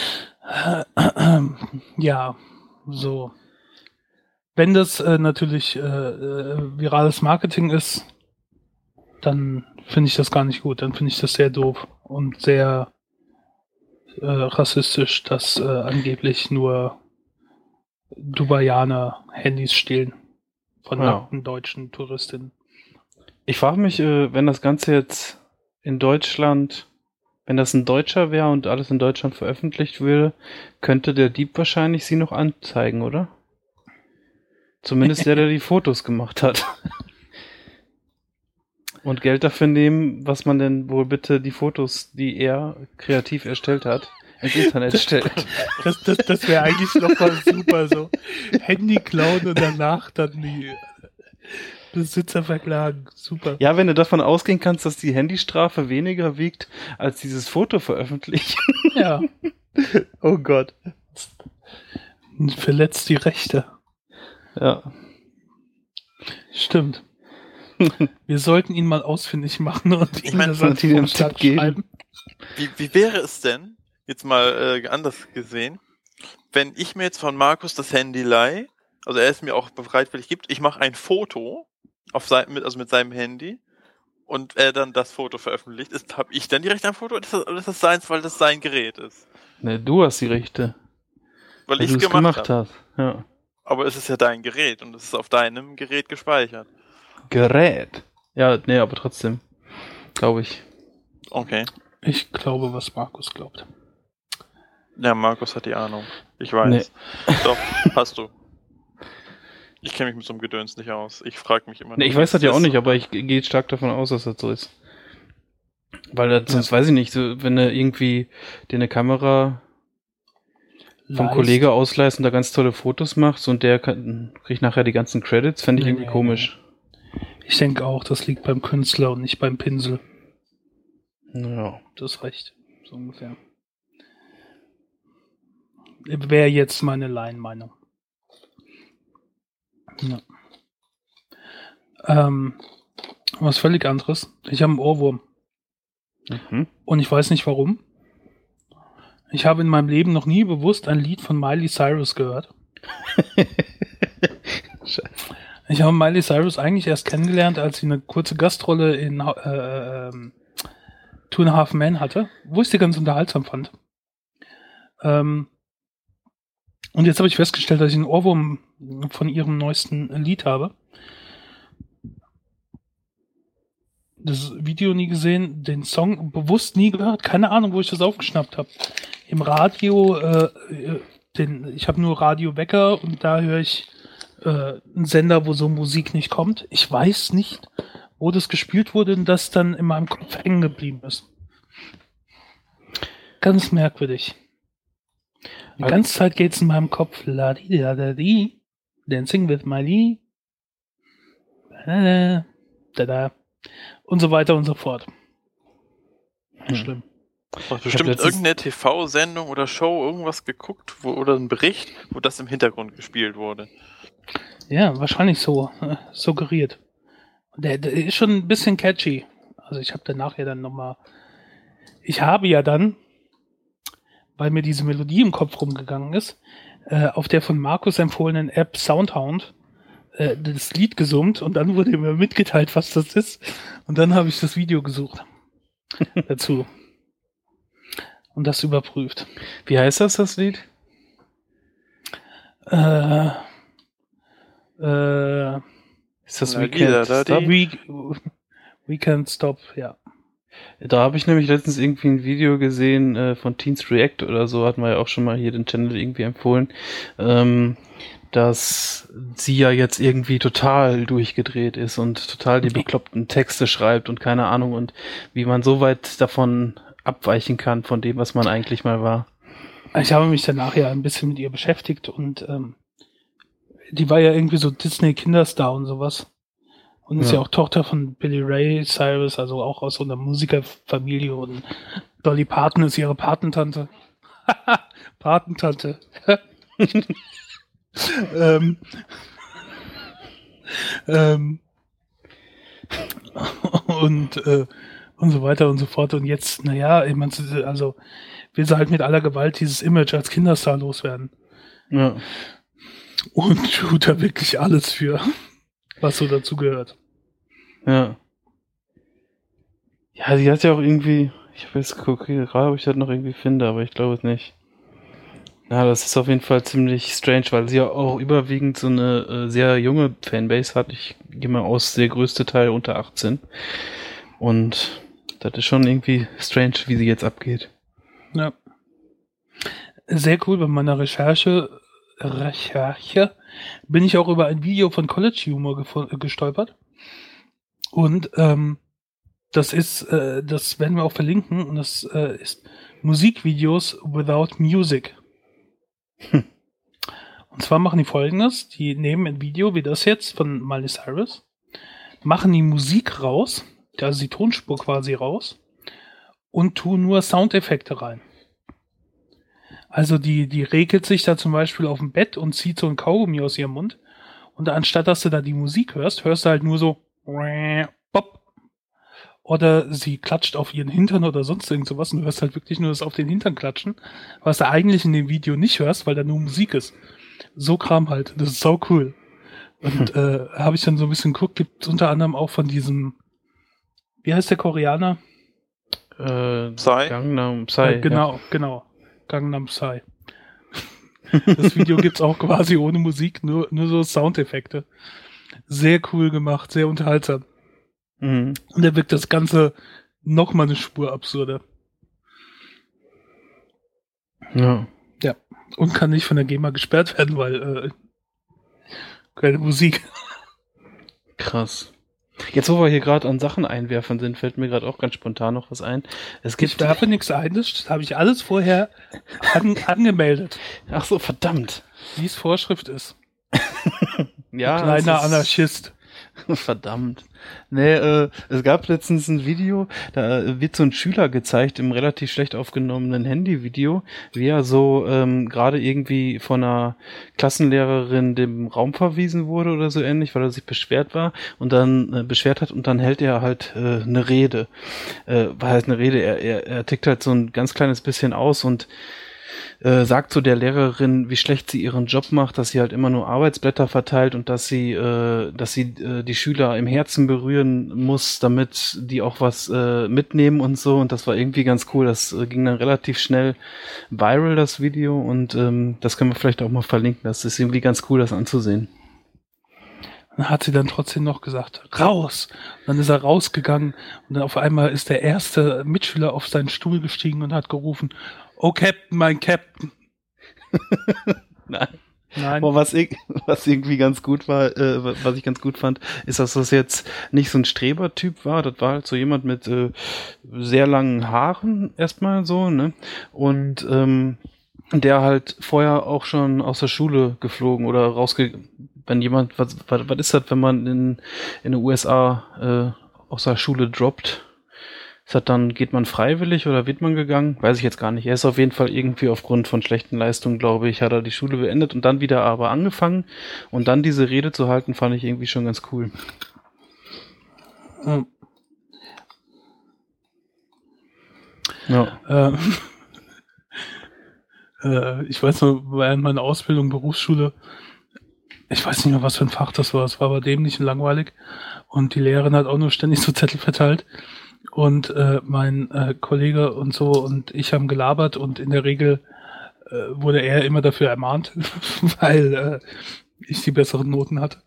Ja, so. Wenn das äh, natürlich äh, äh, virales Marketing ist, dann finde ich das gar nicht gut. Dann finde ich das sehr doof und sehr äh, rassistisch, dass äh, angeblich nur Dubaianer Handys stehlen von Ja. nackten deutschen Touristinnen. Ich frage mich, äh, wenn das Ganze jetzt in Deutschland, wenn das ein Deutscher wäre und alles in Deutschland veröffentlicht würde, könnte der Dieb wahrscheinlich sie noch anzeigen, oder? Zumindest der, der die Fotos gemacht hat. Und Geld dafür nehmen, was man denn wohl bitte die Fotos, die er kreativ erstellt hat, ins Internet stellt. Das, das, das wäre eigentlich nochmal super so. Handy klauen und danach dann die Besitzer verklagen. Super. Ja, wenn du davon ausgehen kannst, dass die Handystrafe weniger wiegt als dieses Foto veröffentlichen. Ja. Oh Gott. Verletzt die Rechte. Ja. Stimmt. Wir sollten ihn mal ausfindig machen und Ich ihm mein, das und als ihm einen Vorschlag Tipp geben. schreiben. Wie, wie wäre es denn, jetzt mal äh, anders gesehen, wenn ich mir jetzt von Markus das Handy leihe, also er es mir auch bereitwillig gibt, ich mache ein Foto auf sein, mit, also mit seinem Handy und er dann das Foto veröffentlicht, ist, habe ich dann die Rechte am Foto oder ist das, oder ist das seins, weil das sein Gerät ist? Ne, du hast die Rechte. Weil Weil ich du es es gemacht, gemacht habe. hast. Ja. Aber es ist ja dein Gerät und es ist auf deinem Gerät gespeichert. Gerät. Ja, nee, aber trotzdem. Glaube ich. Okay. Ich glaube, was Markus glaubt. Ja, Markus hat die Ahnung. Ich weiß. Nee. Doch, hast du. Ich kenne mich mit so einem Gedöns nicht aus. Ich frage mich immer Nee, ich weiß das ja auch nicht, aber ich gehe stark davon aus, dass das so ist. Weil das, sonst weiß ich nicht, so, wenn du irgendwie dir eine Kamera vom Leist. Kollege ausleihst und da ganz tolle Fotos machst und der kann, kriegt nachher die ganzen Credits, fände ich Nee, irgendwie nee, komisch. Ich denke auch, das liegt beim Künstler und nicht beim Pinsel. Ja. Das ist recht. So ungefähr. Wäre jetzt meine Laienmeinung. Ja. Ähm, was völlig anderes. Ich habe einen Ohrwurm. Mhm. Und ich weiß nicht warum. Ich habe in meinem Leben noch nie bewusst ein Lied von Miley Cyrus gehört. Scheiße. Ich habe Miley Cyrus eigentlich erst kennengelernt, als sie eine kurze Gastrolle in äh, ähm, Two and a Half Men hatte, wo ich sie ganz unterhaltsam fand. Ähm, und jetzt habe ich festgestellt, dass ich einen Ohrwurm von ihrem neuesten Lied habe. Das Video nie gesehen, den Song bewusst nie gehört, keine Ahnung, wo ich das aufgeschnappt habe. Im Radio, äh, den, ich habe nur Radio Wecker und da höre ich äh, einen Sender, wo so Musik nicht kommt. Ich weiß nicht, wo das gespielt wurde und das dann in meinem Kopf hängen geblieben ist. Ganz merkwürdig. Die Also, ganze Zeit geht's in meinem Kopf. La di da da di. Dancing with my Lee. Da da da. Und so weiter und so fort. Hm. Schlimm. Du hast bestimmt letztens- irgendeine T V-Sendung oder Show, irgendwas geguckt wo, oder einen Bericht, wo das im Hintergrund gespielt wurde. Ja, wahrscheinlich so äh, suggeriert. Der, der ist schon ein bisschen catchy. Also ich habe danach ja dann nochmal... Ich habe ja dann, weil mir diese Melodie im Kopf rumgegangen ist, äh, auf der von Markus empfohlenen App Soundhound äh, das Lied gesummt und dann wurde mir mitgeteilt, was das ist. Und dann habe ich das Video gesucht dazu. Und das überprüft. Wie heißt das, das Lied? Äh, äh, Ist das Na, Weekend Lieder, da Stop? die- we, we Can't Stop, ja. Da habe ich nämlich letztens irgendwie ein Video gesehen äh, von Teens React oder so, hatten wir ja auch schon mal hier den Channel irgendwie empfohlen, ähm, dass sie ja jetzt irgendwie total durchgedreht ist und total die bekloppten Texte schreibt und keine Ahnung und wie man so weit davon abweichen kann von dem, was man eigentlich mal war. Ich habe mich danach ja ein bisschen mit ihr beschäftigt und ähm, die war ja irgendwie so Disney-Kinderstar und sowas. Und ist ja. Ja. auch Tochter von Billy Ray Cyrus, also auch aus so einer Musikerfamilie und Dolly Parton ist ihre Patentante. Patentante. ähm, ähm, und äh, und so weiter und so fort. Und jetzt, naja, ich mein, also will sie halt mit aller Gewalt dieses Image als Kinderstar loswerden. Ja. Und tut da wirklich alles für, was so dazu gehört. Ja. Ja, sie hat ja auch irgendwie, ich habe jetzt geguckt, gerade ob ich das noch irgendwie finde, aber ich glaube es nicht. Ja, das ist auf jeden Fall ziemlich strange, weil sie ja auch überwiegend so eine äh, sehr junge Fanbase hat. Ich gehe mal aus, der größte Teil unter achtzehn. Und das ist schon irgendwie strange, wie sie jetzt abgeht. Ja. Sehr cool, bei meiner Recherche, Recherche bin ich auch über ein Video von College Humor gefo- gestolpert. Und ähm, das ist, äh, das werden wir auch verlinken, und das äh, ist Musikvideos without music. Hm. Und zwar machen die Folgendes, die nehmen ein Video wie das jetzt von Miley Cyrus, machen die Musik raus, also die Tonspur quasi raus, und tun nur Soundeffekte rein. Also die, die regelt sich da zum Beispiel auf dem Bett und zieht so ein Kaugummi aus ihrem Mund, und anstatt dass du da die Musik hörst, hörst du halt nur so Pop. Oder sie klatscht auf ihren Hintern oder sonst irgend sowas und du hörst halt wirklich nur das auf den Hintern klatschen, was du eigentlich in dem Video nicht hörst, weil da nur Musik ist. So Kram halt. Das ist sau cool. Und äh, habe ich dann so ein bisschen geguckt, gibt es unter anderem auch von diesem, wie heißt der Koreaner? Äh, Psy? Gangnam Psy. Äh, genau, genau. Gangnam Psy. Das Video gibt's auch quasi ohne Musik, nur, nur so Soundeffekte. Sehr cool gemacht, sehr unterhaltsam. Ja. Mhm. Und da wirkt das Ganze noch mal eine Spur absurder. Ja. Ja. Und kann nicht von der GEMA gesperrt werden, weil äh, keine Musik. Krass. Jetzt, wo wir hier gerade an Sachen einwerfen sind, fällt mir gerade auch ganz spontan noch was ein. Es Ich gibt. werfe nichts ein, das habe ich alles vorher an, angemeldet, Ach so, verdammt. wie es Vorschrift ist. Ja. Kleiner es ist- Anarchist. Verdammt. Nee, äh, es gab letztens ein Video, da wird so ein Schüler gezeigt im relativ schlecht aufgenommenen Handyvideo, wie er so ähm, gerade irgendwie von einer Klassenlehrerin dem Raum verwiesen wurde oder so ähnlich, weil er sich beschwert war und dann äh, beschwert hat und dann hält er halt äh, eine Rede. Äh, war halt eine Rede, er, er, er tickt halt so ein ganz kleines bisschen aus und äh, sagt zu der Lehrerin, wie schlecht sie ihren Job macht, dass sie halt immer nur Arbeitsblätter verteilt und dass sie, äh, dass sie äh, die Schüler im Herzen berühren muss, damit die auch was äh, mitnehmen und so. Und das war irgendwie ganz cool. Das äh, ging dann relativ schnell viral, das Video. Und ähm, das können wir vielleicht auch mal verlinken. Das ist irgendwie ganz cool, das anzusehen. Dann hat sie dann trotzdem noch gesagt, raus! Und dann ist er rausgegangen und dann auf einmal ist der erste Mitschüler auf seinen Stuhl gestiegen und hat gerufen, oh Captain, mein Captain. Nein. Nein. Aber was, ich, was irgendwie ganz gut war, äh, was ich ganz gut fand, ist, dass das jetzt nicht so ein Strebertyp war. Das war halt so jemand mit äh, sehr langen Haaren erstmal so, ne? Und ähm, der halt vorher auch schon aus der Schule geflogen oder rausge... Wenn jemand, was, was, was ist das, wenn man in, in den U S A äh, aus der Schule droppt? Ist das dann, geht man freiwillig oder wird man gegangen? Weiß ich jetzt gar nicht. Er ist auf jeden Fall irgendwie aufgrund von schlechten Leistungen, glaube ich, hat er die Schule beendet und dann wieder aber angefangen. Und dann diese Rede zu halten, fand ich irgendwie schon ganz cool. Hm. Ja. Ähm, äh, ich weiß noch, während meiner Ausbildung, Berufsschule, ich weiß nicht mehr, was für ein Fach das war. Es war aber dämlich und langweilig. Und die Lehrerin hat auch nur ständig so Zettel verteilt. Und äh, mein äh, Kollege und so und ich haben gelabert und in der Regel äh, wurde er immer dafür ermahnt, weil äh, ich die besseren Noten hatte.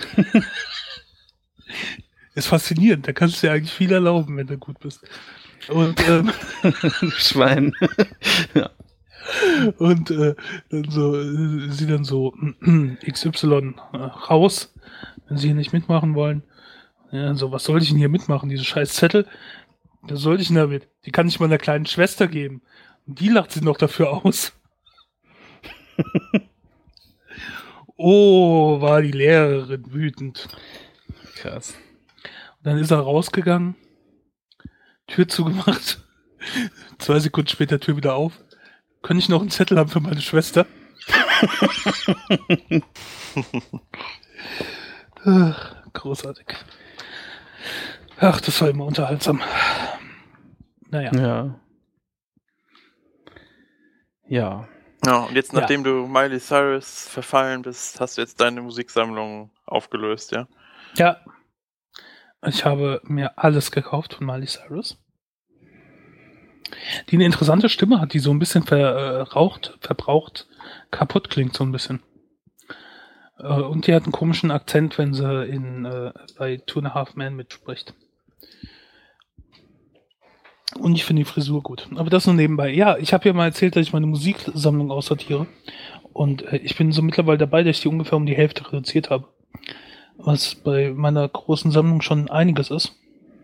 Ist faszinierend, da kannst du dir eigentlich viel erlauben, wenn du gut bist. Und ähm, Schwein. Ja. Und äh, dann so, äh, sie dann so X Y äh, raus, wenn sie hier nicht mitmachen wollen. Ja, so, was soll ich denn hier mitmachen, diese scheiß Zettel? Was soll ich denn damit? Die kann ich meiner kleinen Schwester geben. Und die lacht sie noch dafür aus. Oh, war die Lehrerin wütend. Krass. Und dann ist er rausgegangen, Tür zugemacht, zwei Sekunden später Tür wieder auf. Kann ich noch einen Zettel haben für meine Schwester? Ach, großartig. Ach, das war immer unterhaltsam. Naja. Ja. Ja. Ja, und jetzt, Ja. nachdem du Miley Cyrus verfallen bist, hast du jetzt deine Musiksammlung aufgelöst, ja? Ja. Ich habe mir alles gekauft von Miley Cyrus. Die eine interessante Stimme hat, die so ein bisschen verraucht, verbraucht, kaputt klingt so ein bisschen. Äh, und die hat einen komischen Akzent, wenn sie in äh, bei Two and a Half Men mitspricht. Und ich finde die Frisur gut. Aber das nur nebenbei. Ja, ich habe ja mal erzählt, dass ich meine Musiksammlung aussortiere. Und äh, ich bin so mittlerweile dabei, dass ich die ungefähr um die Hälfte reduziert habe. Was bei meiner großen Sammlung schon einiges ist.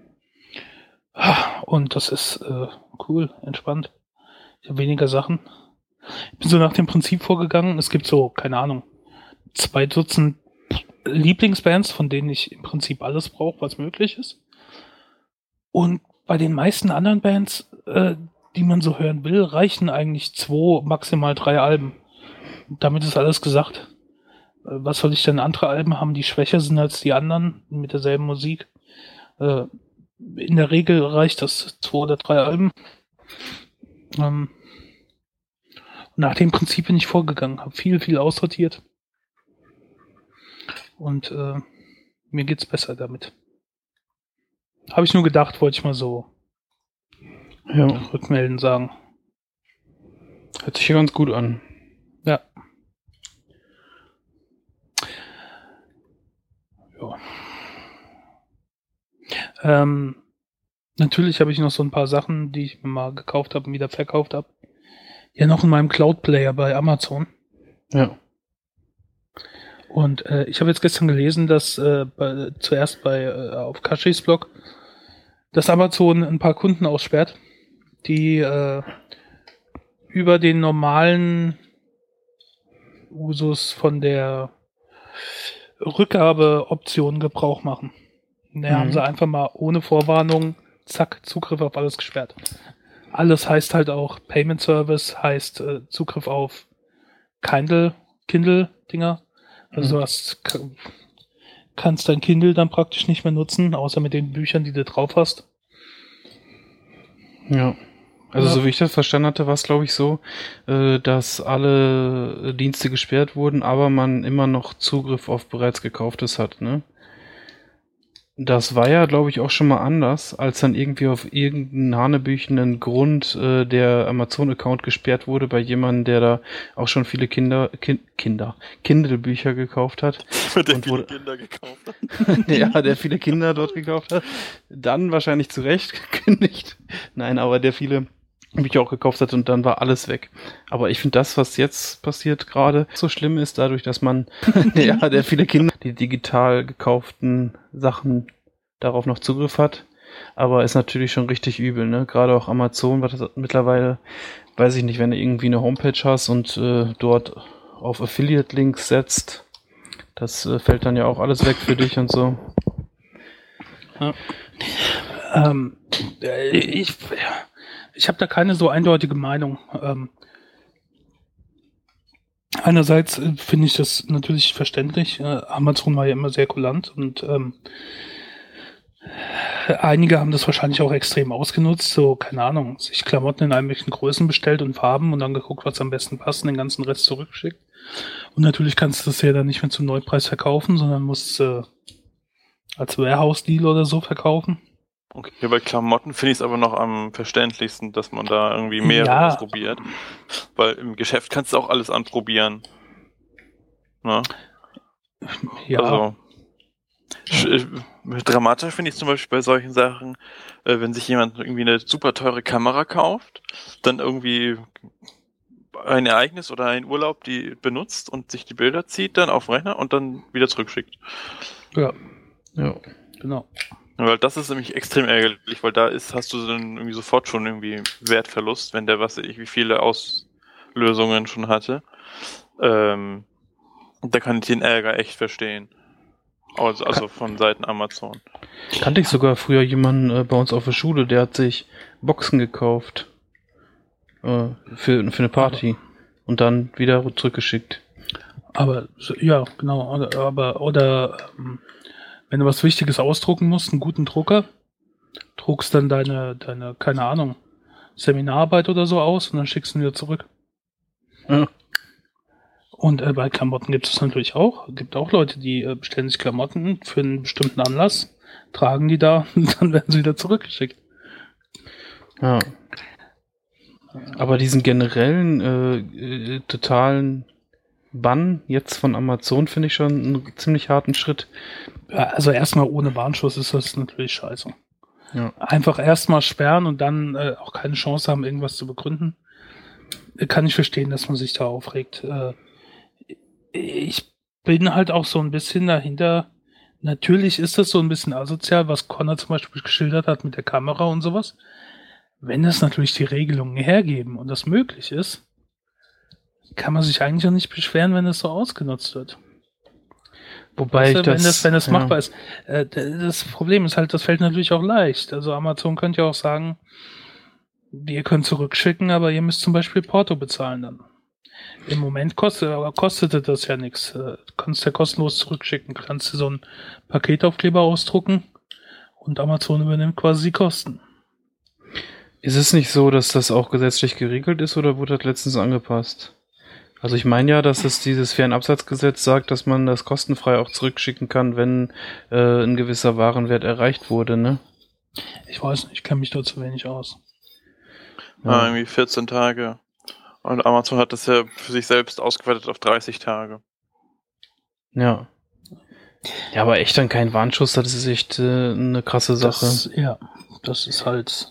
Und das ist äh, cool, entspannt. Ich habe weniger Sachen. Ich bin so nach dem Prinzip vorgegangen. Es gibt so, keine Ahnung, zwei Dutzend Lieblingsbands, von denen ich im Prinzip alles brauche, was möglich ist. Und bei den meisten anderen Bands, äh, die man so hören will, reichen eigentlich zwei, maximal drei Alben. Damit ist alles gesagt. Äh, was soll ich denn andere Alben haben, die schwächer sind als die anderen mit derselben Musik? Äh, in der Regel reicht das zwei oder drei Alben. Ähm, nach dem Prinzip bin ich vorgegangen, habe viel, viel aussortiert. Und äh, mir geht's besser damit. Habe ich nur gedacht, wollte ich mal so Ja. rückmelden sagen. Hört sich ja ganz gut an. Ja. Ja. Ähm, natürlich habe ich noch so ein paar Sachen, die ich mir mal gekauft habe und wieder verkauft habe. Ja, noch in meinem Cloud-Player bei Amazon. Ja. Und äh, ich habe jetzt gestern gelesen, dass äh, bei, zuerst bei äh, auf Kashis Blog, dass Amazon ein paar Kunden aussperrt, die äh, über den normalen Usus von der Rückgabeoption Gebrauch machen. Da Mhm. haben sie einfach mal ohne Vorwarnung, zack, Zugriff auf alles gesperrt. Alles heißt halt auch Payment Service, heißt äh, Zugriff auf Kindle, Kindle-Dinger. Also Mhm. du hast, k- kannst dein Kindle dann praktisch nicht mehr nutzen, außer mit den Büchern, die du drauf hast. Ja. Also Ja. so wie ich das verstanden hatte, war es glaube ich so, äh, dass alle Dienste gesperrt wurden, aber man immer noch Zugriff auf bereits Gekauftes hat, ne? Das war ja, glaube ich, auch schon mal anders, als dann irgendwie auf irgendeinen hanebüchenden Grund äh, der Amazon-Account gesperrt wurde bei jemandem, der da auch schon viele Kinder, kind, Kinder, Kindle-Bücher gekauft hat. Mit der Und viele wurde- Kinder gekauft hat. Ja, der viele Kinder dort gekauft hat. Dann wahrscheinlich zu Recht gekündigt. Nein, aber der viele Wie ich auch gekauft hatte und dann war alles weg. Aber ich finde das, was jetzt passiert gerade, so schlimm ist, dadurch, dass man ja, der viele Kinder die digital gekauften Sachen darauf noch Zugriff hat. Aber ist natürlich schon richtig übel, ne? Gerade auch Amazon, was das mittlerweile, weiß ich nicht, wenn du irgendwie eine Homepage hast und äh, dort auf Affiliate-Links setzt, das äh, fällt dann ja auch alles weg für dich und so. Ja. Ähm, ich ich habe da keine so eindeutige Meinung. Ähm, einerseits äh, finde ich das natürlich verständlich. Äh, Amazon war ja immer sehr kulant und ähm, einige haben das wahrscheinlich auch extrem ausgenutzt. So, keine Ahnung, sich Klamotten in allen möglichen Größen bestellt und Farben und dann geguckt, was am besten passt und den ganzen Rest zurückgeschickt. Und natürlich kannst du das ja dann nicht mehr zum Neupreis verkaufen, sondern musst äh, als Warehouse-Deal oder so verkaufen. Okay, bei Klamotten finde ich es aber noch am verständlichsten, dass man da irgendwie mehr Ja. ausprobiert. Weil im Geschäft kannst du auch alles anprobieren. Ne? Ja, Also, sch- äh, dramatisch finde ich zum Beispiel bei solchen Sachen, äh, wenn sich jemand irgendwie eine super teure Kamera kauft, dann irgendwie ein Ereignis oder ein Urlaub die benutzt und sich die Bilder zieht dann auf den Rechner und dann wieder zurückschickt. ja, Ja. genau. Weil das ist nämlich extrem ärgerlich, weil da ist, hast du dann irgendwie sofort schon irgendwie Wertverlust, wenn der was weiß ich wie viele Auslösungen schon hatte. Ähm, da kann ich den Ärger echt verstehen. Also, also von Seiten Amazon. Kannte ich sogar früher jemanden äh, bei uns auf der Schule, der hat sich Boxen gekauft. Äh, für, für eine Party. Und dann wieder zurückgeschickt. Aber so- ja, genau. Oder, aber oder ähm, wenn du was Wichtiges ausdrucken musst, einen guten Drucker, druckst dann deine, deine, keine Ahnung, Seminararbeit oder so aus und dann schickst du ihn wieder zurück. Ja. Und äh, bei Klamotten gibt es natürlich auch. Es gibt auch Leute, die äh, bestellen sich Klamotten für einen bestimmten Anlass, tragen die da und dann werden sie wieder zurückgeschickt. Ja. Aber diesen generellen, äh, äh, totalen Bann jetzt von Amazon finde ich schon einen ziemlich harten Schritt. Ja, also erstmal ohne Warnschuss ist das natürlich scheiße. Ja. Einfach erstmal sperren und dann äh, auch keine Chance haben, irgendwas zu begründen. Äh, Kann ich verstehen, dass man sich da aufregt. Äh, ich bin halt auch so ein bisschen dahinter. Natürlich ist das so ein bisschen asozial, was Connor zum Beispiel geschildert hat mit der Kamera und sowas. Wenn es natürlich die Regelungen hergeben und das möglich ist, kann man sich eigentlich auch nicht beschweren, wenn es so ausgenutzt wird. Wobei Weißt ich du, das, wenn das, wenn das ja. machbar ist. Äh, d- das Problem ist halt, das fällt natürlich auch leicht. Also Amazon könnte ja auch sagen, ihr könnt zurückschicken, aber ihr müsst zum Beispiel Porto bezahlen dann. Im Moment kostet, aber kostete das ja nichts. Äh, Du kannst ja kostenlos zurückschicken. Du kannst dir so einen Paketaufkleber ausdrucken und Amazon übernimmt quasi die Kosten. Ist es nicht so, dass das auch gesetzlich geregelt ist oder wurde das letztens angepasst? Also ich meine ja, dass es dieses Fernabsatzgesetz sagt, dass man das kostenfrei auch zurückschicken kann, wenn äh, ein gewisser Warenwert erreicht wurde, ne? Ich weiß nicht, ich kenne mich da zu wenig aus. Ah, irgendwie vierzehn Tage. Und Amazon hat das ja für sich selbst ausgeweitet auf dreißig Tage. Ja. Ja, aber echt dann kein Warnschuss, das ist echt äh, eine krasse Sache. Das, ja, das ist halt.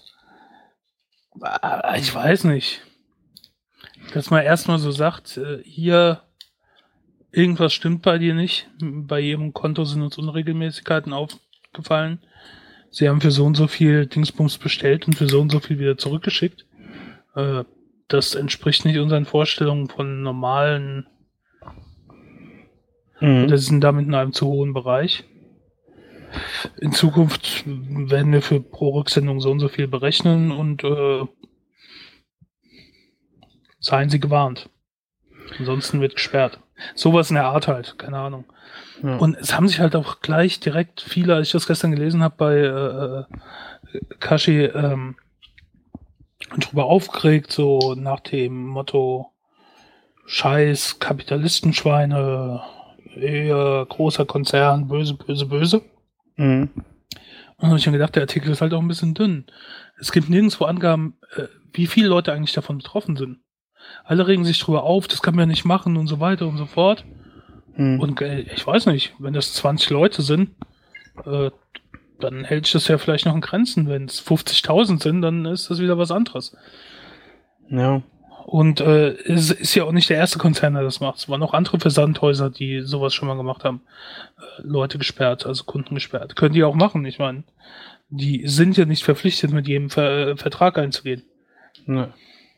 Ich weiß nicht. Dass man erstmal so sagt, äh, hier irgendwas stimmt bei dir nicht. Bei jedem Konto sind uns Unregelmäßigkeiten aufgefallen. Sie haben für so und so viel Dingsbums bestellt und für so und so viel wieder zurückgeschickt. Äh, das entspricht nicht unseren Vorstellungen von normalen. Mhm. Das sind damit in einem zu hohen Bereich. In Zukunft werden wir für pro Rücksendung so und so viel berechnen und äh, seien Sie gewarnt. Ansonsten wird gesperrt. Sowas in der Art halt, keine Ahnung. Ja. Und es haben sich halt auch gleich direkt viele, als ich das gestern gelesen habe bei äh, Kashi, ähm, drüber aufgeregt, so nach dem Motto Scheiß Kapitalistenschweine, eher großer Konzern, böse, böse, böse. Mhm. Und dann habe ich mir gedacht, der Artikel ist halt auch ein bisschen dünn. Es gibt nirgendwo Angaben, äh, wie viele Leute eigentlich davon betroffen sind. Alle regen sich drüber auf, das kann man ja nicht machen und so weiter und so fort. Mhm. Und äh, ich weiß nicht, wenn das zwanzig Leute sind, äh, dann hält sich das ja vielleicht noch in Grenzen. Wenn es fünfzigtausend sind, dann ist das wieder was anderes. Ja. Und äh, es ist ja auch nicht der erste Konzern, der das macht. Es waren auch andere Versandhäuser, die sowas schon mal gemacht haben. Äh, Leute gesperrt, also Kunden gesperrt. Können die auch machen, ich meine. Die sind ja nicht verpflichtet, mit jedem Ver- äh, Vertrag einzugehen. Ne.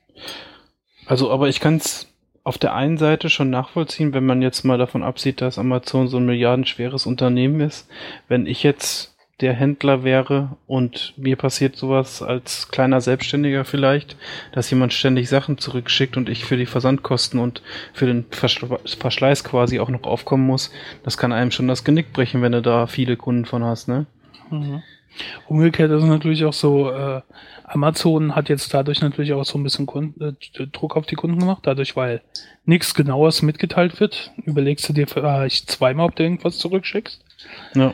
Also, aber ich kann es auf der einen Seite schon nachvollziehen, wenn man jetzt mal davon absieht, dass Amazon so ein milliardenschweres Unternehmen ist. Wenn ich jetzt der Händler wäre und mir passiert sowas als kleiner Selbstständiger vielleicht, dass jemand ständig Sachen zurückschickt und ich für die Versandkosten und für den Verschle- Verschleiß quasi auch noch aufkommen muss, das kann einem schon das Genick brechen, wenn du da viele Kunden von hast, ne? Mhm. Umgekehrt ist es natürlich auch so, äh, Amazon hat jetzt dadurch natürlich auch so ein bisschen Kunden, äh, Druck auf die Kunden gemacht, dadurch, weil nichts Genaues mitgeteilt wird. Überlegst du dir vielleicht zweimal, ob du irgendwas zurückschickst. Ja.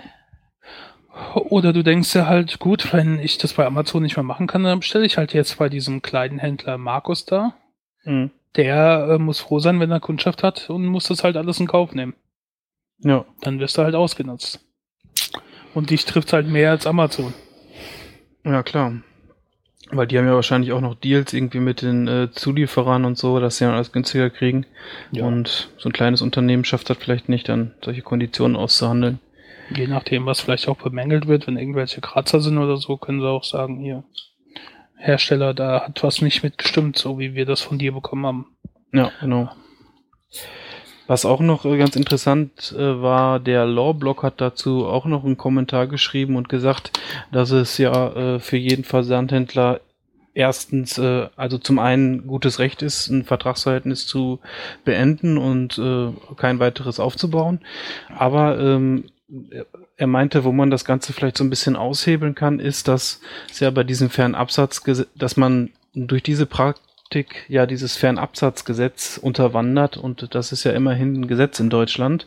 Oder du denkst dir halt, gut, wenn ich das bei Amazon nicht mehr machen kann, dann bestelle ich halt jetzt bei diesem kleinen Händler Markus da. Mhm. Der äh, muss froh sein, wenn er Kundschaft hat und muss das halt alles in Kauf nehmen. Ja. Dann wirst du halt ausgenutzt. Und dich trifft halt mehr als Amazon. Ja, klar. Weil die haben ja wahrscheinlich auch noch Deals irgendwie mit den äh, Zulieferern und so, dass sie dann alles günstiger kriegen. Ja. Und so ein kleines Unternehmen schafft das vielleicht nicht, dann solche Konditionen auszuhandeln. Je nachdem, was vielleicht auch bemängelt wird, wenn irgendwelche Kratzer sind oder so, können sie auch sagen, hier, Hersteller, da hat was nicht mitgestimmt, so wie wir das von dir bekommen haben. Ja, genau. Was auch noch äh, ganz interessant äh, war, der Lawblog hat dazu auch noch einen Kommentar geschrieben und gesagt, dass es ja äh, für jeden Versandhändler erstens, äh, also zum einen gutes Recht ist, ein Vertragsverhältnis zu beenden und äh, kein weiteres aufzubauen. Aber ähm, er meinte, wo man das Ganze vielleicht so ein bisschen aushebeln kann, ist, dass es ja bei diesem Fernabsatz, dass man durch diese Praktik ja dieses Fernabsatzgesetz unterwandert und das ist ja immerhin ein Gesetz in Deutschland.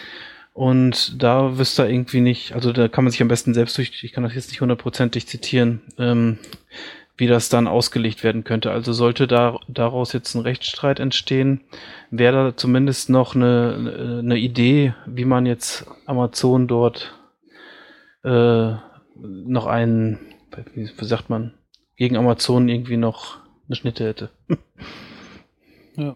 Und da wüsste er irgendwie nicht, also da kann man sich am besten selbst durch, ich kann das jetzt nicht hundertprozentig zitieren, ähm, wie das dann ausgelegt werden könnte. Also sollte da daraus jetzt ein Rechtsstreit entstehen, wäre da zumindest noch eine, eine Idee, wie man jetzt Amazon dort äh, noch einen, wie, wie sagt man, gegen Amazon irgendwie noch eine Schnitte hätte. Ja.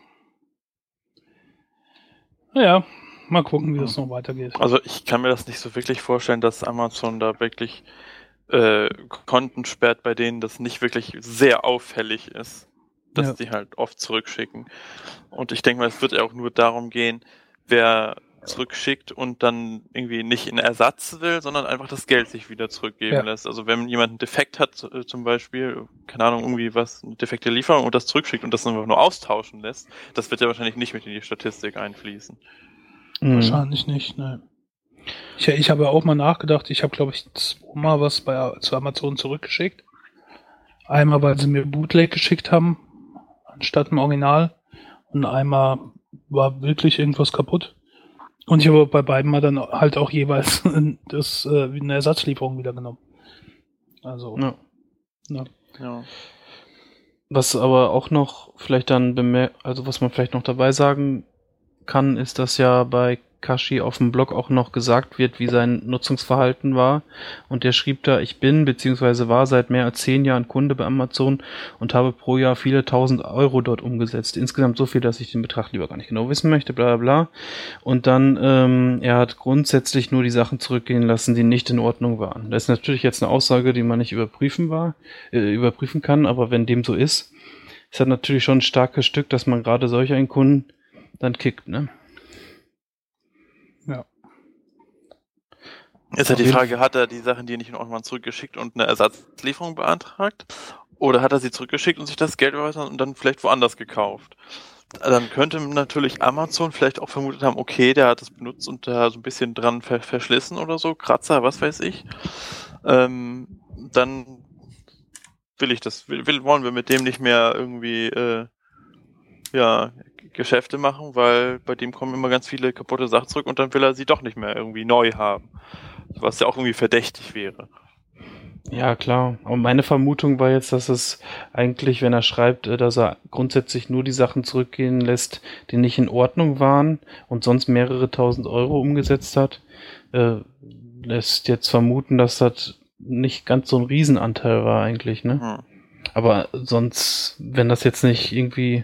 Naja, mal gucken, wie das noch weitergeht. Also ich kann mir das nicht so wirklich vorstellen, dass Amazon da wirklich äh, Konten sperrt, bei denen das nicht wirklich sehr auffällig ist, dass Ja. die halt oft zurückschicken. Und ich denke mal, es wird ja auch nur darum gehen, wer zurückschickt und dann irgendwie nicht einen Ersatz will, sondern einfach das Geld sich wieder zurückgeben Ja. lässt. Also wenn jemand einen Defekt hat, äh, zum Beispiel, keine Ahnung, irgendwie was, eine defekte Lieferung und das zurückschickt und das einfach nur austauschen lässt, das wird ja wahrscheinlich nicht mit in die Statistik einfließen. Mhm. Wahrscheinlich nicht, ne. Ich, ich habe auch mal nachgedacht, ich habe, glaube ich, zweimal was bei, zu Amazon zurückgeschickt. Einmal, weil sie mir Bootleg geschickt haben, anstatt im Original. Und einmal war wirklich irgendwas kaputt. Und ich habe bei beiden mal dann halt auch jeweils das, äh, eine Ersatzlieferung wieder genommen. Also, Ja. ne. Ja. Was aber auch noch vielleicht dann bemerkt, also was man vielleicht noch dabei sagen kann, ist, dass ja bei Kashi auf dem Blog auch noch gesagt wird, wie sein Nutzungsverhalten war. Und der schrieb da, ich bin bzw. war seit mehr als zehn Jahren Kunde bei Amazon und habe pro Jahr viele tausend Euro dort umgesetzt. Insgesamt so viel, dass ich den Betrag lieber gar nicht genau wissen möchte, bla bla bla. Und dann, ähm, er hat grundsätzlich nur die Sachen zurückgehen lassen, die nicht in Ordnung waren. Das ist natürlich jetzt eine Aussage, die man nicht überprüfen war, äh, überprüfen kann, aber wenn dem so ist, ist das natürlich schon ein starkes Stück, dass man gerade solch einen Kunden dann kickt, ne? Ja. Ist ja Auf die jeden Frage, hat er die Sachen, die nicht in Ordnung waren, zurückgeschickt und eine Ersatzlieferung beantragt? Oder hat er sie zurückgeschickt und sich das Geld überweisen und dann vielleicht woanders gekauft? Dann könnte natürlich Amazon vielleicht auch vermutet haben, okay, der hat es benutzt und da so ein bisschen dran ver- verschlissen oder so, Kratzer, was weiß ich. Ähm, dann will ich das, will, will, wollen wir mit dem nicht mehr irgendwie äh, ja, Geschäfte machen, weil bei dem kommen immer ganz viele kaputte Sachen zurück und dann will er sie doch nicht mehr irgendwie neu haben. Was ja auch irgendwie verdächtig wäre. Ja, klar. Aber meine Vermutung war jetzt, dass es eigentlich, wenn er schreibt, äh, dass er grundsätzlich nur die Sachen zurückgehen lässt, die nicht in Ordnung waren und sonst mehrere tausend Euro umgesetzt hat, äh, lässt jetzt vermuten, dass das nicht ganz so ein Riesenanteil war eigentlich, ne? Hm. Aber sonst, wenn das jetzt nicht irgendwie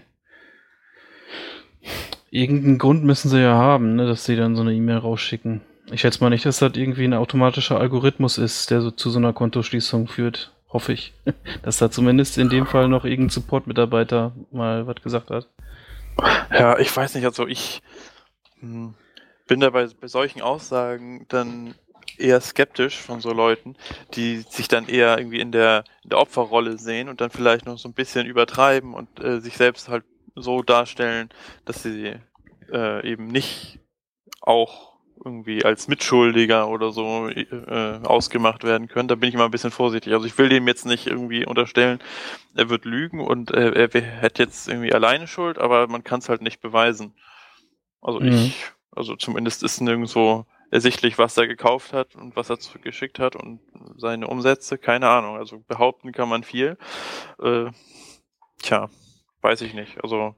irgendeinen Grund müssen sie ja haben, ne, dass sie dann so eine E-Mail rausschicken. Ich schätze mal nicht, dass das irgendwie ein automatischer Algorithmus ist, der so zu so einer Kontoschließung führt. Hoffe ich. Dass da zumindest in dem Fall noch irgendein Support-Mitarbeiter mal was gesagt hat. Ja, ich weiß nicht, also ich hm, bin da bei, bei solchen Aussagen dann eher skeptisch von so Leuten, die sich dann eher irgendwie in der, in der Opferrolle sehen und dann vielleicht noch so ein bisschen übertreiben und äh, sich selbst halt so darstellen, dass sie äh, eben nicht auch irgendwie als Mitschuldiger oder so äh, ausgemacht werden können. Da bin ich immer ein bisschen vorsichtig. Also ich will dem jetzt nicht irgendwie unterstellen, er wird lügen und äh, er hätte jetzt irgendwie alleine Schuld, aber man kann es halt nicht beweisen. Also mhm. ich, also zumindest ist nirgendwo ersichtlich, was er gekauft hat und was er zurückgeschickt hat und seine Umsätze, keine Ahnung. Also behaupten kann man viel. Äh, tja, weiß ich nicht. Also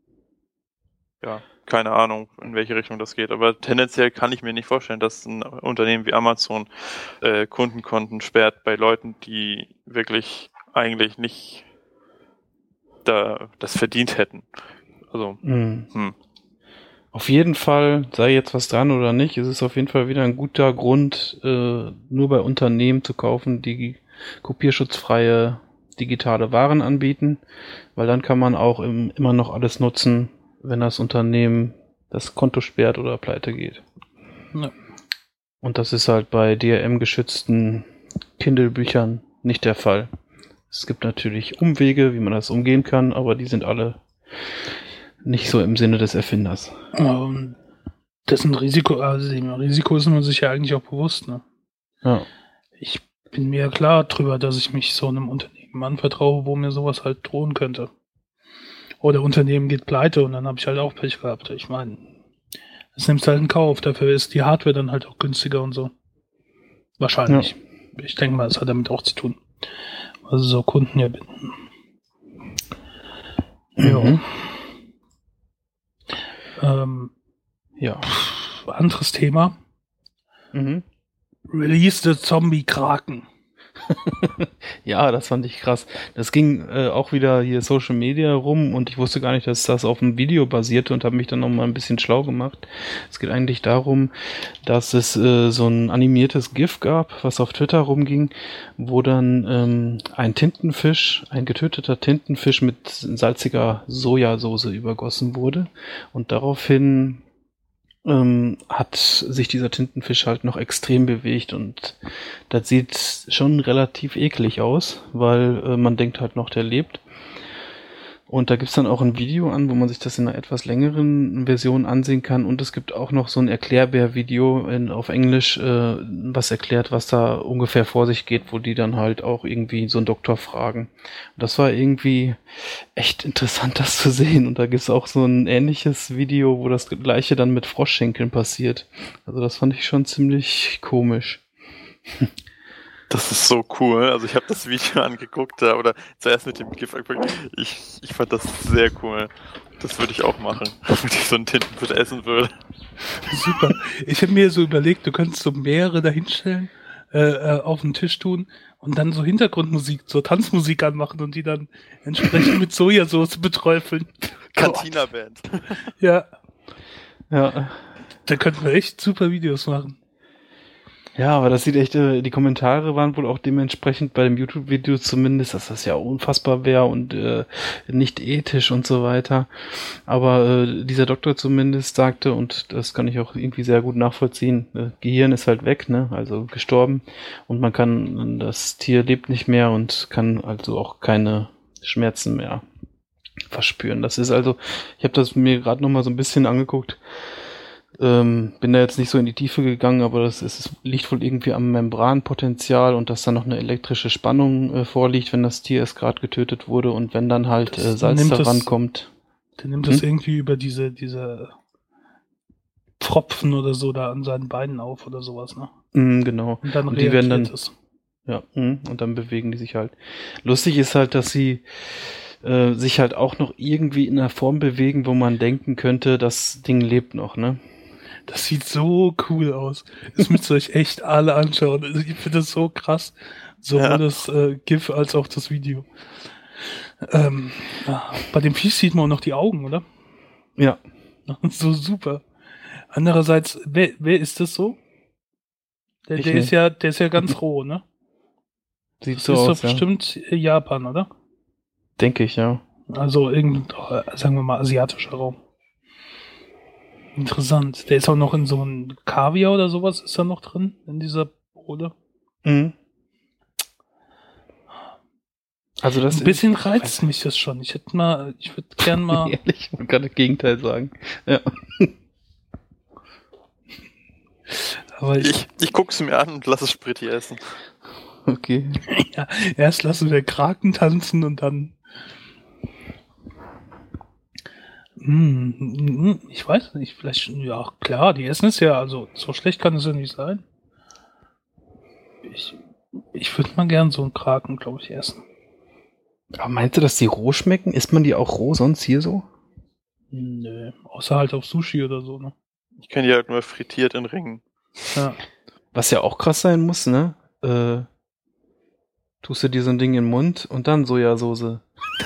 ja, keine Ahnung, in welche Richtung das geht. Aber tendenziell kann ich mir nicht vorstellen, dass ein Unternehmen wie Amazon äh, Kundenkonten sperrt bei Leuten, die wirklich eigentlich nicht da das verdient hätten. Also, mhm. hm. Auf jeden Fall, sei jetzt was dran oder nicht, ist es auf jeden Fall wieder ein guter Grund, äh, nur bei Unternehmen zu kaufen, die kopierschutzfreie digitale Waren anbieten, weil dann kann man auch im, immer noch alles nutzen, wenn das Unternehmen das Konto sperrt oder pleite geht. Ja. Und das ist halt bei D R M-geschützten Kindle-Büchern nicht der Fall. Es gibt natürlich Umwege, wie man das umgehen kann, aber die sind alle nicht so im Sinne des Erfinders. Um, dessen Risiko, also dem Risiko ist man sich ja eigentlich auch bewusst, ne? Ja. Ich bin mir klar drüber, dass ich mich so einem Unternehmen anvertraue, wo mir sowas halt drohen könnte. Oder Unternehmen geht pleite und dann habe ich halt auch Pech gehabt. Ich meine, das nimmst halt in Kauf. Dafür ist die Hardware dann halt auch günstiger und so. Wahrscheinlich. Ja. Ich denke mal, es hat damit auch zu tun. Also so Kunden ja binden. Mhm. Ja. Ähm, ja. Pff, anderes Thema. Mhm. Release the Zombie-Kraken. Ja, das fand ich krass. Das ging äh, auch wieder hier Social Media rum und ich wusste gar nicht, dass das auf einem Video basierte und habe mich dann nochmal ein bisschen schlau gemacht. Es geht eigentlich darum, dass es äh, so ein animiertes GIF gab, was auf Twitter rumging, wo dann ähm, ein Tintenfisch, ein getöteter Tintenfisch mit salziger Sojasauce übergossen wurde und daraufhin Ähm, hat sich dieser Tintenfisch halt noch extrem bewegt und das sieht schon relativ eklig aus, weil äh, man denkt halt noch, der lebt. Und da gibt's dann auch ein Video an, wo man sich das in einer etwas längeren Version ansehen kann und es gibt auch noch so ein Erklärbär-Video in, auf Englisch, äh, was erklärt, was da ungefähr vor sich geht, wo die dann halt auch irgendwie so einen Doktor fragen. Und das war irgendwie echt interessant, das zu sehen. Und da gibt's auch so ein ähnliches Video, wo das gleiche dann mit Froschschenkeln passiert. Also das fand ich schon ziemlich komisch. Das ist so cool. Also ich habe das Video angeguckt, da, oder zuerst mit dem GIF angeguckt. Ich, ich fand das sehr cool. Das würde ich auch machen, wenn ich so einen Tintenfisch essen würde. Super. Ich habe mir so überlegt, du könntest so mehrere dahinstellen, äh, auf den Tisch tun und dann so Hintergrundmusik, so Tanzmusik anmachen und die dann entsprechend mit Sojasauce beträufeln. Cantina-Band. Ja. Ja. Da könnten wir echt super Videos machen. Ja, aber das sieht echt, äh, die Kommentare waren wohl auch dementsprechend bei dem YouTube-Video zumindest, dass das ja unfassbar wäre und äh, nicht ethisch und so weiter. Aber äh, dieser Doktor zumindest sagte, und das kann ich auch irgendwie sehr gut nachvollziehen, äh, Gehirn ist halt weg, ne, also gestorben und man kann, das Tier lebt nicht mehr und kann also auch keine Schmerzen mehr verspüren. Das ist also, ich habe das mir gerade nochmal so ein bisschen angeguckt. Ähm, bin da jetzt nicht so in die Tiefe gegangen, aber das ist, liegt wohl irgendwie am Membranpotenzial und dass da noch eine elektrische Spannung äh, vorliegt, wenn das Tier erst gerade getötet wurde und wenn dann halt äh, Salz da rankommt. Der nimmt das hm? irgendwie über diese, diese Pfropfen oder so da an seinen Beinen auf oder sowas, ne? Mm, genau. Und dann und die werden dann, es. Ja, mm, und dann bewegen die sich halt. Lustig ist halt, dass sie äh, sich halt auch noch irgendwie in einer Form bewegen, wo man denken könnte, das Ding lebt noch, ne? Das sieht so cool aus. Das müsst ihr euch echt alle anschauen. Ich finde das so krass. Sowohl ja. das äh, GIF als auch das Video. Ähm, ja, bei dem Viech sieht man auch noch die Augen, oder? Ja. So super. Andererseits, wer, wer ist das so? Der, Ich der nicht. ist ja, der ist ja ganz roh, ne? Sieht Das so ist doch aus, ja. bestimmt Japan, oder? Denke ich, ja. Also irgendein, äh, sagen wir mal, asiatischer Raum. Interessant. Der ist auch noch in so einem Kaviar oder sowas, ist da noch drin, in dieser Bowle. Mhm. Also das Ein bisschen ist, reizt mich das schon. Ich hätte mal, ich würde gern mal. Ehrlich, ich wollte gerade das Gegenteil sagen. Ja. Aber ich, Ich, ich guck's mir an und lasse Spritti essen. Okay. ja, erst lassen wir Kraken tanzen und dann. Hm, ich weiß nicht, vielleicht, ja klar, die essen es ja, also so schlecht kann es ja nicht sein. Ich, ich würde mal gern so einen Kraken, glaube ich, essen. Aber meinst du, dass die roh schmecken? Isst man die auch roh sonst hier so? Nö, außer halt auf Sushi oder so, ne? Ich kenne die halt nur frittiert in Ringen. Ja. Was ja auch krass sein muss, ne? Äh, tust du dir so ein Ding in den Mund und dann Sojasauce.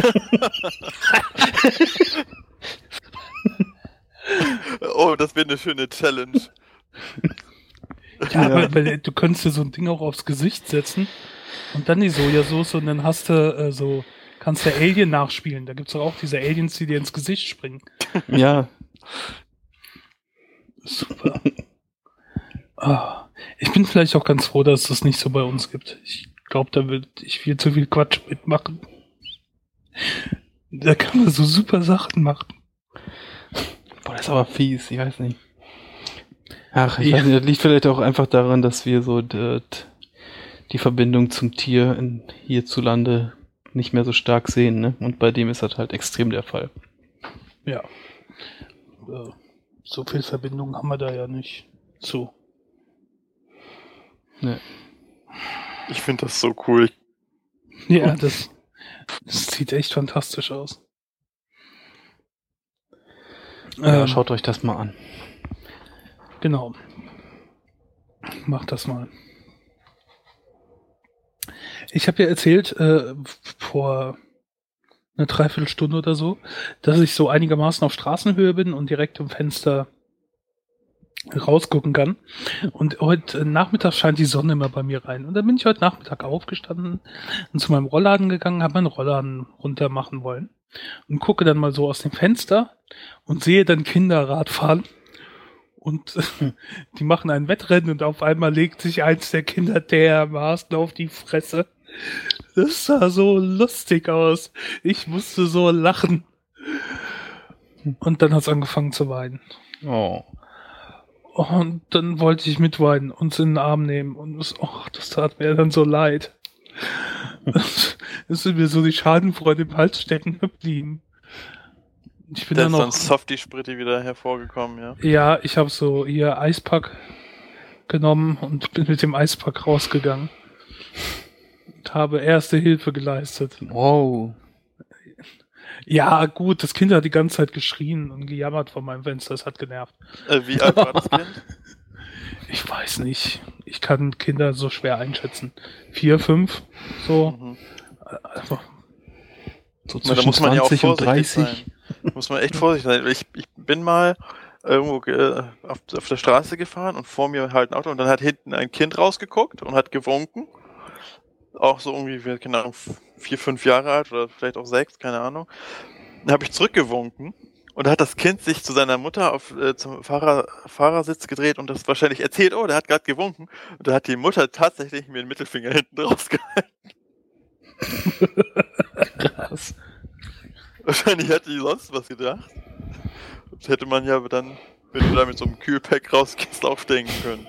Oh, das wäre eine schöne Challenge. Ja, Ja. Weil, weil du könntest dir so ein Ding auch aufs Gesicht setzen und dann die Sojasauce und dann hast du äh, so, kannst du Alien nachspielen. Da gibt's doch auch diese Aliens, die dir ins Gesicht springen. Ja. Super. Ah, ich bin vielleicht auch ganz froh, dass es das nicht so bei uns gibt. Ich glaube, da würde ich viel zu viel Quatsch mitmachen. Da kann man so super Sachen machen. Boah, das ist aber fies, ich weiß nicht. Ach, ich Ja. weiß nicht, das liegt vielleicht auch einfach daran, dass wir so d- d- die Verbindung zum Tier in, hierzulande nicht mehr so stark sehen, ne? Und bei dem ist das halt extrem der Fall. Ja. Äh, So viel Verbindung haben wir da ja nicht zu. Ne. Ich finde das so cool. Ja, das, das sieht echt fantastisch aus. Ja, Ähm, schaut euch das mal an. Genau. Mach das mal. Ich habe ja erzählt, äh, vor einer Dreiviertelstunde oder so, dass ich so einigermaßen auf Straßenhöhe bin und direkt im Fenster rausgucken kann. Und heute Nachmittag scheint die Sonne immer bei mir rein. Und dann bin ich heute Nachmittag aufgestanden und zu meinem Rollladen gegangen, habe meinen Rollladen runter machen wollen und gucke dann mal so aus dem Fenster und sehe dann Kinder Rad fahren. Und die machen ein Wettrennen und auf einmal legt sich eins der Kinder dermaßen auf die Fresse. Das sah so lustig aus. Ich musste so lachen. Und dann hat es angefangen zu weinen. Oh. Und dann wollte ich mitweinen und es in den Arm nehmen. Und es, oh, das tat mir dann so leid. Es ist mir so die Schadenfreude im Hals stecken geblieben. Ich bin Da dann ist noch... dann Softie-Spritti wieder hervorgekommen, ja. Ja, ich habe so hier Eispack genommen und bin mit dem Eispack rausgegangen und habe erste Hilfe geleistet. Wow. Ja, gut, das Kind hat die ganze Zeit geschrien und gejammert vor meinem Fenster, das hat genervt. Äh, wie alt war das Kind? Ich weiß nicht, ich kann Kinder so schwer einschätzen. Vier, fünf, so. Mhm. Also, So Na, da zwischen muss man ja auch zwanzig und vorsichtig dreißig. sein. Muss man echt vorsichtig sein. Ich, ich bin mal irgendwo ge- auf, auf der Straße gefahren und vor mir halt ein Auto und dann hat hinten ein Kind rausgeguckt und hat gewunken. Auch so irgendwie, keine Ahnung, vier, fünf Jahre alt oder vielleicht auch sechs, keine Ahnung. Dann habe ich zurückgewunken und da hat das Kind sich zu seiner Mutter auf äh, zum Fahrer, Fahrersitz gedreht und das wahrscheinlich erzählt, oh, der hat gerade gewunken. Und da hat die Mutter tatsächlich mir den Mittelfinger hinten rausgehalten. Krass. Wahrscheinlich hätte die sonst was gedacht. Das hätte man ja dann, wenn du da mit so einem Kühlpack rausgehst, aufdenken können.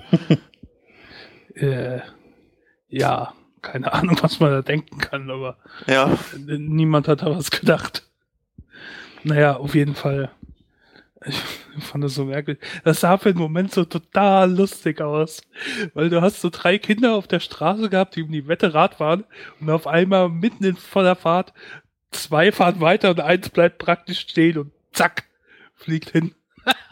äh, ja, keine Ahnung, was man da denken kann, aber Ja, niemand hat da was gedacht. Naja, auf jeden Fall. Ich fand das so merkwürdig. Das sah für einen Moment so total lustig aus. Weil du hast so drei Kinder auf der Straße gehabt, die um die Wette Rad fahren und auf einmal mitten in voller Fahrt zwei fahren weiter und eins bleibt praktisch stehen und zack, fliegt hin.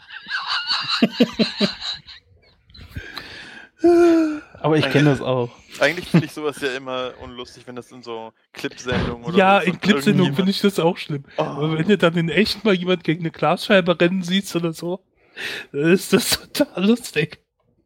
Aber ich kenne das auch. Eigentlich finde ich sowas ja immer unlustig, wenn das in so Clipsendungen oder Ja, so in Clipsendungen finde ich das auch schlimm. Oh. Aber wenn du dann in echt mal jemand gegen eine Glasscheibe rennen siehst oder so, dann ist das total lustig.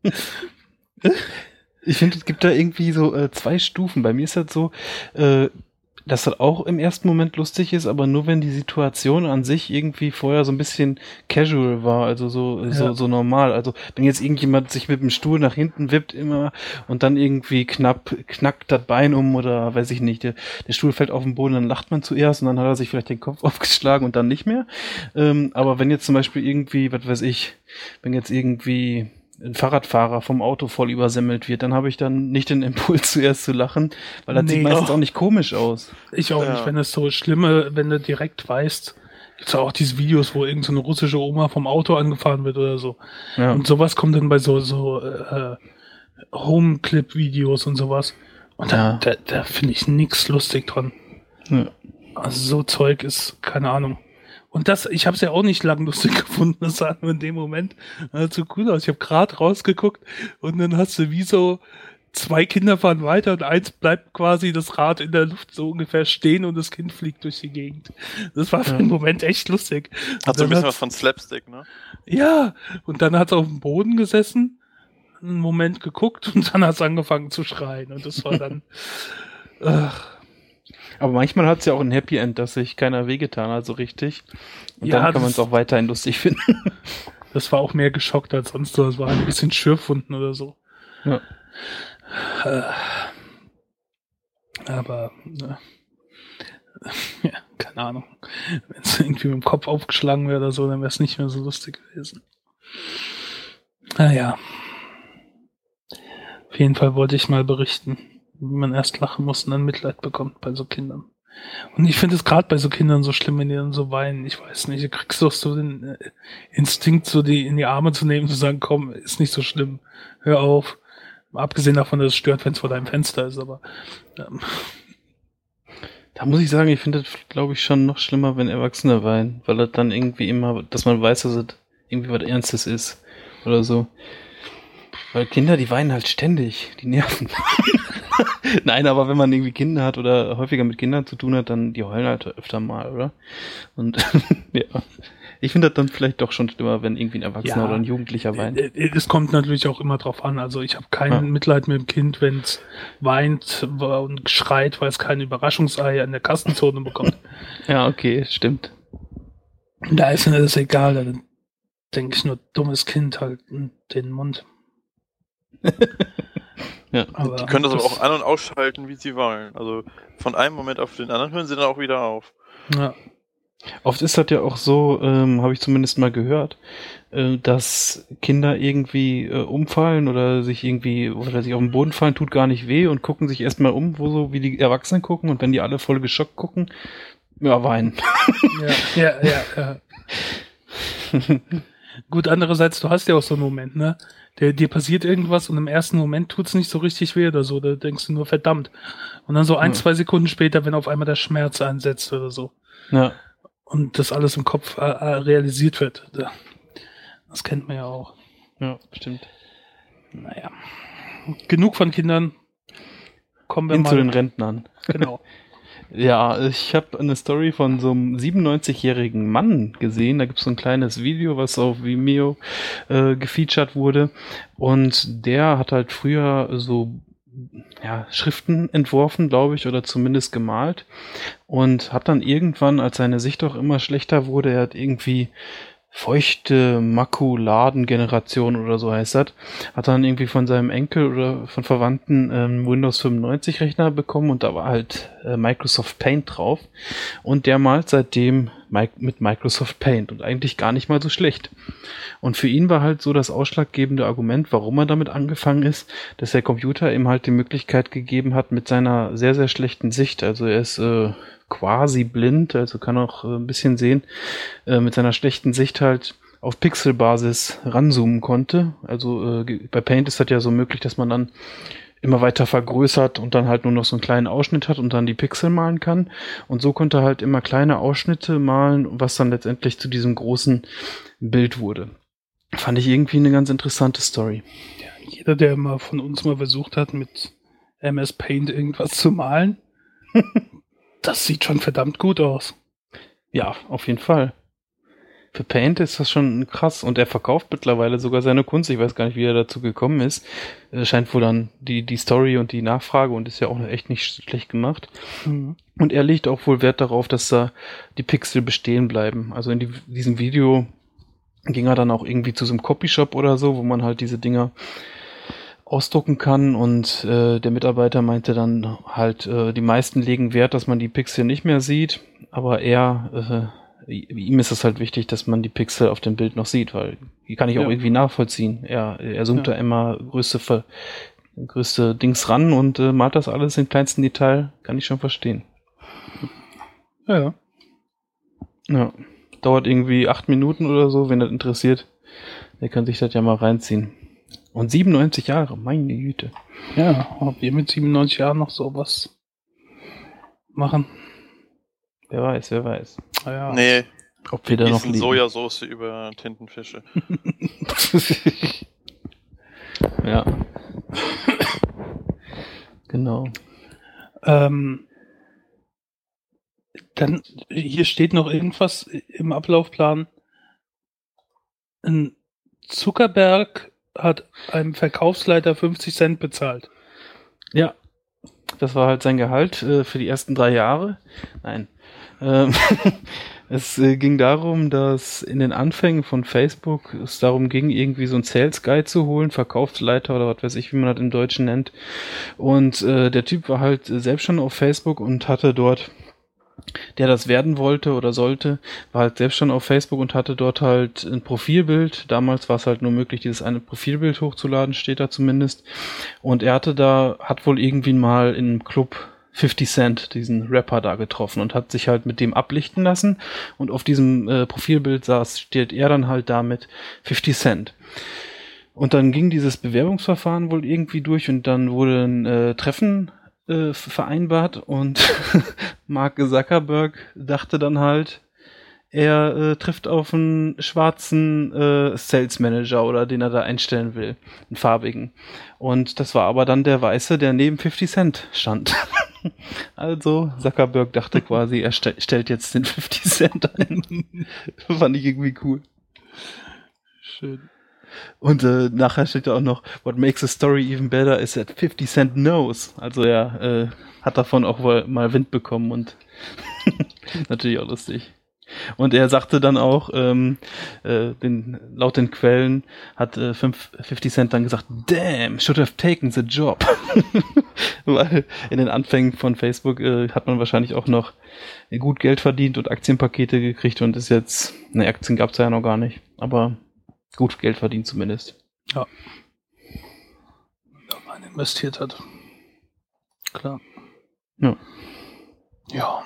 Ich finde, es gibt da irgendwie so äh, zwei Stufen. Bei mir ist das so, äh, dass das auch im ersten Moment lustig ist, aber nur wenn die Situation an sich irgendwie vorher so ein bisschen casual war, also so Ja. so so normal. Also wenn jetzt irgendjemand sich mit dem Stuhl nach hinten wippt immer und dann irgendwie knapp knackt das Bein um oder weiß ich nicht, der, der Stuhl fällt auf den Boden, dann lacht man zuerst und dann hat er sich vielleicht den Kopf aufgeschlagen und dann nicht mehr. Ähm, aber wenn jetzt zum Beispiel irgendwie, was weiß ich, wenn jetzt irgendwie ein Fahrradfahrer vom Auto voll übersemmelt wird, dann habe ich dann nicht den Impuls zuerst zu lachen, weil das Nee. sieht meistens Oh. auch nicht komisch aus. Ich auch Ja. nicht, wenn das so schlimme, wenn du direkt weißt, gibt's ja auch diese Videos, wo irgend so eine russische Oma vom Auto angefahren wird oder so. Ja. Und sowas kommt dann bei so, so äh, Home-Clip-Videos und sowas. Und da, Ja. da, da finde ich nix lustig dran. Ja. Also so Zeug ist, keine Ahnung. Und das, ich habe es ja auch nicht lang lustig gefunden, das sah nur in dem Moment halt so cool aus. Ich habe gerade rausgeguckt und dann hast du wie so zwei Kinder fahren weiter und eins bleibt quasi das Rad in der Luft so ungefähr stehen und das Kind fliegt durch die Gegend. Das war für Ja. den Moment echt lustig. Hat so ein Und dann bisschen was hat's- von Slapstick, ne? Ja, und dann hat es auf dem Boden gesessen, einen Moment geguckt und dann hat es angefangen zu schreien und das war dann ach, Aber manchmal hat es ja auch ein Happy End, dass sich keiner wehgetan hat, so richtig. Und Ja, dann kann das- man es auch weiterhin lustig finden. das war auch mehr geschockt als sonst. Das war ein bisschen Schürfwunden oder so. Ja. Äh, aber, ne. Ja, keine Ahnung. Wenn es irgendwie mit dem Kopf aufgeschlagen wäre oder so, dann wäre es nicht mehr so lustig gewesen. Naja. Auf jeden Fall wollte ich mal berichten, wie man erst lachen muss und dann Mitleid bekommt bei so Kindern. Und ich finde es gerade bei so Kindern so schlimm, wenn die dann so weinen. Ich weiß nicht, du kriegst doch so den äh, Instinkt, so die in die Arme zu nehmen, zu sagen, komm, ist nicht so schlimm, hör auf. Abgesehen davon, dass es stört, wenn es vor deinem Fenster ist, aber ähm, Da muss ich sagen, ich finde das, glaube ich, schon noch schlimmer, wenn Erwachsene weinen, weil das dann irgendwie immer, dass man weiß, dass es irgendwie was Ernstes ist oder so. Weil Kinder, die weinen halt ständig, die nerven. Nein, aber wenn man irgendwie Kinder hat oder häufiger mit Kindern zu tun hat, dann die heulen halt öfter mal, oder? Und ja, ich finde das dann vielleicht doch schon schlimmer, wenn irgendwie ein Erwachsener Ja. oder ein Jugendlicher weint. äh, äh, es kommt natürlich auch immer drauf an. Also ich habe kein Ja. Mitleid mit dem Kind, wenn es weint und schreit, weil es kein Überraschungsei an der Kassenzone bekommt. Ja, okay, stimmt. Da ist mir das egal. Da denke ich nur, dummes Kind, halt den Mund. Ja. Aber Die können das aber auch an- und ausschalten, wie sie wollen. Also von einem Moment auf den anderen hören sie dann auch wieder auf. Ja. Oft ist das ja auch so, ähm, habe ich zumindest mal gehört, äh, dass Kinder irgendwie äh, umfallen oder sich irgendwie oder sich auf den Boden fallen, tut gar nicht weh und gucken sich erstmal um, wo so wie die Erwachsenen gucken und wenn die alle voll geschockt gucken, ja, weinen. Ja, ja, ja, ja. Gut, andererseits, du hast ja auch so einen Moment, ne? Der, dir passiert irgendwas und im ersten Moment tut's nicht so richtig weh oder so. Da denkst du nur, verdammt. Und dann so ein, Ja. zwei Sekunden später, wenn auf einmal der Schmerz einsetzt oder so. Ja, Und das alles im Kopf äh, äh, realisiert wird. Da- Das kennt man ja auch. ja, stimmt. Naja. Genug von Kindern. Kommen wir Hin mal. zu den Rentnern. Genau. Ja, ich habe eine Story von so einem siebenundneunzigjährigen Mann gesehen. Da gibt es so ein kleines Video, was auf Vimeo äh, gefeatured wurde. Und der hat halt früher so ja, Schriften entworfen, glaube ich, oder zumindest gemalt. Und hat dann irgendwann, als seine Sicht auch immer schlechter wurde, er hat irgendwie feuchte Makuladengeneration oder so heißt das, hat dann irgendwie von seinem Enkel oder von Verwandten ähm, Windows fünfundneunzig Rechner bekommen und da war halt äh, Microsoft Paint drauf und der malt seitdem mi- mit Microsoft Paint und eigentlich gar nicht mal so schlecht. Und für ihn war halt so das ausschlaggebende Argument, warum er damit angefangen ist, dass der Computer ihm halt die Möglichkeit gegeben hat mit seiner sehr, sehr schlechten Sicht, also er ist äh, quasi blind, also kann auch äh, ein bisschen sehen, äh, mit seiner schlechten Sicht halt auf Pixelbasis ranzoomen konnte. Also äh, ge- bei Paint ist das ja so möglich, dass man dann immer weiter vergrößert und dann halt nur noch so einen kleinen Ausschnitt hat und dann die Pixel malen kann. Und so konnte er halt immer kleine Ausschnitte malen, was dann letztendlich zu diesem großen Bild wurde. Fand ich irgendwie eine ganz interessante Story. Jeder, der mal von uns mal versucht hat, mit M S Paint irgendwas zu malen. Das sieht schon verdammt gut aus. Ja, auf jeden Fall. Für Paint ist das schon krass. Und er verkauft mittlerweile sogar seine Kunst. Ich weiß gar nicht, wie er dazu gekommen ist. Es scheint wohl dann die, die Story und die Nachfrage und ist ja auch echt nicht schlecht gemacht. Mhm. Und er legt auch wohl Wert darauf, dass da die Pixel bestehen bleiben. Also in die, diesem Video ging er dann auch irgendwie zu so einem Copyshop oder so, wo man halt diese Dinger ausdrucken kann. Und äh, der Mitarbeiter meinte dann halt, äh, die meisten legen Wert, dass man die Pixel nicht mehr sieht. Aber er... Äh, ihm ist es halt wichtig, dass man die Pixel auf dem Bild noch sieht, weil die kann ich auch ja. irgendwie nachvollziehen. Er, er zoomt ja. da immer größte, größte Dings ran und äh, malt das alles im kleinsten Detail, kann ich schon verstehen. Ja. Ja. Dauert irgendwie acht Minuten oder so, wenn das interessiert. Der kann sich das ja mal reinziehen. Und siebenundneunzig Jahre, meine Güte. Ja, ob wir mit siebenundneunzig Jahren noch sowas machen. Wer weiß, wer weiß. Ja. Nee, ob wir da noch liegen. Sojasauce über Tintenfische. Ja. Genau. Ähm, dann, hier steht noch irgendwas im Ablaufplan. Ein Zuckerberg hat einem Verkaufsleiter fünfzig Cent bezahlt. Ja. Das war halt sein Gehalt äh, für die ersten drei Jahre. Nein. Ähm, es äh, ging darum, dass in den Anfängen von Facebook es darum ging, irgendwie so ein Sales Guy zu holen, Verkaufsleiter oder was weiß ich, wie man das im Deutschen nennt. Und äh, der Typ war halt selbst schon auf Facebook und hatte dort, der das werden wollte oder sollte, war halt selbst schon auf Facebook und hatte dort halt ein Profilbild. Damals war es halt nur möglich, dieses eine Profilbild hochzuladen, steht da zumindest. Und er hatte da, hat wohl irgendwie mal in einem Club fifty Cent, diesen Rapper da getroffen und hat sich halt mit dem ablichten lassen. Und auf diesem äh, Profilbild saß, steht er dann halt da mit fifty Cent. Und dann ging dieses Bewerbungsverfahren wohl irgendwie durch und dann wurde ein äh, Treffen äh, vereinbart und Mark Zuckerberg dachte dann halt, er äh, trifft auf einen schwarzen äh, Sales Manager oder den er da einstellen will, einen farbigen. Und das war aber dann der Weiße, der neben fifty Cent stand. Also Zuckerberg dachte quasi, er st- stellt jetzt den fifty Cent ein. Fand ich irgendwie cool. Schön. Und äh, nachher steht da auch noch, what makes a story even better is that fifty Cent knows. Also er äh, hat davon auch wohl mal Wind bekommen und natürlich auch lustig. Und er sagte dann auch, ähm, äh, den, laut den Quellen hat äh, fifty Cent dann gesagt, damn, should have taken the job. Weil in den Anfängen von Facebook äh, hat man wahrscheinlich auch noch gut Geld verdient und Aktienpakete gekriegt und ist jetzt, ne, Aktien gab's ja noch gar nicht, aber gut Geld verdient zumindest. Ja. Wenn man investiert hat. Klar. Ja. Ja.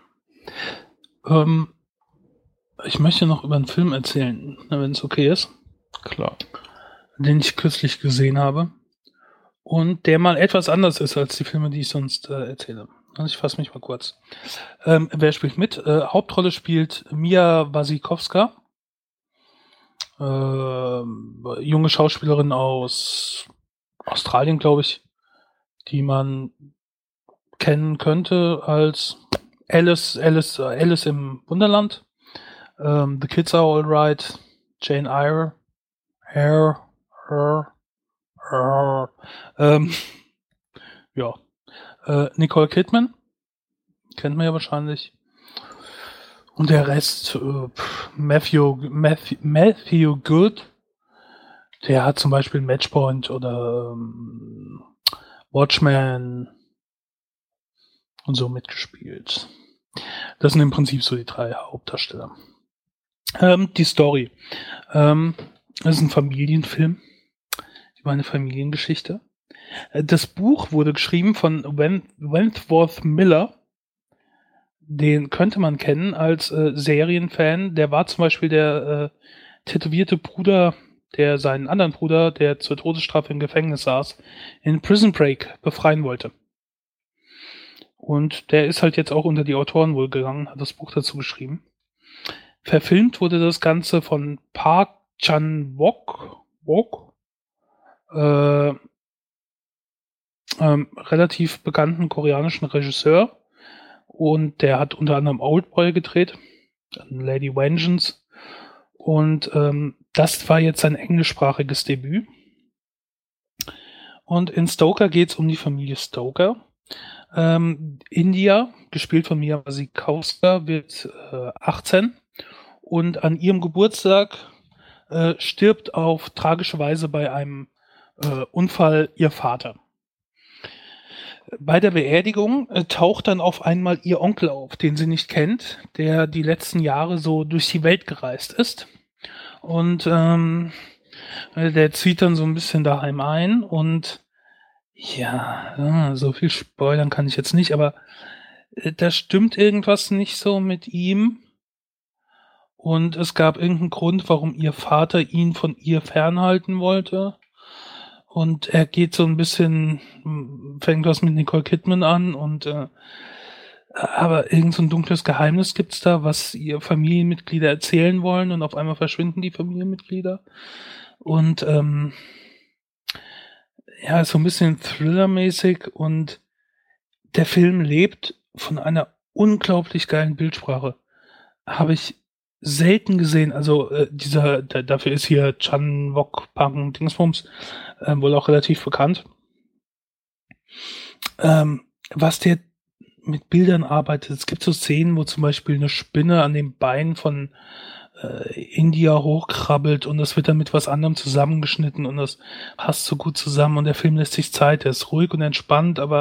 Ähm, ich möchte noch über einen Film erzählen, wenn es okay ist. Klar. Den ich kürzlich gesehen habe. Und der mal etwas anders ist als die Filme, die ich sonst äh, erzähle. Also ich fasse mich mal kurz. Ähm, wer spielt mit? Äh, Hauptrolle spielt Mia Wasikowska. Äh, junge Schauspielerin aus Australien, glaube ich, die man kennen könnte als Alice, Alice, Alice im Wunderland, ähm, The Kids Are Alright, Jane Eyre, Eyre, Eyre, Eyre, ähm, ja, äh, Nicole Kidman, kennt man ja wahrscheinlich. Und der Rest, äh, Matthew, Matthew, Matthew Good, der hat zum Beispiel Matchpoint oder ähm, Watchmen und so mitgespielt. Das sind im Prinzip so die drei Hauptdarsteller. Ähm, die Story. Ähm, das ist ein Familienfilm. Über eine Familiengeschichte. Das Buch wurde geschrieben von Wen- Wentworth Miller. Den könnte man kennen als äh, Serienfan. Der war zum Beispiel der äh, tätowierte Bruder, der seinen anderen Bruder, der zur Todesstrafe im Gefängnis saß, in Prison Break befreien wollte. Und der ist halt jetzt auch unter die Autoren wohl gegangen, hat das Buch dazu geschrieben. Verfilmt wurde das Ganze von Park Chan-wook. Wook. Äh, ähm, relativ bekannten koreanischen Regisseur. Und der hat unter anderem Oldboy gedreht, dann Lady Vengeance. Und ähm, das war jetzt sein englischsprachiges Debüt. Und in Stoker geht es um die Familie Stoker. Ähm, India, gespielt von Mia Wasikowska, wird äh, achtzehn. Und an ihrem Geburtstag äh, stirbt auf tragische Weise bei einem äh, Unfall ihr Vater. Bei der Beerdigung äh, taucht dann auf einmal ihr Onkel auf, den sie nicht kennt, der die letzten Jahre so durch die Welt gereist ist. Und ähm, der zieht dann so ein bisschen daheim ein und ja, so viel spoilern kann ich jetzt nicht, aber äh, da stimmt irgendwas nicht so mit ihm. Und es gab irgendeinen Grund, warum ihr Vater ihn von ihr fernhalten wollte. Und er geht so ein bisschen, fängt was mit Nicole Kidman an und äh, aber irgend so ein dunkles Geheimnis gibt's da, was ihr Familienmitglieder erzählen wollen und auf einmal verschwinden die Familienmitglieder. Und ähm, ja, so ein bisschen Thriller-mäßig und der Film lebt von einer unglaublich geilen Bildsprache. Habe ich selten gesehen. Also äh, dieser, da, dafür ist hier Chan Wook Pang Dingsbums äh, wohl auch relativ bekannt. Ähm, was der mit Bildern arbeitet. Es gibt so Szenen, wo zum Beispiel eine Spinne an dem Bein von äh, India hochkrabbelt und das wird dann mit was anderem zusammengeschnitten und das passt so gut zusammen und der Film lässt sich Zeit. Der ist ruhig und entspannt, aber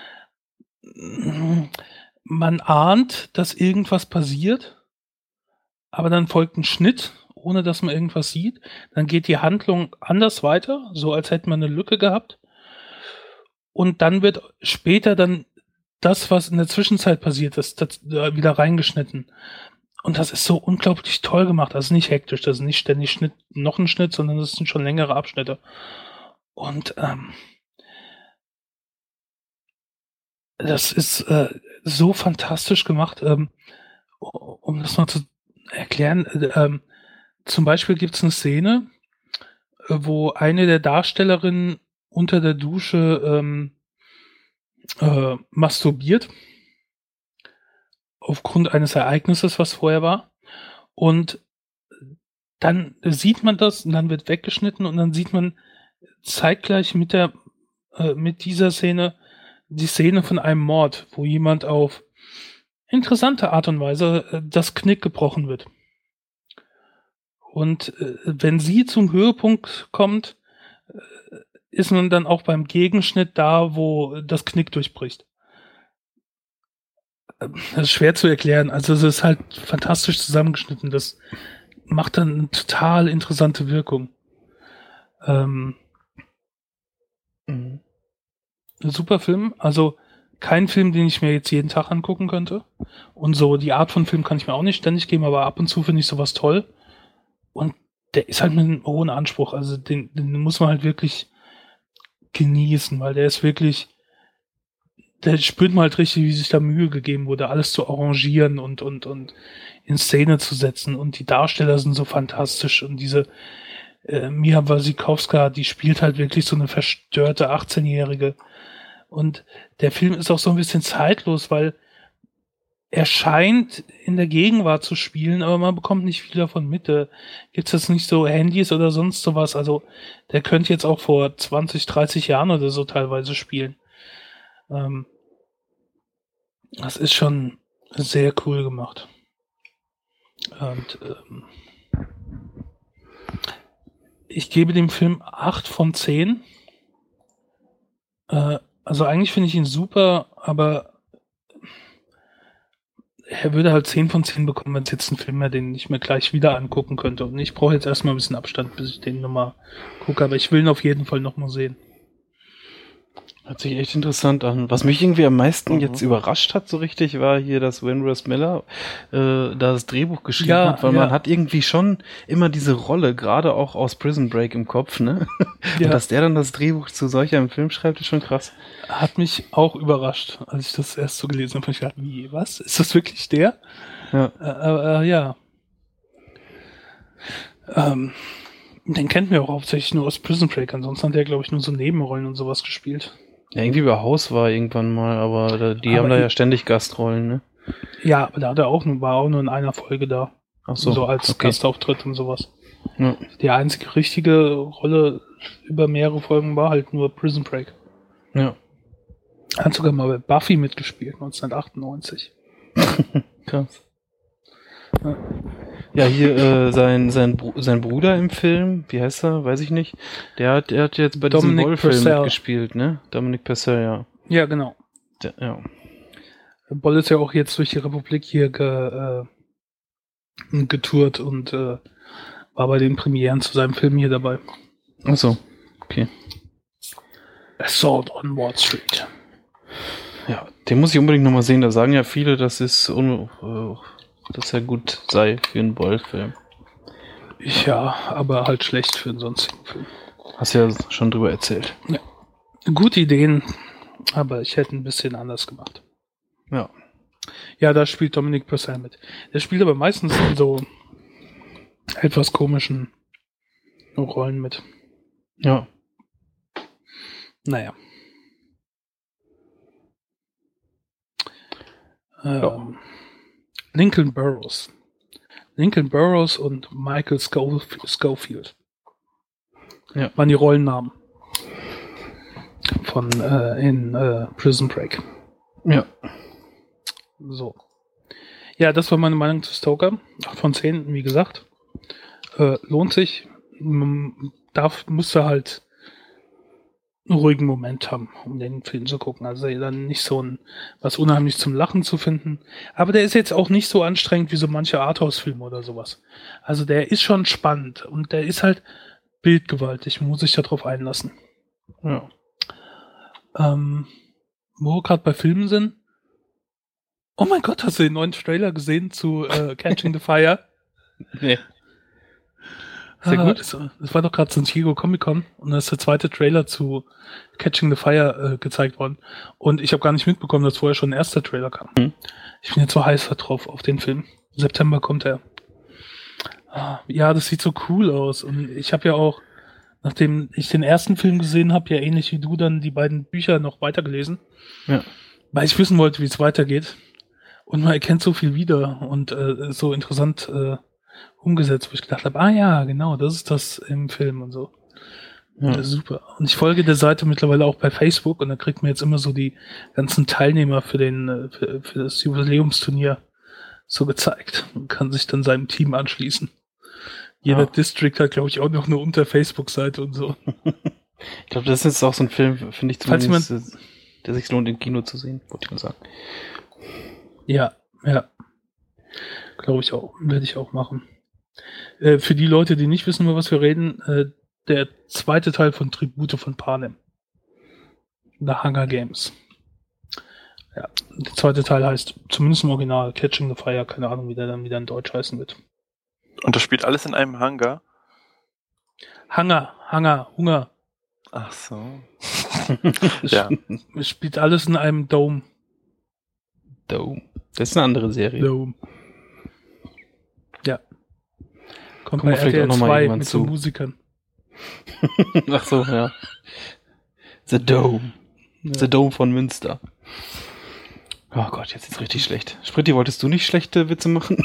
mm, man ahnt, dass irgendwas passiert. Aber dann folgt ein Schnitt, ohne dass man irgendwas sieht. Dann geht die Handlung anders weiter, so als hätte man eine Lücke gehabt. Und dann wird später dann das, was in der Zwischenzeit passiert ist, das, äh, wieder reingeschnitten. Und das ist so unglaublich toll gemacht. Das ist nicht hektisch, das ist nicht ständig Schnitt, noch ein Schnitt, sondern das sind schon längere Abschnitte. Und ähm, das ist äh, so fantastisch gemacht. Ähm, um das mal zu erklären, ähm, zum Beispiel gibt es eine Szene, wo eine der Darstellerinnen unter der Dusche ähm, äh, masturbiert aufgrund eines Ereignisses, was vorher war, und dann sieht man das und dann wird weggeschnitten und dann sieht man zeitgleich mit der äh, mit dieser Szene die Szene von einem Mord, wo jemand auf interessante Art und Weise äh, das Knick gebrochen wird. Und äh, wenn sie zum Höhepunkt kommt, äh, ist man dann auch beim Gegenschnitt da, wo das Knick durchbricht. Äh, das ist schwer zu erklären. Also es ist halt fantastisch zusammengeschnitten. Das macht dann eine total interessante Wirkung. Ähm, ein super Film. Also kein Film, den ich mir jetzt jeden Tag angucken könnte. Und so die Art von Film kann ich mir auch nicht ständig geben, aber ab und zu finde ich sowas toll. Und der ist halt mit einem hohen Anspruch. Also den, den muss man halt wirklich genießen, weil der ist wirklich, der spürt man halt richtig, wie sich da Mühe gegeben wurde, alles zu arrangieren und, und, und in Szene zu setzen. Und die Darsteller sind so fantastisch. Und diese äh, Mia Wasikowska, die spielt halt wirklich so eine verstörte achtzehnjährige. Und der Film ist auch so ein bisschen zeitlos, weil er scheint in der Gegenwart zu spielen, aber man bekommt nicht viel davon mit. Da gibt's jetzt nicht so Handys oder sonst sowas. Also der könnte jetzt auch vor zwanzig, dreißig Jahren oder so teilweise spielen. Ähm, das ist schon sehr cool gemacht. Und ähm, ich gebe dem Film acht von zehn. Äh, Also eigentlich finde ich ihn super, aber er würde halt zehn von zehn bekommen, wenn es jetzt ein Film wäre, den ich mir gleich wieder angucken könnte. Und ich brauche jetzt erstmal ein bisschen Abstand, bis ich den nochmal gucke, aber ich will ihn auf jeden Fall nochmal sehen. Hört sich echt interessant an. Was mich irgendwie am meisten Mhm. jetzt überrascht hat, so richtig, war hier, dass Wenris Miller äh, da das Drehbuch geschrieben Ja, hat, weil ja. man hat irgendwie schon immer diese Rolle, gerade auch aus Prison Break im Kopf, ne? Ja. Und dass der dann das Drehbuch zu solch einem Film schreibt, ist schon krass. Hat mich auch überrascht, als ich das erst so gelesen habe. Ich dachte, wie, was? Ist das wirklich der? Ja. Äh, äh, ja. Ähm, den kennt man auch hauptsächlich nur aus Prison Break. Ansonsten hat er, glaube ich, nur so Nebenrollen und sowas gespielt. Ja, irgendwie bei Haus war irgendwann mal, aber da, die Aber haben da ich- ja ständig Gastrollen, ne? Ja, aber da hat er auch, nur- war auch nur in einer Folge da. Ach so, So als okay. Gastauftritt und sowas. Ja. Die einzige richtige Rolle über mehrere Folgen war halt nur Prison Break. Ja. Er hat sogar mal bei Buffy mitgespielt, neunzehnhundertachtundneunzig. Krass. Ja. Ja, hier äh, sein, sein, Bru- sein Bruder im Film, wie heißt er, weiß ich nicht, der hat, der hat jetzt bei diesem Dominic Boll-Film Purcell. mitgespielt, ne? Dominic Purcell, ja. Ja, genau. Der, ja. Boll ist ja auch jetzt durch die Republik hier ge, äh, getourt und äh, war bei den Premieren zu seinem Film hier dabei. Achso, okay. Assault on Wall Street. Ja, den muss ich unbedingt nochmal sehen. Da sagen ja viele, dass es un äh, dass er gut sei für einen Boll-Film. Ja, aber halt schlecht für einen sonstigen Film. Hast ja schon drüber erzählt. Gute Ideen, aber ich hätte ein bisschen anders gemacht. Ja. Ja, da spielt Dominic Purcell mit. Der spielt aber meistens in so etwas komischen Rollen mit. Ja. Naja. Ähm, Ja. Lincoln Burrows. Lincoln Burrows und Michael Scof Schofield. Ja. Waren die Rollennamen von äh, in äh, Prison Break. Ja. So. Ja, das war meine Meinung zu Stoker. acht von zehn, wie gesagt. Äh, lohnt sich. Man darf, müsste halt einen ruhigen Moment haben, um den Film zu gucken. Also dann nicht so ein, was unheimlich zum Lachen zu finden. Aber der ist jetzt auch nicht so anstrengend wie so manche Arthouse-Filme oder sowas. Also der ist schon spannend und der ist halt bildgewaltig. Man muss sich darauf einlassen. Ja. Ähm, wo wir gerade bei Filmen sind. Oh mein Gott, hast du den neuen Trailer gesehen zu äh, Catching the Fire? Nee. Sehr Ah, gut. Es, es war doch gerade San Diego Comic Con und da ist der zweite Trailer zu Catching the Fire äh, gezeigt worden. Und ich habe gar nicht mitbekommen, dass vorher schon ein erster Trailer kam. Mhm. Ich bin jetzt so heiß drauf auf den Film. Im September kommt er. Ah, ja, das sieht so cool aus. Und ich habe ja auch, nachdem ich den ersten Film gesehen habe, ja ähnlich wie du dann die beiden Bücher noch weitergelesen. Ja. Weil ich wissen wollte, wie es weitergeht. Und man erkennt so viel wieder und äh, so interessant äh, umgesetzt, wo ich gedacht habe, ah ja, genau, das ist das im Film und so. Ja. Ja, super. Und ich folge der Seite mittlerweile auch bei Facebook und da kriegt man jetzt immer so die ganzen Teilnehmer für den äh, für, für das Jubiläumsturnier so gezeigt und kann sich dann seinem Team anschließen. Jeder Ja. District hat, glaube ich, auch noch eine Unter-Facebook-Seite und so. Ich glaube, das ist jetzt auch so ein Film, finde ich Falls zumindest, äh, der sich lohnt, im Kino zu sehen, wollte ich mal sagen. Ja, ja. Glaube ich auch. Werde ich auch machen. Äh, für die Leute, die nicht wissen, über was wir reden, äh, der zweite Teil von Tribute von Panem. The Hunger Games. Ja, der zweite Teil heißt, zumindest im Original, Catching the Fire. Keine Ahnung, wie der dann wieder in Deutsch heißen wird. Und das spielt alles in einem Hangar? Hunger, Hunger, Hunger. Ach so. Es, Ja. es spielt alles in einem Dome. Dome. Das ist eine andere Serie. Dome. Ja. Kommt Kommen wir bei vielleicht R T L auch noch mal zwei irgendwann mit so zu. Musikern. Ach so, ja. The Dome. Ja. The Dome von Münster. Oh Gott, jetzt ist richtig schlecht. Spritti, wolltest du nicht schlechte Witze machen?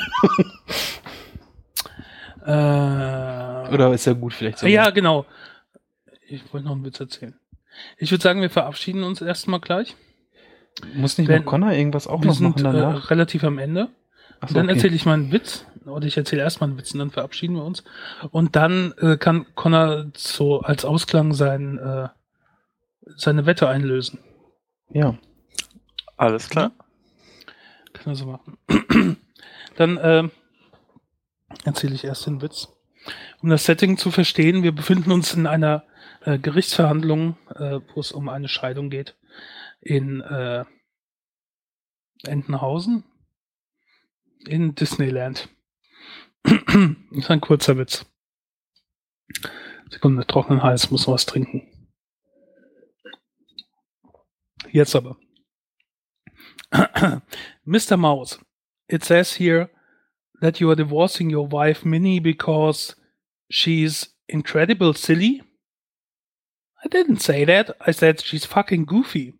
Äh, Oder ist ja gut vielleicht so? Ja, genau. Ich wollte noch einen Witz erzählen. Ich würde sagen, wir verabschieden uns erstmal gleich. Muss nicht Wenn- noch Connor irgendwas auch wir noch sind machen äh, danach? relativ am Ende. Ach Und so, dann okay. erzähle ich mal einen Witz. Oder ich erzähle erstmal einen Witz und dann verabschieden wir uns. Und dann äh, kann Connor so als Ausklang sein, äh, seine Wette einlösen. Ja. Alles klar. Kann er so machen. Dann ähm, erzähle ich erst den Witz. Um das Setting zu verstehen, wir befinden uns in einer äh, Gerichtsverhandlung, äh, wo es um eine Scheidung geht, in äh, Entenhausen in Disneyland. Das ist ein kurzer Witz. Sekunde, trockenen Hals, muss noch was trinken. Jetzt aber. Mister Mouse, it says here that you are divorcing your wife Minnie because she's incredible silly. I didn't say that. I said she's fucking goofy.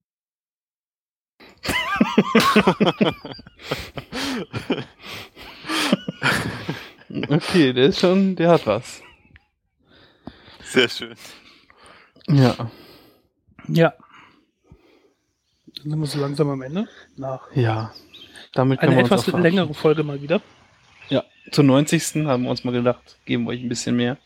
Okay, der ist schon, der hat was. Sehr schön. Ja. Ja. Dann sind wir so langsam am Ende. Nach Ja. Damit können eine wir uns etwas auch verabschieden. längere Folge mal wieder. Ja. Zur neunzigsten haben wir uns mal gedacht, geben wir euch ein bisschen mehr.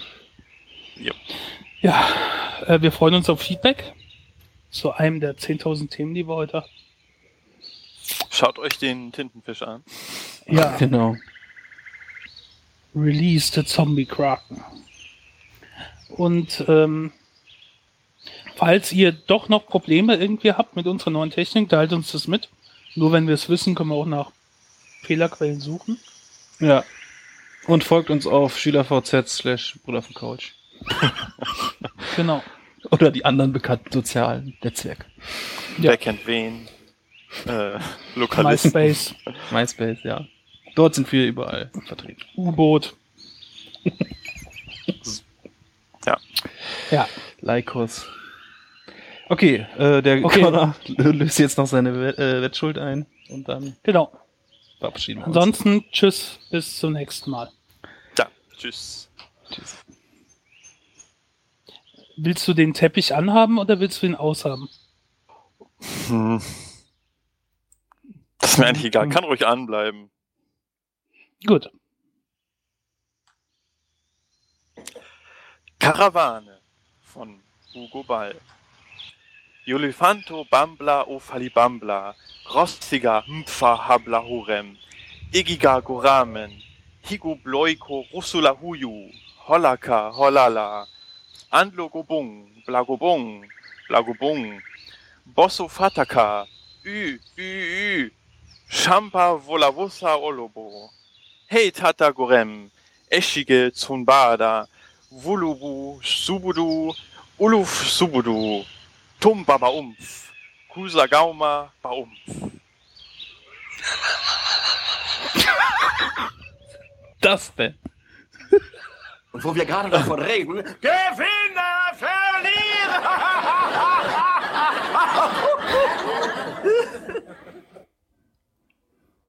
Ja, äh, wir freuen uns auf Feedback zu einem der zehntausend Themen, die wir heute haben. Schaut euch den Tintenfisch an. Ja, Genau. Release the Zombie Kraken. Und ähm, falls ihr doch noch Probleme irgendwie habt mit unserer neuen Technik, teilt uns das mit. Nur wenn wir es wissen, können wir auch nach Fehlerquellen suchen. Ja. Und folgt uns auf SchülerVZ slash Brüdervencouch. Genau. Oder die anderen bekannten sozialen Netzwerke. Ja. Wer kennt wen? Äh, Lokalisten. MySpace, MySpace, ja. Dort sind wir überall vertreten. U-Boot. Ja. Ja, Lycos. Okay, äh, der Okay. Connor löst jetzt noch seine Wett- äh, Wettschuld ein und dann genau. verabschieden wir uns. Ansonsten tschüss, bis zum nächsten Mal. Ja, tschüss. Tschüss. Willst du den Teppich anhaben oder willst du ihn aushaben? Hm. Das ist mir eigentlich egal. Kann ruhig anbleiben. Gut. Karawane von Hugo Ball. Jolifanto Bambla o Falibambla, Rostiga Mpfa Habla Hurem, Igiga Goramen, Higo Bloiko Rusula Huyu, Holaka Holala, Andlo Gobung, Blagobung, Blagobung, Bosso Fataka, Ü, Ü, Ü, Champa Volavusa Olobo, Hey Tata Gorem, Eschige Zunbada, Wulubu, Subudu, Uluf Subudu, Tum Baba Umf, Kusa Gauma Baumf. Das denn? Und wo wir gerade davon reden, Gewinner